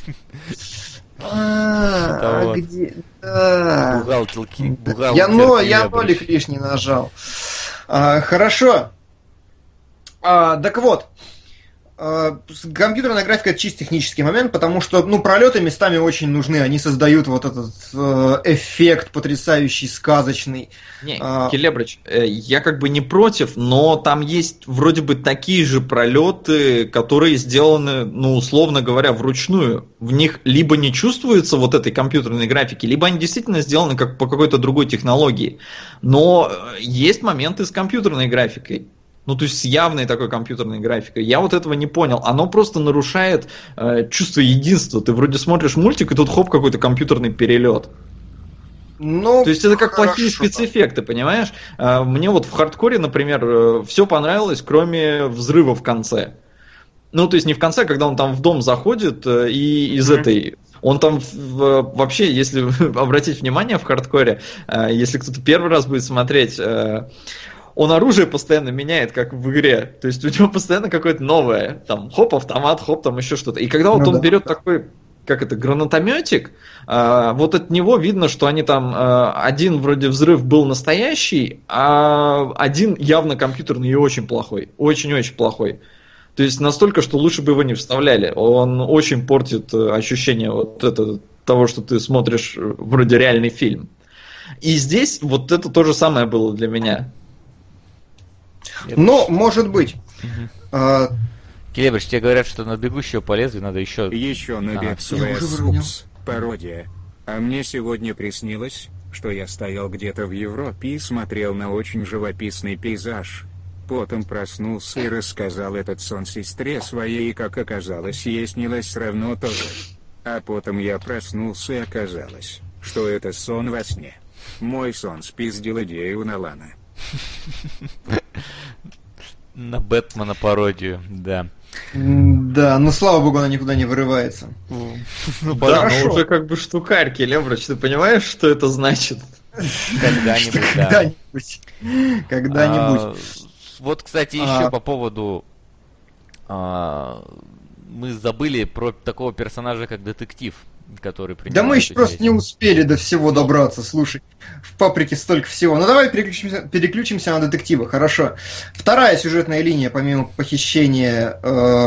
Где? Бухгалтерки. Я нолик лишний нажал. Хорошо. Так вот. Компьютерная графика — это чисто технический момент, потому что, пролеты местами очень нужны, они создают вот этот эффект потрясающий, сказочный. Не, Келебрич, я как бы не против, но там есть вроде бы такие же пролеты, которые сделаны, условно говоря, вручную. В них либо не чувствуется вот этой компьютерной графики, либо они действительно сделаны как по какой-то другой технологии. Но есть моменты с компьютерной графикой. Ну, то есть с явной такой компьютерной графикой. Я вот этого не понял. Оно просто нарушает чувство единства. Ты вроде смотришь мультик, и тут хоп, какой-то компьютерный перелет. Ну, то есть это как плохие спецэффекты, понимаешь? Мне вот в хардкоре, например, все понравилось, кроме взрыва в конце. Ну, то есть не в конце, когда он там в дом заходит и из этой... Он там вообще, если обратить внимание в хардкоре, если кто-то первый раз будет смотреть... Он оружие постоянно меняет, как в игре. То есть у него постоянно какое-то новое. Там хоп, автомат, хоп, там еще что-то. И когда вот он берет такой, как это, гранатометик, вот от него видно, что они там... один вроде взрыв был настоящий, а один явно компьютерный и очень плохой. Очень-очень плохой. То есть настолько, что лучше бы его не вставляли. Он очень портит ощущение вот это, того, что ты смотришь вроде реальный фильм. И здесь вот это то же самое было для меня. Но, может быть. Келебрич, тебе говорят, что на бегущего по лезвию надо еще... Еще на бегстве супс, пародия. А мне сегодня приснилось, что я стоял где-то в Европе и смотрел на очень живописный пейзаж. Потом проснулся и рассказал этот сон сестре своей, и, как оказалось, ей снилось равно то же. А потом я проснулся и оказалось, что это сон во сне. Мой сон спиздил идею Нолана. На Бэтмена пародию, да. Да, но слава богу, она никуда не вырывается. Да, но уже как бы штукарь, Келебрич, ты понимаешь, что это значит? Когда-нибудь, да. Когда-нибудь. Вот, кстати, еще по поводу... Мы забыли про такого персонажа, как детектив, который принимает... Да мы еще просто не успели до всего добраться, слушай. В «Паприке» столько всего. Ну давай переключимся на детектива, хорошо. Вторая сюжетная линия, помимо похищения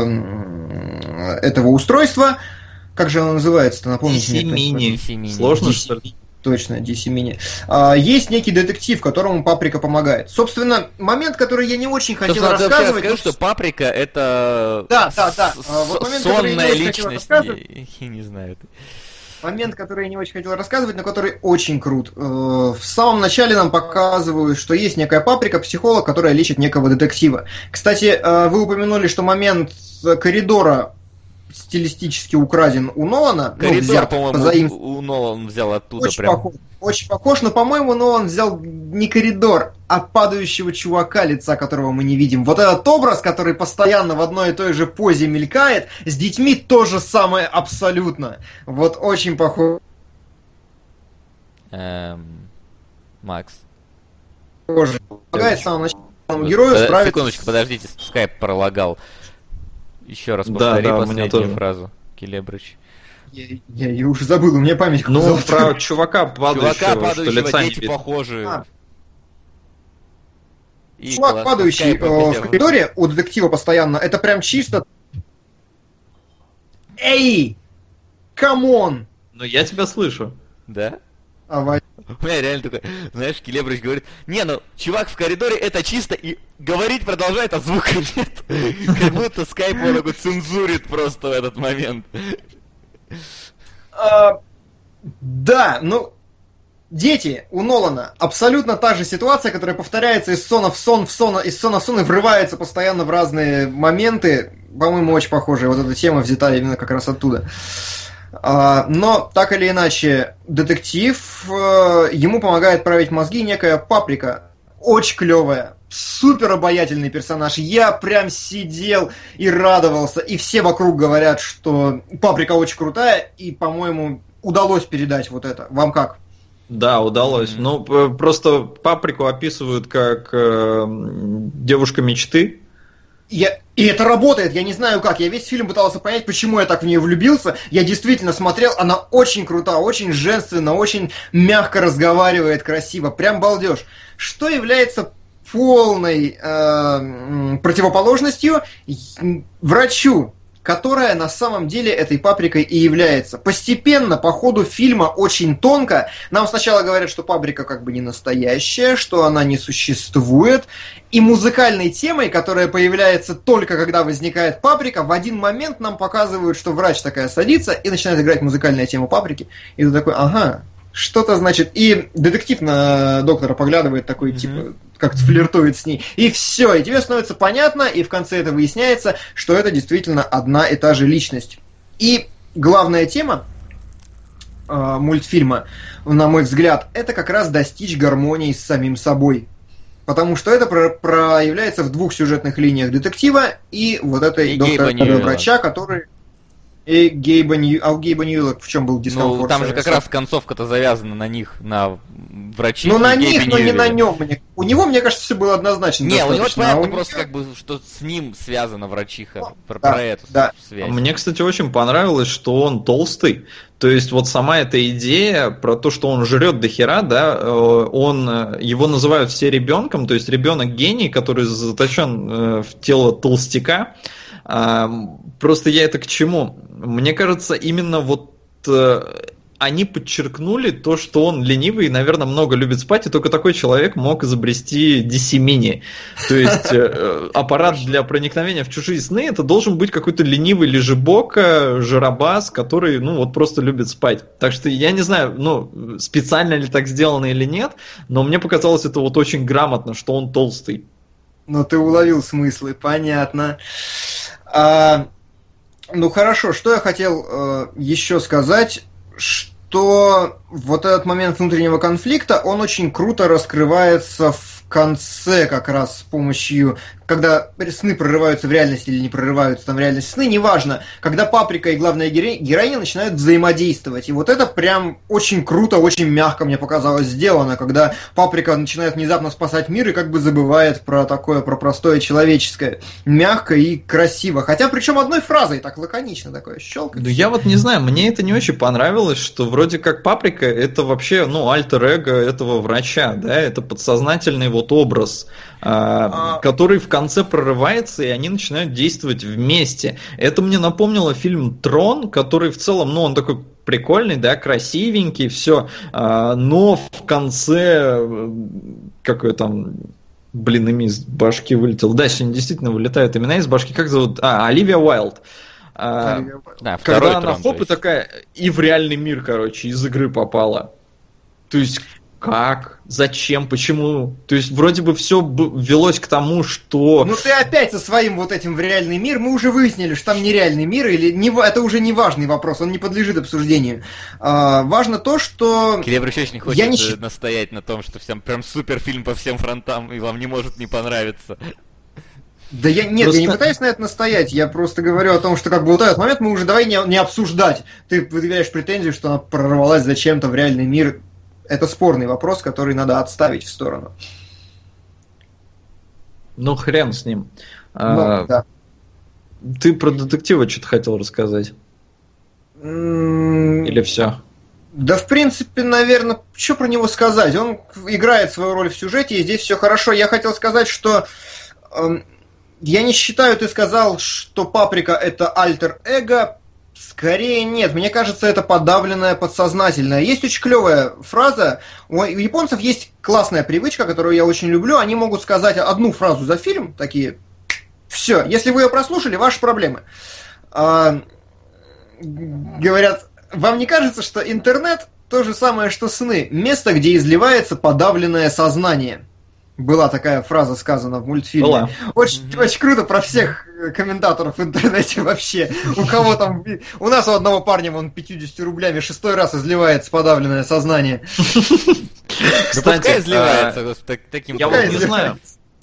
этого устройства, как же оно называется-то, напомните мне. DC-мини. Сложно, что ли? Точно, DC Mini. Есть некий детектив, которому Паприка помогает. Собственно, момент, который я не очень хотел рассказывать... Я скажу, что Паприка это... Да. Вот момент, сонная личность. Я не знаю. Момент, который я не очень хотел рассказывать, но который очень крут. В самом начале нам показывают, что есть некая Паприка, психолог, которая лечит некого детектива. Кстати, вы упомянули, что момент коридора стилистически украден у Нолана. Коридор, по-моему, у Нолана взял оттуда. Очень похож, но, по-моему, Нолан взял не коридор, а падающего чувака, лица которого мы не видим. Вот этот образ, который постоянно в одной и той же позе мелькает, с детьми то же самое абсолютно. Вот очень похож. Макс. Помогает самому начальному герою справиться. Секундочку, подождите, скайп пролагал. Еще раз повтори последнюю фразу, Келебрич. Я ее уже забыл, у меня память. Ну, про чувака падающего, что лица дети похожи. Чувак, падающий в коридоре у детектива постоянно, это прям чисто... Эй! Камон! Ну, я тебя слышу. Да? У меня реально такой, знаешь, Келебрич говорит, не, ну, чувак в коридоре это чисто, и говорить продолжает, а звука нет. Как будто скайп его такой цензурит просто в этот момент. Да, ну, дети у Нолана абсолютно та же ситуация, которая повторяется из сона в сон, из сона в сон и врывается постоянно в разные моменты. По-моему, очень похожая. Вот эта тема взята именно как раз оттуда. Но, так или иначе, детектив, ему помогает править мозги некая Паприка. Очень клевая, супер обаятельный персонаж. Я прям сидел и радовался. И все вокруг говорят, что Паприка очень крутая. И, по-моему, удалось передать вот это. Вам как? Да, удалось. Ну, просто Паприку описывают как девушка мечты. И это работает, я не знаю как. Я весь фильм пытался понять, почему я так в нее влюбился. Я действительно смотрел, она очень крута, очень женственна, очень мягко разговаривает, красиво. Прям балдеж. Что является полной противоположностью врачу, которая на самом деле этой Паприкой и является. Постепенно, по ходу фильма, очень тонко, нам сначала говорят, что Паприка как бы не настоящая, что она не существует, и музыкальной темой, которая появляется только когда возникает Паприка, в один момент нам показывают, что врач такая садится и начинает играть музыкальная тема Паприки, и ты такой, ага, что-то, значит, и детектив на доктора поглядывает такой, типа, как-то флиртует с ней, и все, и тебе становится понятно, и в конце это выясняется, что это действительно одна и та же личность. И главная тема мультфильма, на мой взгляд, это как раз достичь гармонии с самим собой. Потому что это проявляется в двух сюжетных линиях детектива и вот этой доктора-врача, который... И Гейба Ньюэлла в чем был дискомфорт? Ну, там же как раз концовка-то завязана на них, на врачи. Ну, на них, но не на нем. У него, мне кажется, все было однозначно. Не, у него понятно просто как бы, что с ним связана врачиха. Про эту связь. Мне, кстати, очень понравилось, что он толстый. То есть вот сама эта идея про то, что он жрет до хера, да, его называют все ребенком, то есть ребенок гений, который заточен в тело толстяка. Просто я это к чему? Мне кажется, именно вот они подчеркнули то, что он ленивый и, наверное, много любит спать, и только такой человек мог изобрести DC Mini. То есть аппарат для проникновения в чужие сны, это должен быть какой-то ленивый лежебока, жиробас, который, ну, вот просто любит спать. Так что я не знаю, ну, специально ли так сделано или нет, но мне показалось это вот очень грамотно, что он толстый. Ну, ты уловил смыслы, понятно. Ну хорошо, что я хотел еще сказать, что вот этот момент внутреннего конфликта, он очень круто раскрывается в конце как раз с помощью, когда сны прорываются в реальность или не прорываются там в реальность сны, неважно, когда Паприка и главная героиня начинают взаимодействовать. И вот это прям очень круто, очень мягко мне показалось сделано, когда Паприка начинает внезапно спасать мир и как бы забывает про такое, про простое человеческое. Мягко и красиво. Хотя причем одной фразой, так лаконично такое, щелкает. Ну я вот не знаю, мне это не очень понравилось, что вроде как Паприка это вообще, ну, альтер-эго этого врача, да, это подсознательный вот образ, который в конце прорывается, и они начинают действовать вместе. Это мне напомнило фильм «Трон», который в целом, ну, он такой прикольный, да, красивенький, все, но в конце, какой там, блин, имя из башки вылетел. Да, сегодня действительно вылетают имена из башки. Как зовут? Оливия Уайлд. Да, когда она хоп и такая, и в реальный мир, короче, из игры попала. То есть, как? Зачем? Почему? То есть, вроде бы все велось к тому, что... Ну ты опять со своим вот этим в реальный мир, мы уже выяснили, что там нереальный мир, или не, это уже не важный вопрос, он не подлежит обсуждению. Важно то, что... Кирилл Брющевич не хочет настоять на том, что всем прям супер фильм по всем фронтам, и вам не может не понравиться. Да я не пытаюсь на это настоять, я просто говорю о том, что как бы вот этот момент мы уже давай не обсуждать. Ты выдвигаешь претензию, что она прорвалась зачем-то в реальный мир. Это спорный вопрос, который надо отставить в сторону. Ну, хрен с ним. Да. Ты про детектива что-то хотел рассказать? Или все? Да, в принципе, наверное, что про него сказать? Он играет свою роль в сюжете, и здесь все хорошо. Я хотел сказать, что... Я не считаю, ты сказал, что Паприка это альтер-эго. Скорее нет, мне кажется, это подавленное подсознательное. Есть очень клевая фраза. У японцев есть классная привычка, которую я очень люблю. Они могут сказать одну фразу за фильм, такие, все, если вы ее прослушали, ваши проблемы. Говорят, вам не кажется, что интернет то же самое, что сны? Место, где изливается подавленное сознание. Была такая фраза сказана в мультфильме. Очень круто про всех комментаторов в интернете вообще. У кого там... У нас у одного парня, он 50 рублями 6-й раз изливается подавленное сознание. Кстати, изливается таким... Я вот не знаю.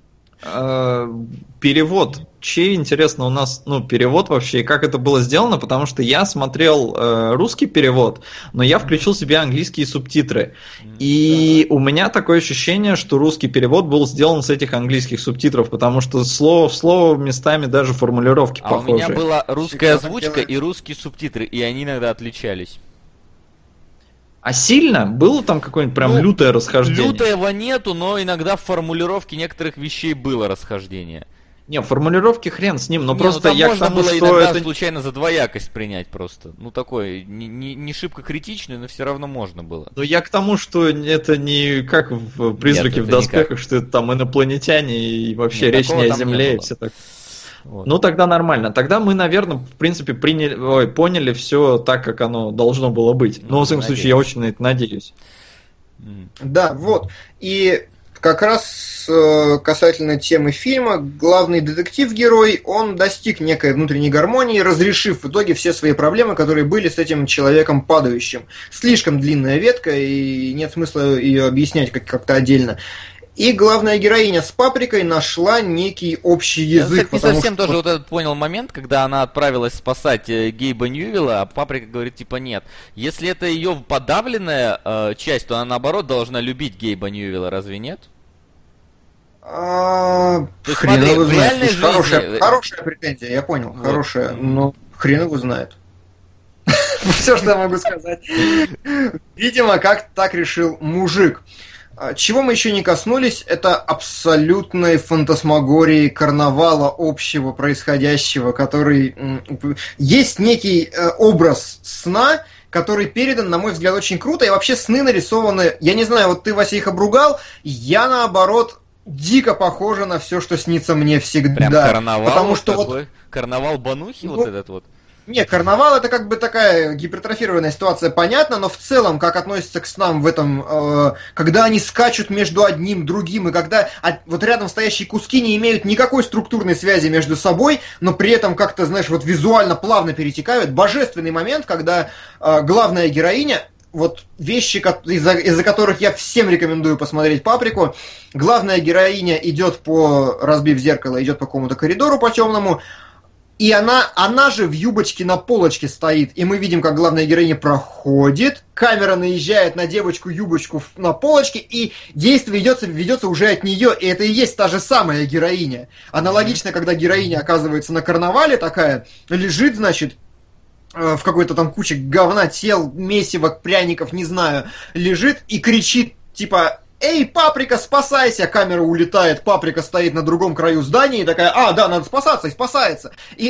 Перевод. Чей, интересно, у нас, ну, перевод вообще, и как это было сделано, потому что я смотрел русский перевод, но я включил себе английские субтитры. И у меня такое ощущение, что русский перевод был сделан с этих английских субтитров, потому что слово в слово местами даже формулировки похожи. У меня была русская озвучка и русские субтитры, и они иногда отличались. А сильно? Было там какое-нибудь прям лютое расхождение? Лютого нету, но иногда в формулировке некоторых вещей было расхождение. Не, формулировки хрен с ним, но просто я к тому, было что иногда это... случайно за двоякость принять просто. Ну, такой, не шибко критичный, но все равно можно было. Но я к тому, что это не как в «Призраке в доспехах», что это там инопланетяне и вообще речь не о Земле и все так. Вот. Ну, тогда нормально. Тогда мы, наверное, в принципе, поняли все так, как оно должно было быть. Но, в любом случае, я очень на это надеюсь. Да, вот. И как раз касательно темы фильма, главный детектив-герой, он достиг некой внутренней гармонии, разрешив в итоге все свои проблемы, которые были с этим человеком падающим. Слишком длинная ветка, и нет смысла ее объяснять как-то отдельно. И главная героиня с Паприкой нашла некий общий язык. Я, кстати, не совсем тоже вот этот понял момент, когда она отправилась спасать Гейба Ньюэлла, а Паприка говорит, типа, нет. Если это ее подавленная часть, то она, наоборот, должна любить Гейба Ньюэлла, разве нет? То есть, смотри, в реальной жизни... Хорошая претензия, я понял, вот. Хорошая, но хрен его знает. Все, что я могу сказать. Видимо, как так решил мужик. Чего мы еще не коснулись, это абсолютной фантасмагории карнавала общего происходящего, который... Есть некий образ сна, который передан, на мой взгляд, очень круто, и вообще сны нарисованы... Я не знаю, вот ты, Вася, их обругал, я, наоборот, дико похожа на все, что снится мне всегда. Прям карнавал потому что такой? Вот... Карнавал Банухи, вот этот вот? Не, карнавал это как бы такая гипертрофированная ситуация, понятно, но в целом, как относится к снам в этом, когда они скачут между одним, другим, и когда вот рядом стоящие куски не имеют никакой структурной связи между собой, но при этом как-то, знаешь, вот визуально плавно перетекают. Божественный момент, когда главная героиня, вот вещи, из-за которых я всем рекомендую посмотреть «Паприку», главная героиня идет разбив зеркало, идет по какому-то коридору по темному, и она же в юбочке на полочке стоит, и мы видим, как главная героиня проходит, камера наезжает на девочку юбочку на полочке, и действие ведется уже от нее, и это и есть та же самая героиня. Аналогично, когда героиня оказывается на карнавале такая, лежит, значит, в какой-то там куче говна, тел, месива, пряников, не знаю, лежит и кричит, типа... «Эй, Паприка, спасайся!» Камера улетает, Паприка стоит на другом краю здания и такая: да, надо спасаться, и спасается. И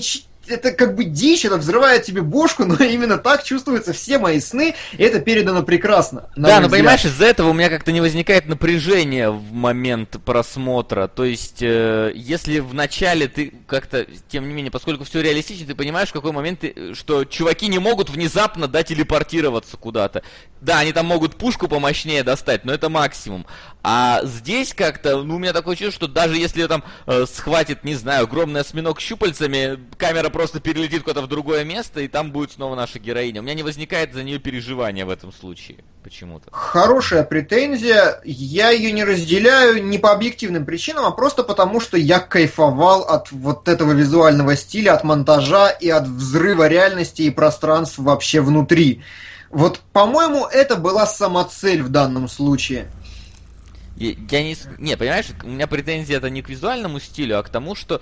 это как бы дичь, это взрывает тебе бошку, но именно так чувствуются все мои сны, и это передано прекрасно. Да, но понимаешь, из-за этого у меня как-то не возникает напряжения в момент просмотра. То есть, если в начале ты как-то, тем не менее, поскольку все реалистично, ты понимаешь, в какой момент что чуваки не могут внезапно телепортироваться куда-то. Да, они там могут пушку помощнее достать, но это максимум. А здесь как-то, у меня такое чувство, что даже если там схватит, не знаю, огромный осьминог щупальцами, камера просто перелетит куда-то в другое место, и там будет снова наша героиня. У меня не возникает за нее переживания в этом случае почему-то. Хорошая претензия. Я ее не разделяю не по объективным причинам, а просто потому, что я кайфовал от вот этого визуального стиля, от монтажа и от взрыва реальности и пространств вообще внутри. Вот, по-моему, это была самоцель в данном случае. Я не, понимаешь, у меня претензия это не к визуальному стилю, а к тому, что,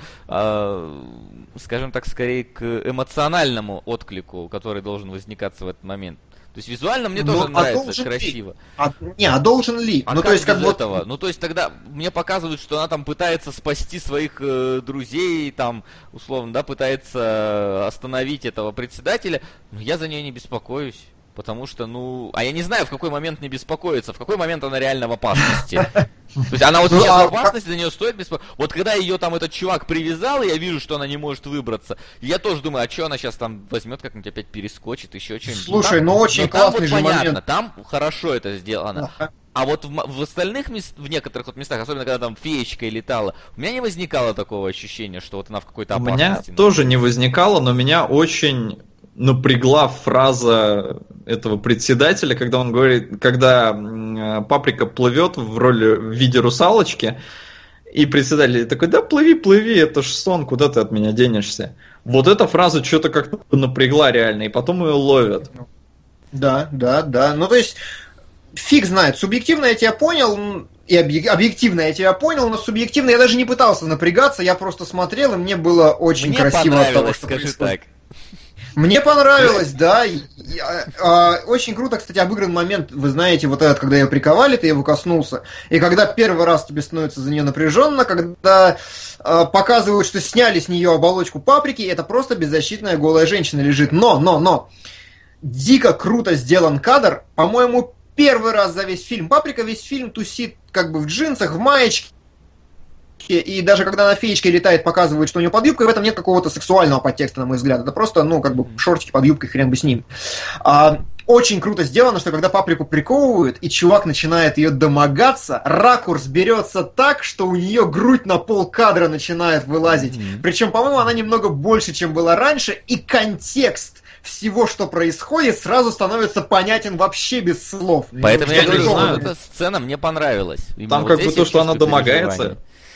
скажем так, скорее к эмоциональному отклику, который должен возникаться в этот момент. То есть визуально мне тоже нравится, красиво. Должен ли? А то есть как этого? Ну то есть тогда мне показывают, что она там пытается спасти своих друзей, там, условно, пытается остановить этого председателя, но я за нее не беспокоюсь. Потому что, а я не знаю, в какой момент не беспокоиться, в какой момент она реально в опасности. То есть она вот сейчас в опасности, за нее стоит беспокоиться. Вот когда ее там этот чувак привязал, и я вижу, что она не может выбраться, я тоже думаю, а что она сейчас там возьмет, как-нибудь опять перескочит, еще что-нибудь. Слушай, очень классный же момент. Понятно, там хорошо это сделано. А вот в остальных в некоторых вот местах, особенно когда там феечкой летала, у меня не возникало такого ощущения, что вот она в какой-то опасности. У меня тоже не возникало, но меня очень напрягла фраза этого председателя, когда он говорит, когда Паприка плывет в виде русалочки, и председатель такой: да плыви, плыви, это ж сон, куда ты от меня денешься. Вот эта фраза что-то как-то напрягла реально, и потом ее ловят. Да. Ну то есть, фиг знает, субъективно я тебя понял, и объективно я тебя понял, но субъективно я даже не пытался напрягаться, я просто смотрел, и мне было очень красиво от того, что скажи происходит. Так. Мне понравилось, да. Очень круто, кстати, обыгран момент, вы знаете, вот этот, когда ее приковали, ты его коснулся, и когда первый раз тебе становится за нее напряженно, когда показывают, что сняли с нее оболочку Паприки, и это просто беззащитная голая женщина лежит. Но! Дико круто сделан кадр, по-моему, первый раз за весь фильм. Паприка весь фильм тусит как бы в джинсах, в маечке, и даже когда на феечке летает, показывают, что у нее под юбкой, в этом нет какого-то сексуального подтекста, на мой взгляд. Это просто, шортики под юбкой, хрен бы с ним. Очень круто сделано, что когда Паприку приковывают, и чувак начинает ее домогаться, ракурс берется так, что у нее грудь на полкадра начинает вылазить. Причем, по-моему, она немного больше, чем была раньше, и контекст всего, что происходит, сразу становится понятен вообще без слов. Поэтому я говорю, что эта сцена мне понравилась. Там как бы то, что она домогается...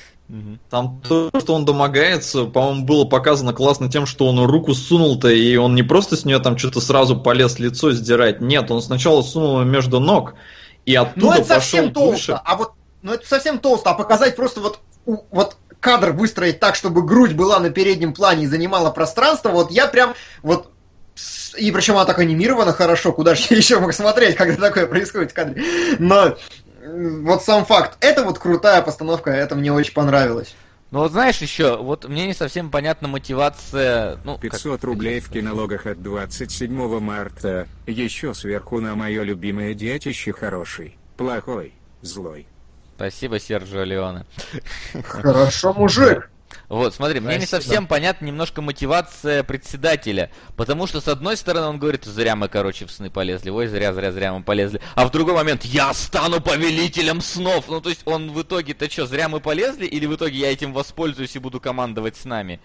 Там то, что он домогается, по-моему, было показано классно тем, что он руку сунул-то, и он не просто с нее там что-то сразу полез лицо сдирать. Нет, он сначала сунул ее между ног, и оттуда это совсем толсто, это совсем толсто, а показать просто вот кадр выстроить так, чтобы грудь была на переднем плане и занимала пространство, вот я прям вот... И причем она так анимирована хорошо, куда же я еще мог смотреть, когда такое происходит в кадре. Но... Вот сам факт. Это вот крутая постановка, это мне очень понравилось. Ну вот знаешь еще, вот мне не совсем понятна мотивация... 500 рублей в кинологах от 27 марта. Еще сверху на мое любимое детище хороший, плохой, злой. Спасибо, Серджио Леоне. Хорошо, мужик. Вот, смотри, мне не совсем понятна немножко мотивация председателя, потому что, с одной стороны, он говорит, зря мы, в сны полезли, ой, зря мы полезли, а в другой момент, я стану повелителем снов, то есть он в итоге-то что, зря мы полезли, или в итоге я этим воспользуюсь и буду командовать с нами?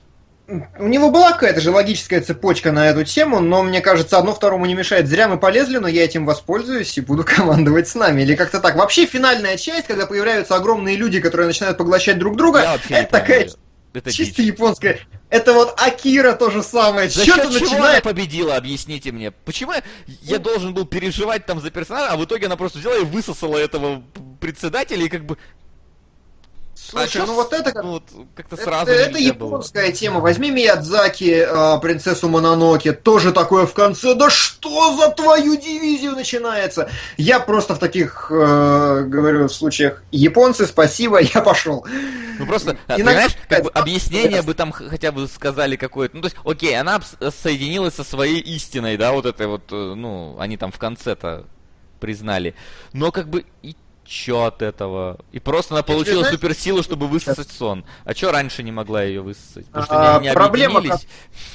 У него была какая-то же логическая цепочка на эту тему, но мне кажется, одно второму не мешает. Зря мы полезли, но я этим воспользуюсь и буду командовать с нами. Или как-то так. Вообще финальная часть, когда появляются огромные люди, которые начинают поглощать друг друга, это такая чисто японская. Это вот Акира то же самое. За счет чего она победила, объясните мне. Почему я должен был переживать там за персонажа, а в итоге она просто взяла и высосала этого председателя и как бы... Слушай, это как-то сразу это японская тема. Возьми Миядзаки, принцессу Мононоке, тоже такое в конце. Да что за твою дивизию начинается? Я просто в таких, говорю, случаях, японцы, спасибо, я пошел. Просто, понимаешь, объяснение бы там хотя бы сказали какое-то. То есть, окей, она соединилась со своей истиной, да, вот это вот, они там в конце-то признали. Но и чё от этого? И просто она получила суперсилу, чтобы высосать сон. А чё раньше не могла ее высосать? Потому что не объединились.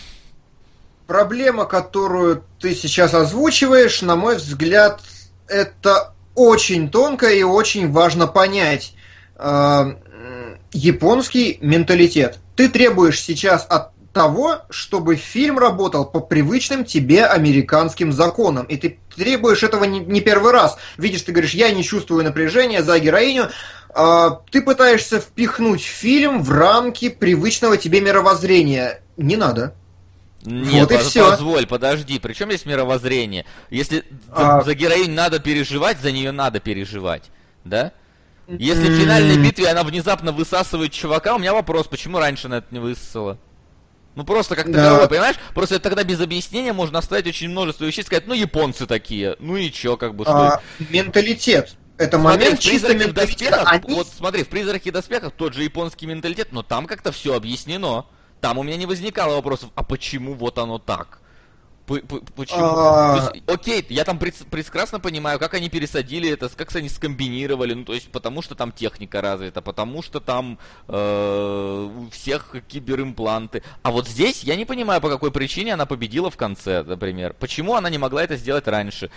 Проблема, которую ты сейчас озвучиваешь, на мой взгляд, это очень тонко и очень важно понять. Японский менталитет. Ты требуешь сейчас от того, чтобы фильм работал по привычным тебе американским законам. И ты требуешь этого не первый раз. Видишь, ты говоришь, я не чувствую напряжения за героиню. Ты пытаешься впихнуть фильм в рамки привычного тебе мировоззрения. Не надо. Нет, вот позволь, подожди. Причем здесь мировоззрение? Если за героиню надо переживать, за нее надо переживать. Да? Если в финальной битве она внезапно высасывает чувака, у меня вопрос, почему раньше она это не высосала? Просто как таковое, понимаешь? Просто тогда без объяснения можно оставить очень множество вещей, сказать, японцы такие, и чё, что... Менталитет. Это момент чисто менталитета. Вот смотри, в «Призраке доспехов» тот же японский менталитет, но там как-то все объяснено. Там у меня не возникало вопросов, а почему вот оно так? Почему? Окей, я там прекрасно понимаю, как они пересадили это, как они скомбинировали, потому что там техника развита, потому что там у всех киберимпланты. А вот здесь я не понимаю, по какой причине она победила в конце, например. Почему она не могла это сделать раньше?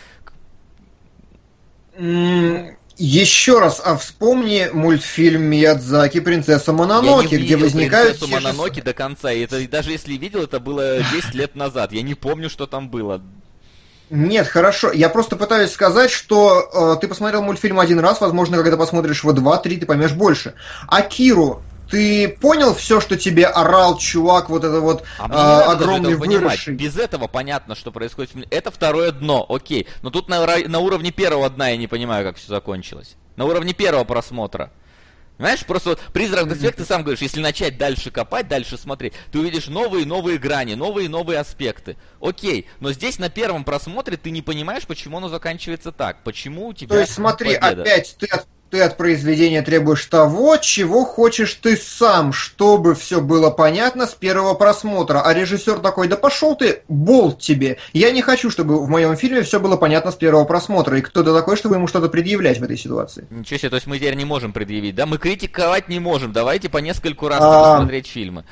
Еще раз, вспомни мультфильм Миядзаки «Принцесса Мононоке», где возникают... «Принцессу Мононоке» до конца, и это, даже если видел, это было 10 лет назад, я не помню, что там было. Нет, хорошо, я просто пытаюсь сказать, что ты посмотрел мультфильм один раз, возможно, когда посмотришь его 2-3, ты поймешь больше. Акиру, ты понял все, что тебе орал чувак, вот это вот огромный выросший? Без этого понятно, что происходит. Это второе дно, окей. Но тут на уровне первого дна я не понимаю, как все закончилось. На уровне первого просмотра. Понимаешь, просто вот «Призрак доспех», ты сам говоришь, если начать дальше копать, дальше смотреть, ты увидишь новые и новые грани, новые и новые аспекты. Окей, но здесь на первом просмотре ты не понимаешь, почему оно заканчивается так. Почему у тебя То есть смотри, победа. Опять ты от произведения требуешь того, чего хочешь ты сам, чтобы все было понятно с первого просмотра. А режиссер такой: да пошел ты, болт тебе. Я не хочу, чтобы в моем фильме все было понятно с первого просмотра. И кто-то такой, чтобы ему что-то предъявлять в этой ситуации. Ничего себе, то есть мы теперь не можем предъявить, да? Мы критиковать не можем. Давайте по нескольку раз посмотреть фильмы.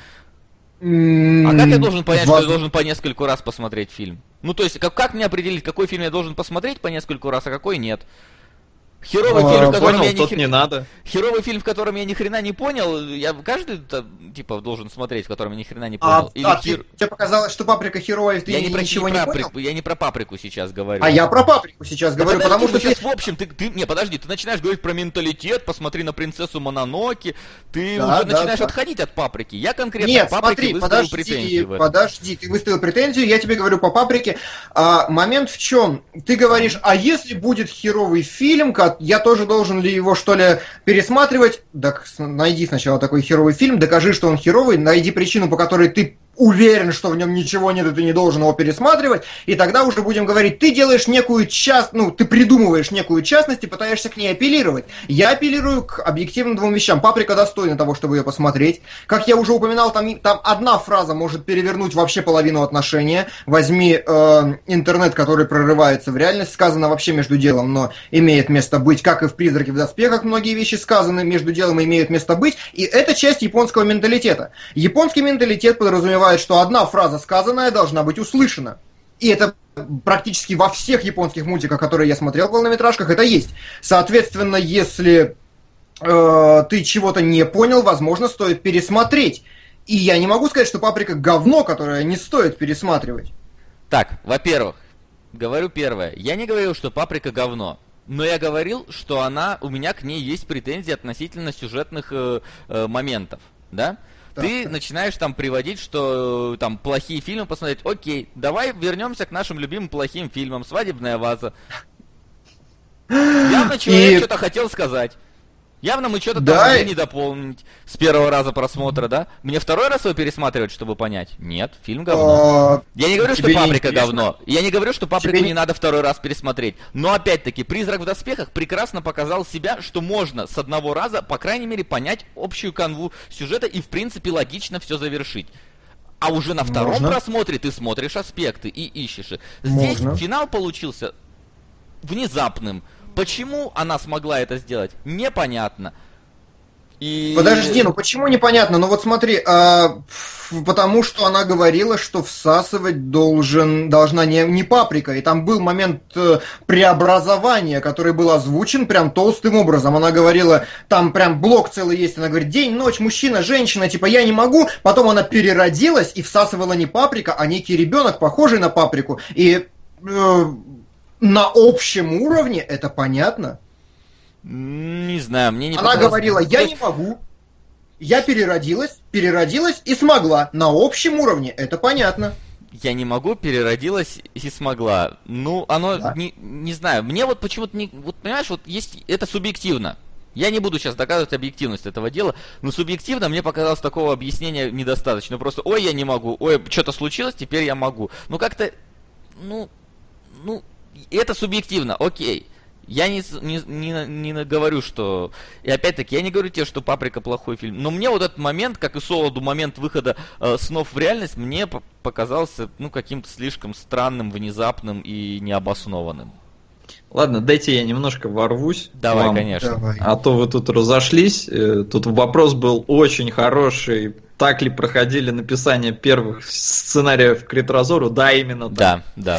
А как я должен понять, что я должен по нескольку раз посмотреть фильм? Ну, то есть, как мне определить, какой фильм я должен посмотреть по нескольку раз, а какой нет? Херовый фильм, в котором я не надо. Херовый фильм, в котором я ни хрена не понял, я каждый типа должен смотреть, в котором я ни хрена не понял. Тебе показалось, что «Паприка» херовая, ты ничего не понял? Я не про «Паприку» сейчас говорю. А я про «Паприку» сейчас говорю, потому что сейчас в общем, не, подожди, ты начинаешь говорить про менталитет, посмотри на принцессу Мононоке, ты уже начинаешь отходить от «Паприки». Я конкретно «Паприке» выставил претензию. Подожди, ты выставил претензию, я тебе говорю по «Паприке». Момент в чем? Ты говоришь, а если будет херовый фильм, я тоже должен ли его, что ли, пересматривать? Так найди сначала такой херовый фильм, докажи, что он херовый, найди причину, по которой ты уверен, что в нем ничего нет, и ты не должен его пересматривать, и тогда уже будем говорить, ты делаешь некую ты придумываешь некую частность и пытаешься к ней апеллировать. Я апеллирую к объективным двум вещам. «Паприка» достойна того, чтобы ее посмотреть. Как я уже упоминал, там одна фраза может перевернуть вообще половину отношения. Возьми интернет, который прорывается в реальность, сказано вообще между делом, но имеет место быть, как и в «Призраке в доспехах» многие вещи сказаны между делом и имеют место быть, и это часть японского менталитета. Японский менталитет подразумевает, что одна фраза сказанная должна быть услышана. И это практически во всех японских мультиках, которые я смотрел в полнометражках, это есть. Соответственно, если ты чего-то не понял, возможно, стоит пересмотреть. И я не могу сказать, что «Паприка» говно, которое не стоит пересматривать. Так, во-первых, говорю первое. Я не говорил, что «Паприка» говно. Но я говорил, что у меня к ней есть претензии относительно сюжетных моментов. Да? Ты начинаешь там приводить, что там плохие фильмы посмотреть. Окей, давай вернемся к нашим любимым плохим фильмам. «Свадебная ваза». Явно человек что-то хотел сказать. Явно мы что-то там могли не дополнить с первого раза просмотра, да? Мне второй раз его пересматривать, чтобы понять? Нет, фильм говно. Я не говорю, что «Паприка» говно. Я не говорю, что «Паприку» не надо второй раз пересмотреть. Но опять-таки, «Призрак в доспехах» прекрасно показал себя, что можно с одного раза, по крайней мере, понять общую канву сюжета и, в принципе, логично все завершить. А уже на втором просмотре ты смотришь аспекты и ищешь. Здесь финал получился внезапным. Почему она смогла это сделать? Непонятно. Подожди, почему непонятно? Ну вот смотри, потому что она говорила, что всасывать должна не «Паприка». И там был момент преобразования, который был озвучен прям толстым образом. Она говорила, там прям блок целый есть, она говорит: день, ночь, мужчина, женщина, типа я не могу. Потом она переродилась и всасывала не «Паприка», а некий ребенок, похожий на «Паприку». И на общем уровне это понятно? Не знаю, мне не Она говорила, я не могу, я переродилась и смогла. На общем уровне это понятно. Я не могу, переродилась и смогла. Ну, оно, не знаю, мне вот почему-то не... Вот понимаешь, вот есть... Это субъективно. Я не буду сейчас доказывать объективность этого дела, но субъективно мне показалось такого объяснения недостаточно. Просто, ой, я не могу, ой, что-то случилось, теперь я могу. Ну, как-то, это субъективно, окей. Я не говорю, что... И опять-таки, я не говорю тебе, что «Паприка» плохой фильм. Но мне вот этот момент, как и Солоду, момент выхода снов в реальность, мне показался, каким-то слишком странным, внезапным и необоснованным. Ладно, дайте я немножко ворвусь. Давай, вам, конечно. Давай. А то вы тут разошлись. Тут вопрос был очень хороший. Так ли проходили написание первых сценариев к Ретрозору? Да, именно так. Да.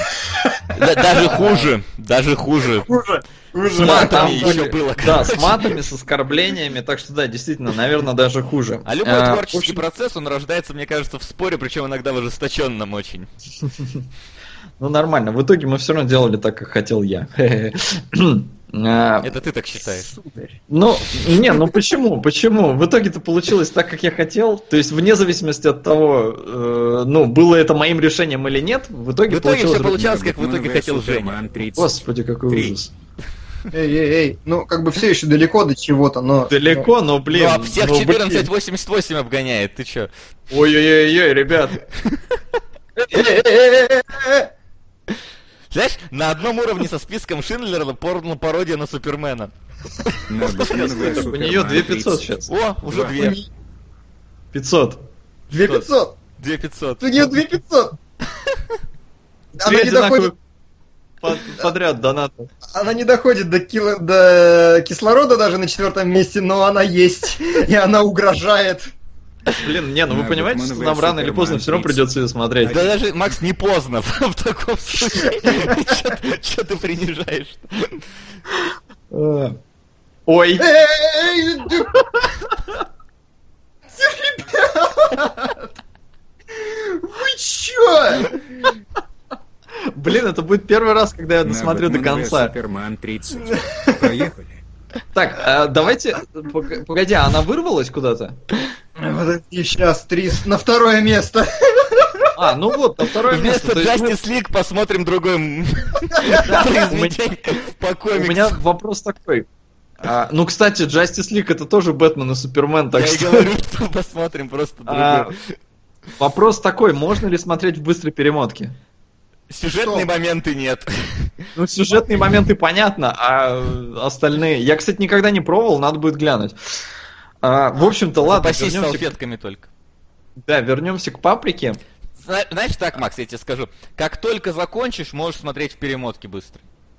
Даже хуже. С матами еще было. Да, с матами, с оскорблениями. Так что да, действительно, наверное, даже хуже. А любой творческий процесс, он рождается, мне кажется, в споре, причем иногда в ожесточенном очень. Ну, нормально. В итоге мы все равно делали так, как хотел я. Это ты так считаешь? Почему? Почему? В итоге-то получилось так, как я хотел. То есть, вне зависимости от того, было это моим решением или нет, в итоге все получалось, как в итоге хотел Женя. Господи, какой ужас. Эй, все еще далеко до чего-то, но... Далеко, но, блин... Ну, а всех 1488 обгоняет, ты чё? Ой-ой-ой, ребят. Знаешь, на одном уровне со списком Шиндлера порно-пародия на Супермена. У нее 2500 сейчас. О, уже 2. 500. 2500. 2500. У нее 2500. Она не доходит... Подряд донаты. Она не доходит до кислорода даже на 4 месте, но она есть. И она угрожает. Блин, не, ну вы понимаете, что нам рано или поздно все равно придется ее смотреть. Да даже, Макс, не поздно в таком случае. Че ты принижаешь? Ой. Ребят! Вы чё? Блин, это будет первый раз, когда я досмотрю до конца. Супермен 30. Поехали. Так, давайте... Погоди, она вырвалась куда-то? Подожди, сейчас, на 2 место. А, ну вот, на 2 место. Вместо Justice League посмотрим другой по комиксу. У меня вопрос такой. Ну, кстати, Justice League это тоже Бэтмен и Супермен, так что... Я говорю, что посмотрим просто другой. Вопрос такой, можно ли смотреть в быстрой перемотке? Сюжетные моменты нет. Ну, сюжетные моменты понятно, а остальные... Я, кстати, никогда не пробовал, надо будет глянуть. В общем-то, ладно, вернемся салфетками только. Да, вернемся к «Паприке». Знаешь так, Макс, я тебе скажу. Как только закончишь, можешь смотреть в перемотке быстро.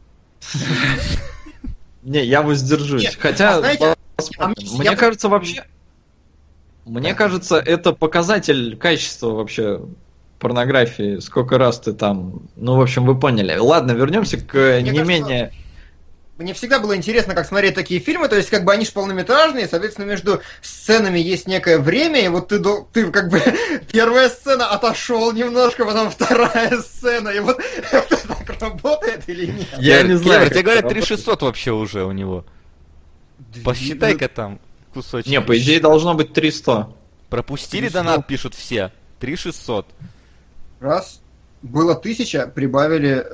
Не, я воздержусь. Хотя, мне кажется, вообще... Мне кажется, это показатель качества вообще порнографии. Сколько раз ты там... Ну, в общем, вы поняли. Ладно, вернемся к не менее... Мне всегда было интересно, как смотреть такие фильмы, то есть как бы они же полнометражные, соответственно, между сценами есть некое время, и вот ты как бы первая сцена отошел немножко, потом вторая сцена, и вот это так работает или нет? Я не знаю. Тебе говорят 3600 вообще уже у него. Посчитай-ка там кусочек. Не, по идее должно быть 300. Пропустили донат, пишут все. 3600. Раз. Было 1000, прибавили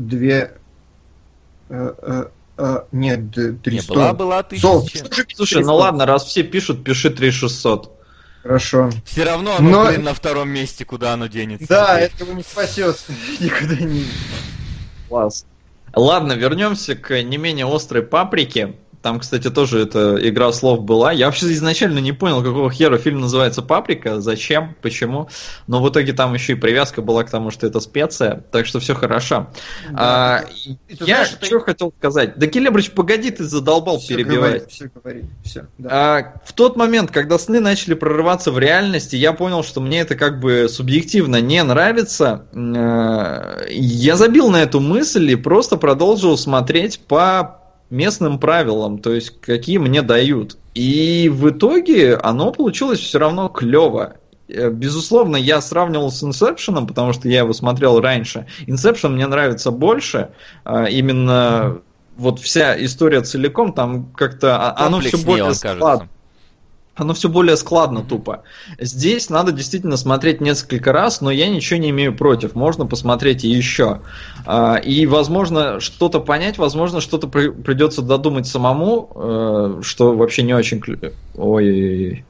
2... Нет, 300. Была 1000. Слушай, ну ладно, раз все пишут, пиши 3600. Хорошо. Все равно оно, блин, на 2 месте, куда оно денется. Да, этого не спасет. Никуда не... Класс. Ладно, вернемся к не менее острой «Паприке». Там, кстати, тоже эта игра слов была. Я вообще изначально не понял, какого хера фильм называется «Паприка», зачем, почему. Но в итоге там еще и привязка была к тому, что это специя, так что все хорошо. Да, я что хотел сказать? Да, Келебрыч, погоди, ты задолбал все перебивать. Все говори, все. Да. В тот момент, когда сны начали прорываться в реальности, я понял, что мне это как бы субъективно не нравится. Я забил на эту мысль и просто продолжил смотреть по местным правилам, то есть какие мне дают. И в итоге оно получилось все равно клево. Безусловно, я сравнивал с Inception, потому что я его смотрел раньше. Inception мне нравится больше. Именно вот вся история целиком, там как-то оно все более складно. Оно все более складно тупо. Здесь надо действительно смотреть несколько раз, но я ничего не имею против. Можно посмотреть и еще. И, возможно, что-то понять, возможно, что-то придется додумать самому, что вообще не очень... Ой-ой-ой.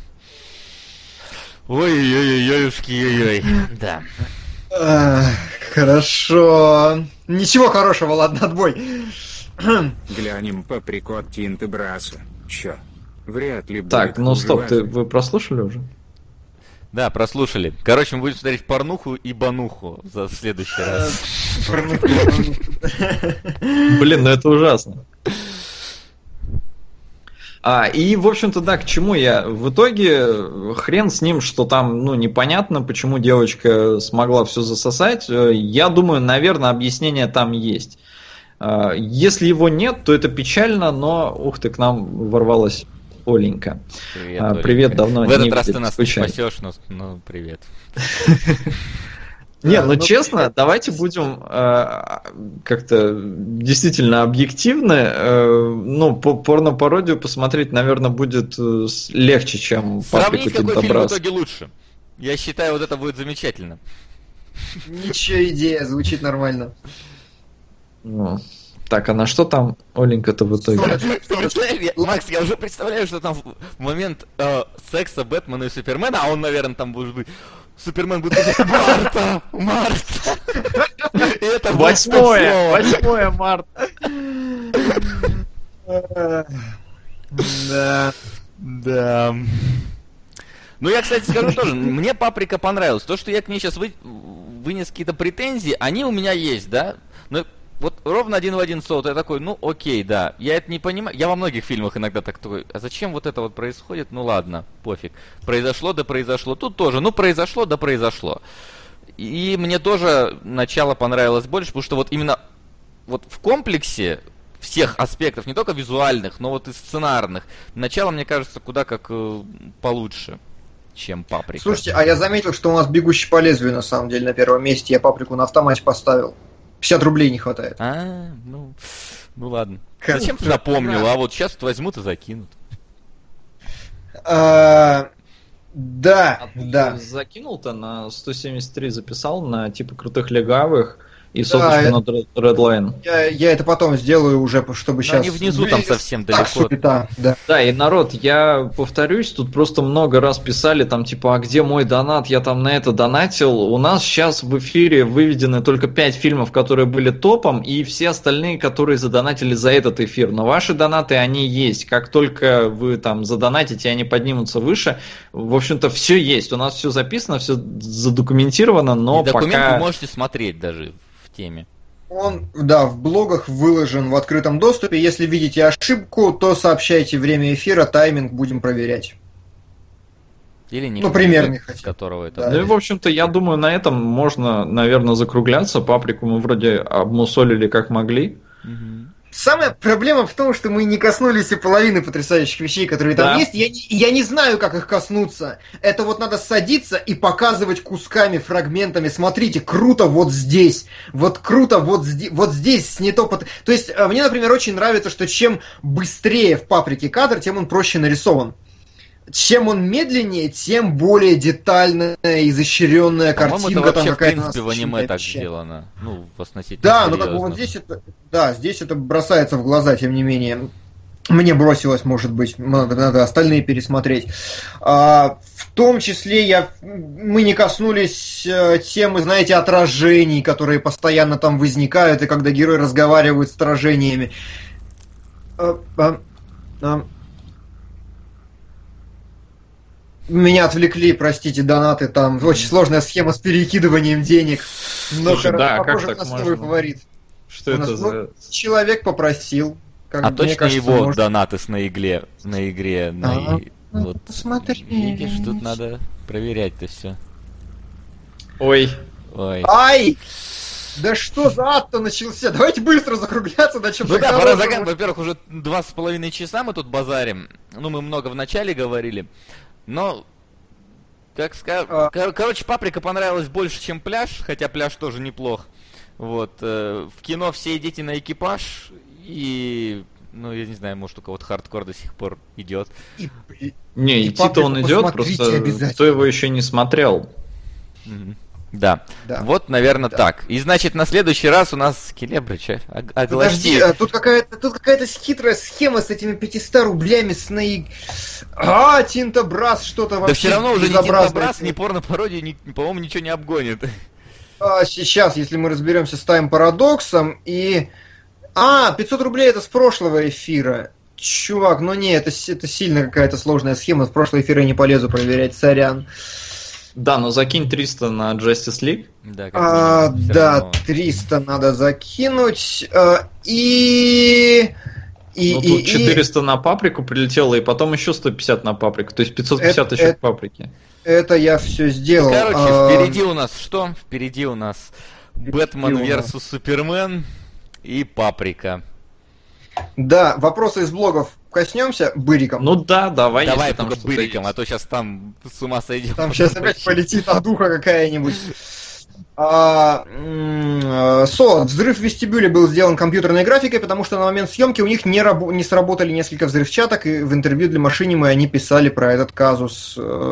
Ой-ой-ой-ой-ой-ой. Да. Хорошо. Ничего хорошего, ладно, отбой. Глянем «Паприку» от Тинты Браса. Чё? Вряд ли будет. Так, ну стоп, вы прослушали уже? Да, прослушали. Короче, мы будем смотреть порнуху и бануху за следующий раз. Блин, ну это ужасно. И, в общем-то, да, к чему я? В итоге, хрен с ним, что там, ну, непонятно, почему девочка смогла все засосать. Я думаю, наверное, объяснение там есть. Если его нет, то это печально, но, ух ты, к нам ворвалась Оленька. Привет, давно не виделись. В этот раз ты нас не спасешь, но привет. Не, ну честно, давайте будем как-то действительно объективны. Ну, порно-пародию посмотреть, наверное, будет легче, чем «Паприку» Тинта Браса. Сравнить, какой фильм в итоге лучше. Я считаю, вот это будет замечательно. Ничего, идея, звучит нормально. Ну, так, а на что там Оленька-то в итоге? Макс, я уже представляю, что там в момент секса Бэтмена и Супермена, а он, наверное, там будет быть... Супермен будет говорить: Марта! Марта! 8 марта. Да. Ну, я, кстати, скажу тоже, мне «Паприка» понравилась. То, что я к ней сейчас вынес какие-то претензии, они у меня есть, да? Но вот ровно один в один Солт. Я такой, ну, окей, да. Я это не понимаю. Я во многих фильмах иногда такой, а зачем вот это вот происходит? Ну, ладно, пофиг. Произошло, да произошло. Тут тоже, ну, произошло, да произошло. И мне тоже начало понравилось больше, потому что вот именно вот в комплексе всех аспектов, не только визуальных, но вот и сценарных, начало, мне кажется, куда как получше, чем «Паприка». Слушайте, а я заметил, что у нас «Бегущий по лезвию» на самом деле на первом месте. Я «Паприку» на автомате поставил. 50 рублей не хватает. Ну ладно. Зачем ты напомнил? А вот сейчас возьмут и закинут. Да. Ты закинул-то на 173, записал на типа крутых легавых и соточку на Redline. Я это потом сделаю уже, чтобы сейчас... Они внизу там совсем далеко. Да, и народ, я повторюсь, тут просто много раз писали там типа, а где мой донат, я там на это донатил. У нас сейчас в эфире выведены только 5 фильмов, которые были топом, и все остальные, которые задонатили за этот эфир. Но ваши донаты, они есть. Как только вы там задонатите, они поднимутся выше. В общем-то, все есть. У нас все записано, все задокументировано, но и документ пока... вы можете смотреть даже в теме. Он, да, в блогах выложен в открытом доступе. Если видите ошибку, то сообщайте время эфира, тайминг будем проверять. Или не. Ну, примерно. С которого это. Да, и, в общем-то, я думаю, на этом можно, наверное, закругляться. «Паприку» мы вроде обмусолили как могли. Самая проблема в том, что мы не коснулись и половины потрясающих вещей, которые там есть. Я не знаю, как их коснуться. Это вот надо садиться и показывать кусками, фрагментами. Смотрите, круто вот здесь. Вот круто вот здесь снято. То есть, мне, например, очень нравится, что чем быстрее в «Паприке» кадр, тем он проще нарисован. Чем он медленнее, тем более детальная, изощренная картинка. По-моему, это вообще, там в принципе, в аниме так сделано. Ну, относительно да, серьезно. Ну как бы вот здесь это, да, здесь это бросается в глаза, тем не менее. Мне бросилось, может быть, надо остальные пересмотреть. В том числе мы не коснулись темы, знаете, отражений, которые постоянно там возникают, и когда герои разговаривают с отражениями. Меня отвлекли, простите, донаты, там очень сложная схема с перекидыванием денег. Но слушай, да, похоже, как у нас так новый можно? фаворит. Что это за... Человек попросил. А точно кажется, его донаты на игре. Вот. Посмотри. Видишь, тут надо проверять-то все. Ой. Ай! Да что за ад-то начался? Давайте быстро закругляться, на чем. Ну да, пора заканчивать. Во-первых, уже 2,5 часа мы тут базарим. Ну, мы много в начале говорили. Но, как сказать... Короче, «Паприка» понравилась больше, чем «Пляж», хотя «Пляж» тоже неплох. Вот. В кино все идите на «Экипаж», и... Ну, я не знаю, может, у кого-то хардкор до сих пор идет. Не, идти-то он идет, просто кто его еще не смотрел. Да. Вот, наверное, так. И, значит, на следующий раз у нас Келебрыч огласит. Подожди, тут какая-то хитрая схема с этими 500 рублями Тинтобрас что-то вообще. Да все равно уже ни Тинтобрас, ни порно-пародия, по-моему, ничего не обгонит. Сейчас, если мы разберемся с тайм-парадоксом и... 500 рублей это с прошлого эфира. Чувак, ну не, это сильно какая-то сложная схема. С прошлого эфира я не полезу проверять, сорян. Да, но закинь 300 на Justice League. Да, 300 надо закинуть. И 400 на «Паприку» прилетело, и потом еще 150 на «Паприку». То есть 550 еще к «Паприке». Это я все сделал. Короче, впереди у нас что? Впереди у нас «Бэтмен vs Супермен» и «Паприка». Да, вопросы из блогов коснемся быриком. Ну да, давай. Давай только быриком, а то сейчас там с ума сойдем. Там сейчас опять полетит одуха какая-нибудь. Взрыв в вестибюле был сделан компьютерной графикой, потому что на момент съемки у них не сработали несколько взрывчаток, и в интервью для Машинимы они писали про этот казус.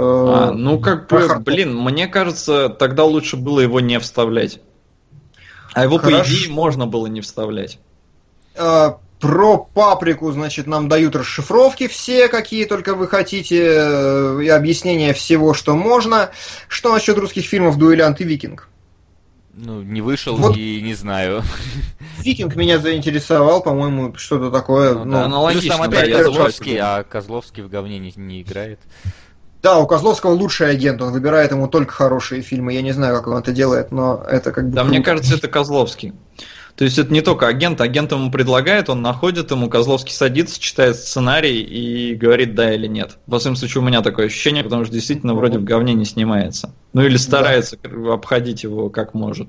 Мне кажется, тогда лучше было его не вставлять. А его, по идее, можно было не вставлять. Про Паприку, значит, нам дают расшифровки все, какие только вы хотите, и объяснение всего, что можно. Что насчет русских фильмов «Дуэлянт» и «Викинг»? Ну, не вышел вот. И не знаю. «Викинг» меня заинтересовал, по-моему, что-то такое. Да, аналогично. Там опять Козловский, а Козловский в говне не играет. Да, у Козловского лучший агент, он выбирает ему только хорошие фильмы. Я не знаю, как он это делает, но это как бы... Да, мне кажется, это Козловский. То есть это не только агент ему предлагает, он находит ему, Козловский садится, читает сценарий и говорит да или нет. Во всяком случае, у меня такое ощущение, потому что действительно вроде в говне не снимается. Ну или старается обходить его как может.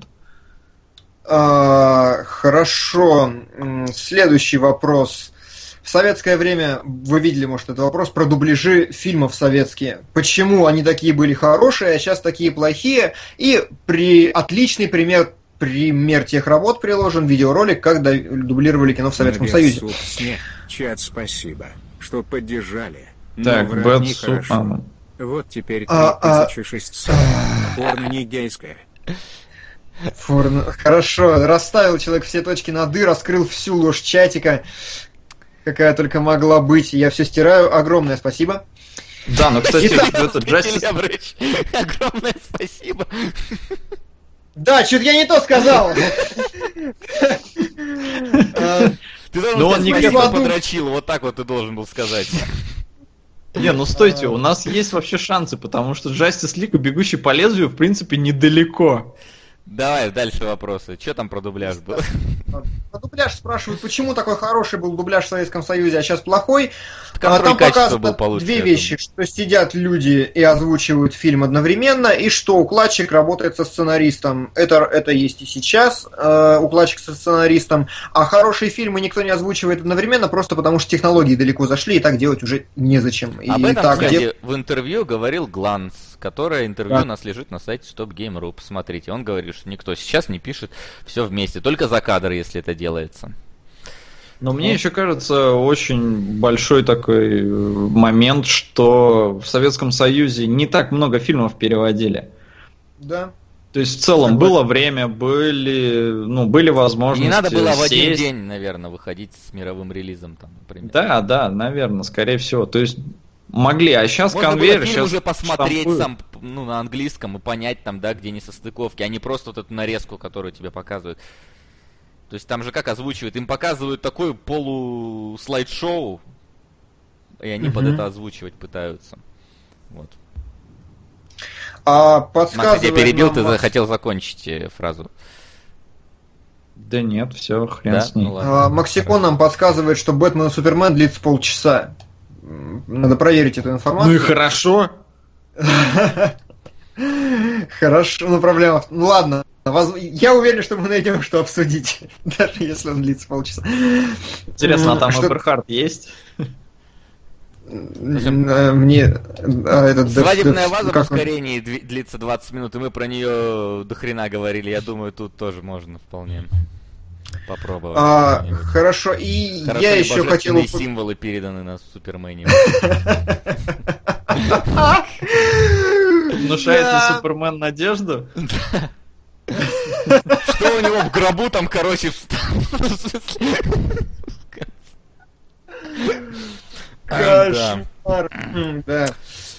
Хорошо. Следующий вопрос. В советское время, вы видели, может, этот вопрос, про дубляжи фильмов советские. Почему они такие были хорошие, а сейчас такие плохие? И отличный пример тех работ приложен, видеоролик, как дублировали кино в Советском Союзе. Чат, спасибо, что поддержали. Так, Бэтсу, вот теперь 3600. Порно не гейское. Хорошо, расставил человек все точки над «и», раскрыл всю ложь чатика, какая только могла быть. Я все стираю. Огромное спасибо. Да, но, кстати, это Джастис... Огромное спасибо. Да, что-то я не то сказал. Ты должен сказать, подрочил, вот так вот ты должен был сказать. Не, ну стойте, у нас есть вообще шансы, потому что Justice League и Бегущий по лезвию, в принципе, недалеко. Давай, дальше вопросы. Что там про дубляж был? Про дубляж спрашивают, почему такой хороший был дубляж в Советском Союзе, а сейчас плохой. Там показывают две вещи, что сидят люди и озвучивают фильм одновременно, и что укладчик работает со сценаристом. Это есть и сейчас, укладчик со сценаристом. А хорошие фильмы никто не озвучивает одновременно, просто потому что технологии далеко зашли, и так делать уже незачем. Об этом, кстати, в интервью говорил Гланс, которое интервью у нас лежит на сайте StopGame.ru. Посмотрите, он говорит, что никто сейчас не пишет все вместе, только за кадр, если это делается. Но мне еще кажется очень большой такой момент, что в Советском Союзе не так много фильмов переводили. Да. То есть в целом было время, были возможности. И не надо было в один день, наверное, выходить с мировым релизом, там, например. Да, наверное, скорее всего. То есть могли, а сейчас можно конвейер, было фильм сейчас уже посмотреть сам, на английском и понять там, да, где несостыковки, а не просто вот эту нарезку, которую тебе показывают. То есть там же как озвучивают? Им показывают такой полу-слайд-шоу, и они под это озвучивать пытаются. Вот. Макс, я перебил, ты хотел закончить фразу. Да нет, все, хрен с ней. Максикон нам подсказывает, что Бэтмен и Супермен длится полчаса. Надо проверить эту информацию. Ну и хорошо. Хорошо, ну проблема... Ну ладно, я уверен, что мы найдем, что обсудить, даже если он длится полчаса. Интересно, а там Эберхард есть? Мне... Свадебная ваза в ускорении длится 20 минут, и мы про нее до хрена говорили. Я думаю, тут тоже можно вполне попробовать. Хорошо, и я еще хотел... символы переданы нас в Супермене. Внушает ли Супермен надежду? Что у него в гробу там, короче, встал? Кошмар. Да.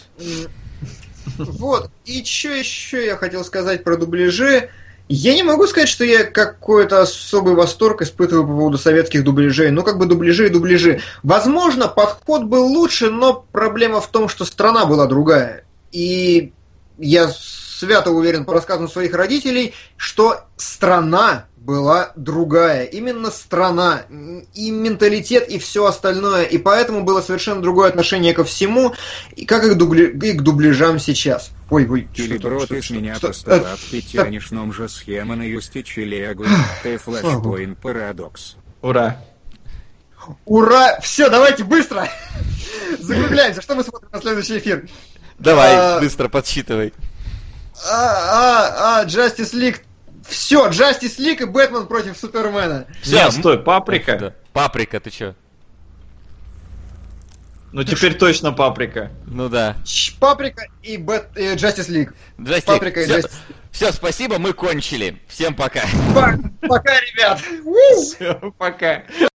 Вот, и что еще я хотел сказать про дубляжи. Я не могу сказать, что я какой-то особый восторг испытываю по поводу советских дубляжей. Ну, как бы дубляжи и дубляжи. Возможно, подход был лучше, но проблема в том, что страна была другая. И я свято уверен по рассказам своих родителей, что страна была другая. Именно страна. И менталитет, и все остальное. И поэтому было совершенно другое отношение ко всему, и как и к дубляжам сейчас. Ой, Телеброд из меня поступат, ты тянешь нам же схема на юстичи Лего, ты флешпоинт парадокс. Ура! Ура! Все, давайте быстро! Закругляемся. Что мы смотрим на следующий эфир? Давай, быстро подсчитывай. Justice League. Все, Justice League и Бэтмен против Супермена. Все, стой, Паприка. Да. Паприка, ты чё? Ну теперь точно Паприка. Ну да. Паприка и Justice League. Паприка и Justice League. Все, спасибо, мы кончили. Всем пока. Пока, ребят. Все, пока.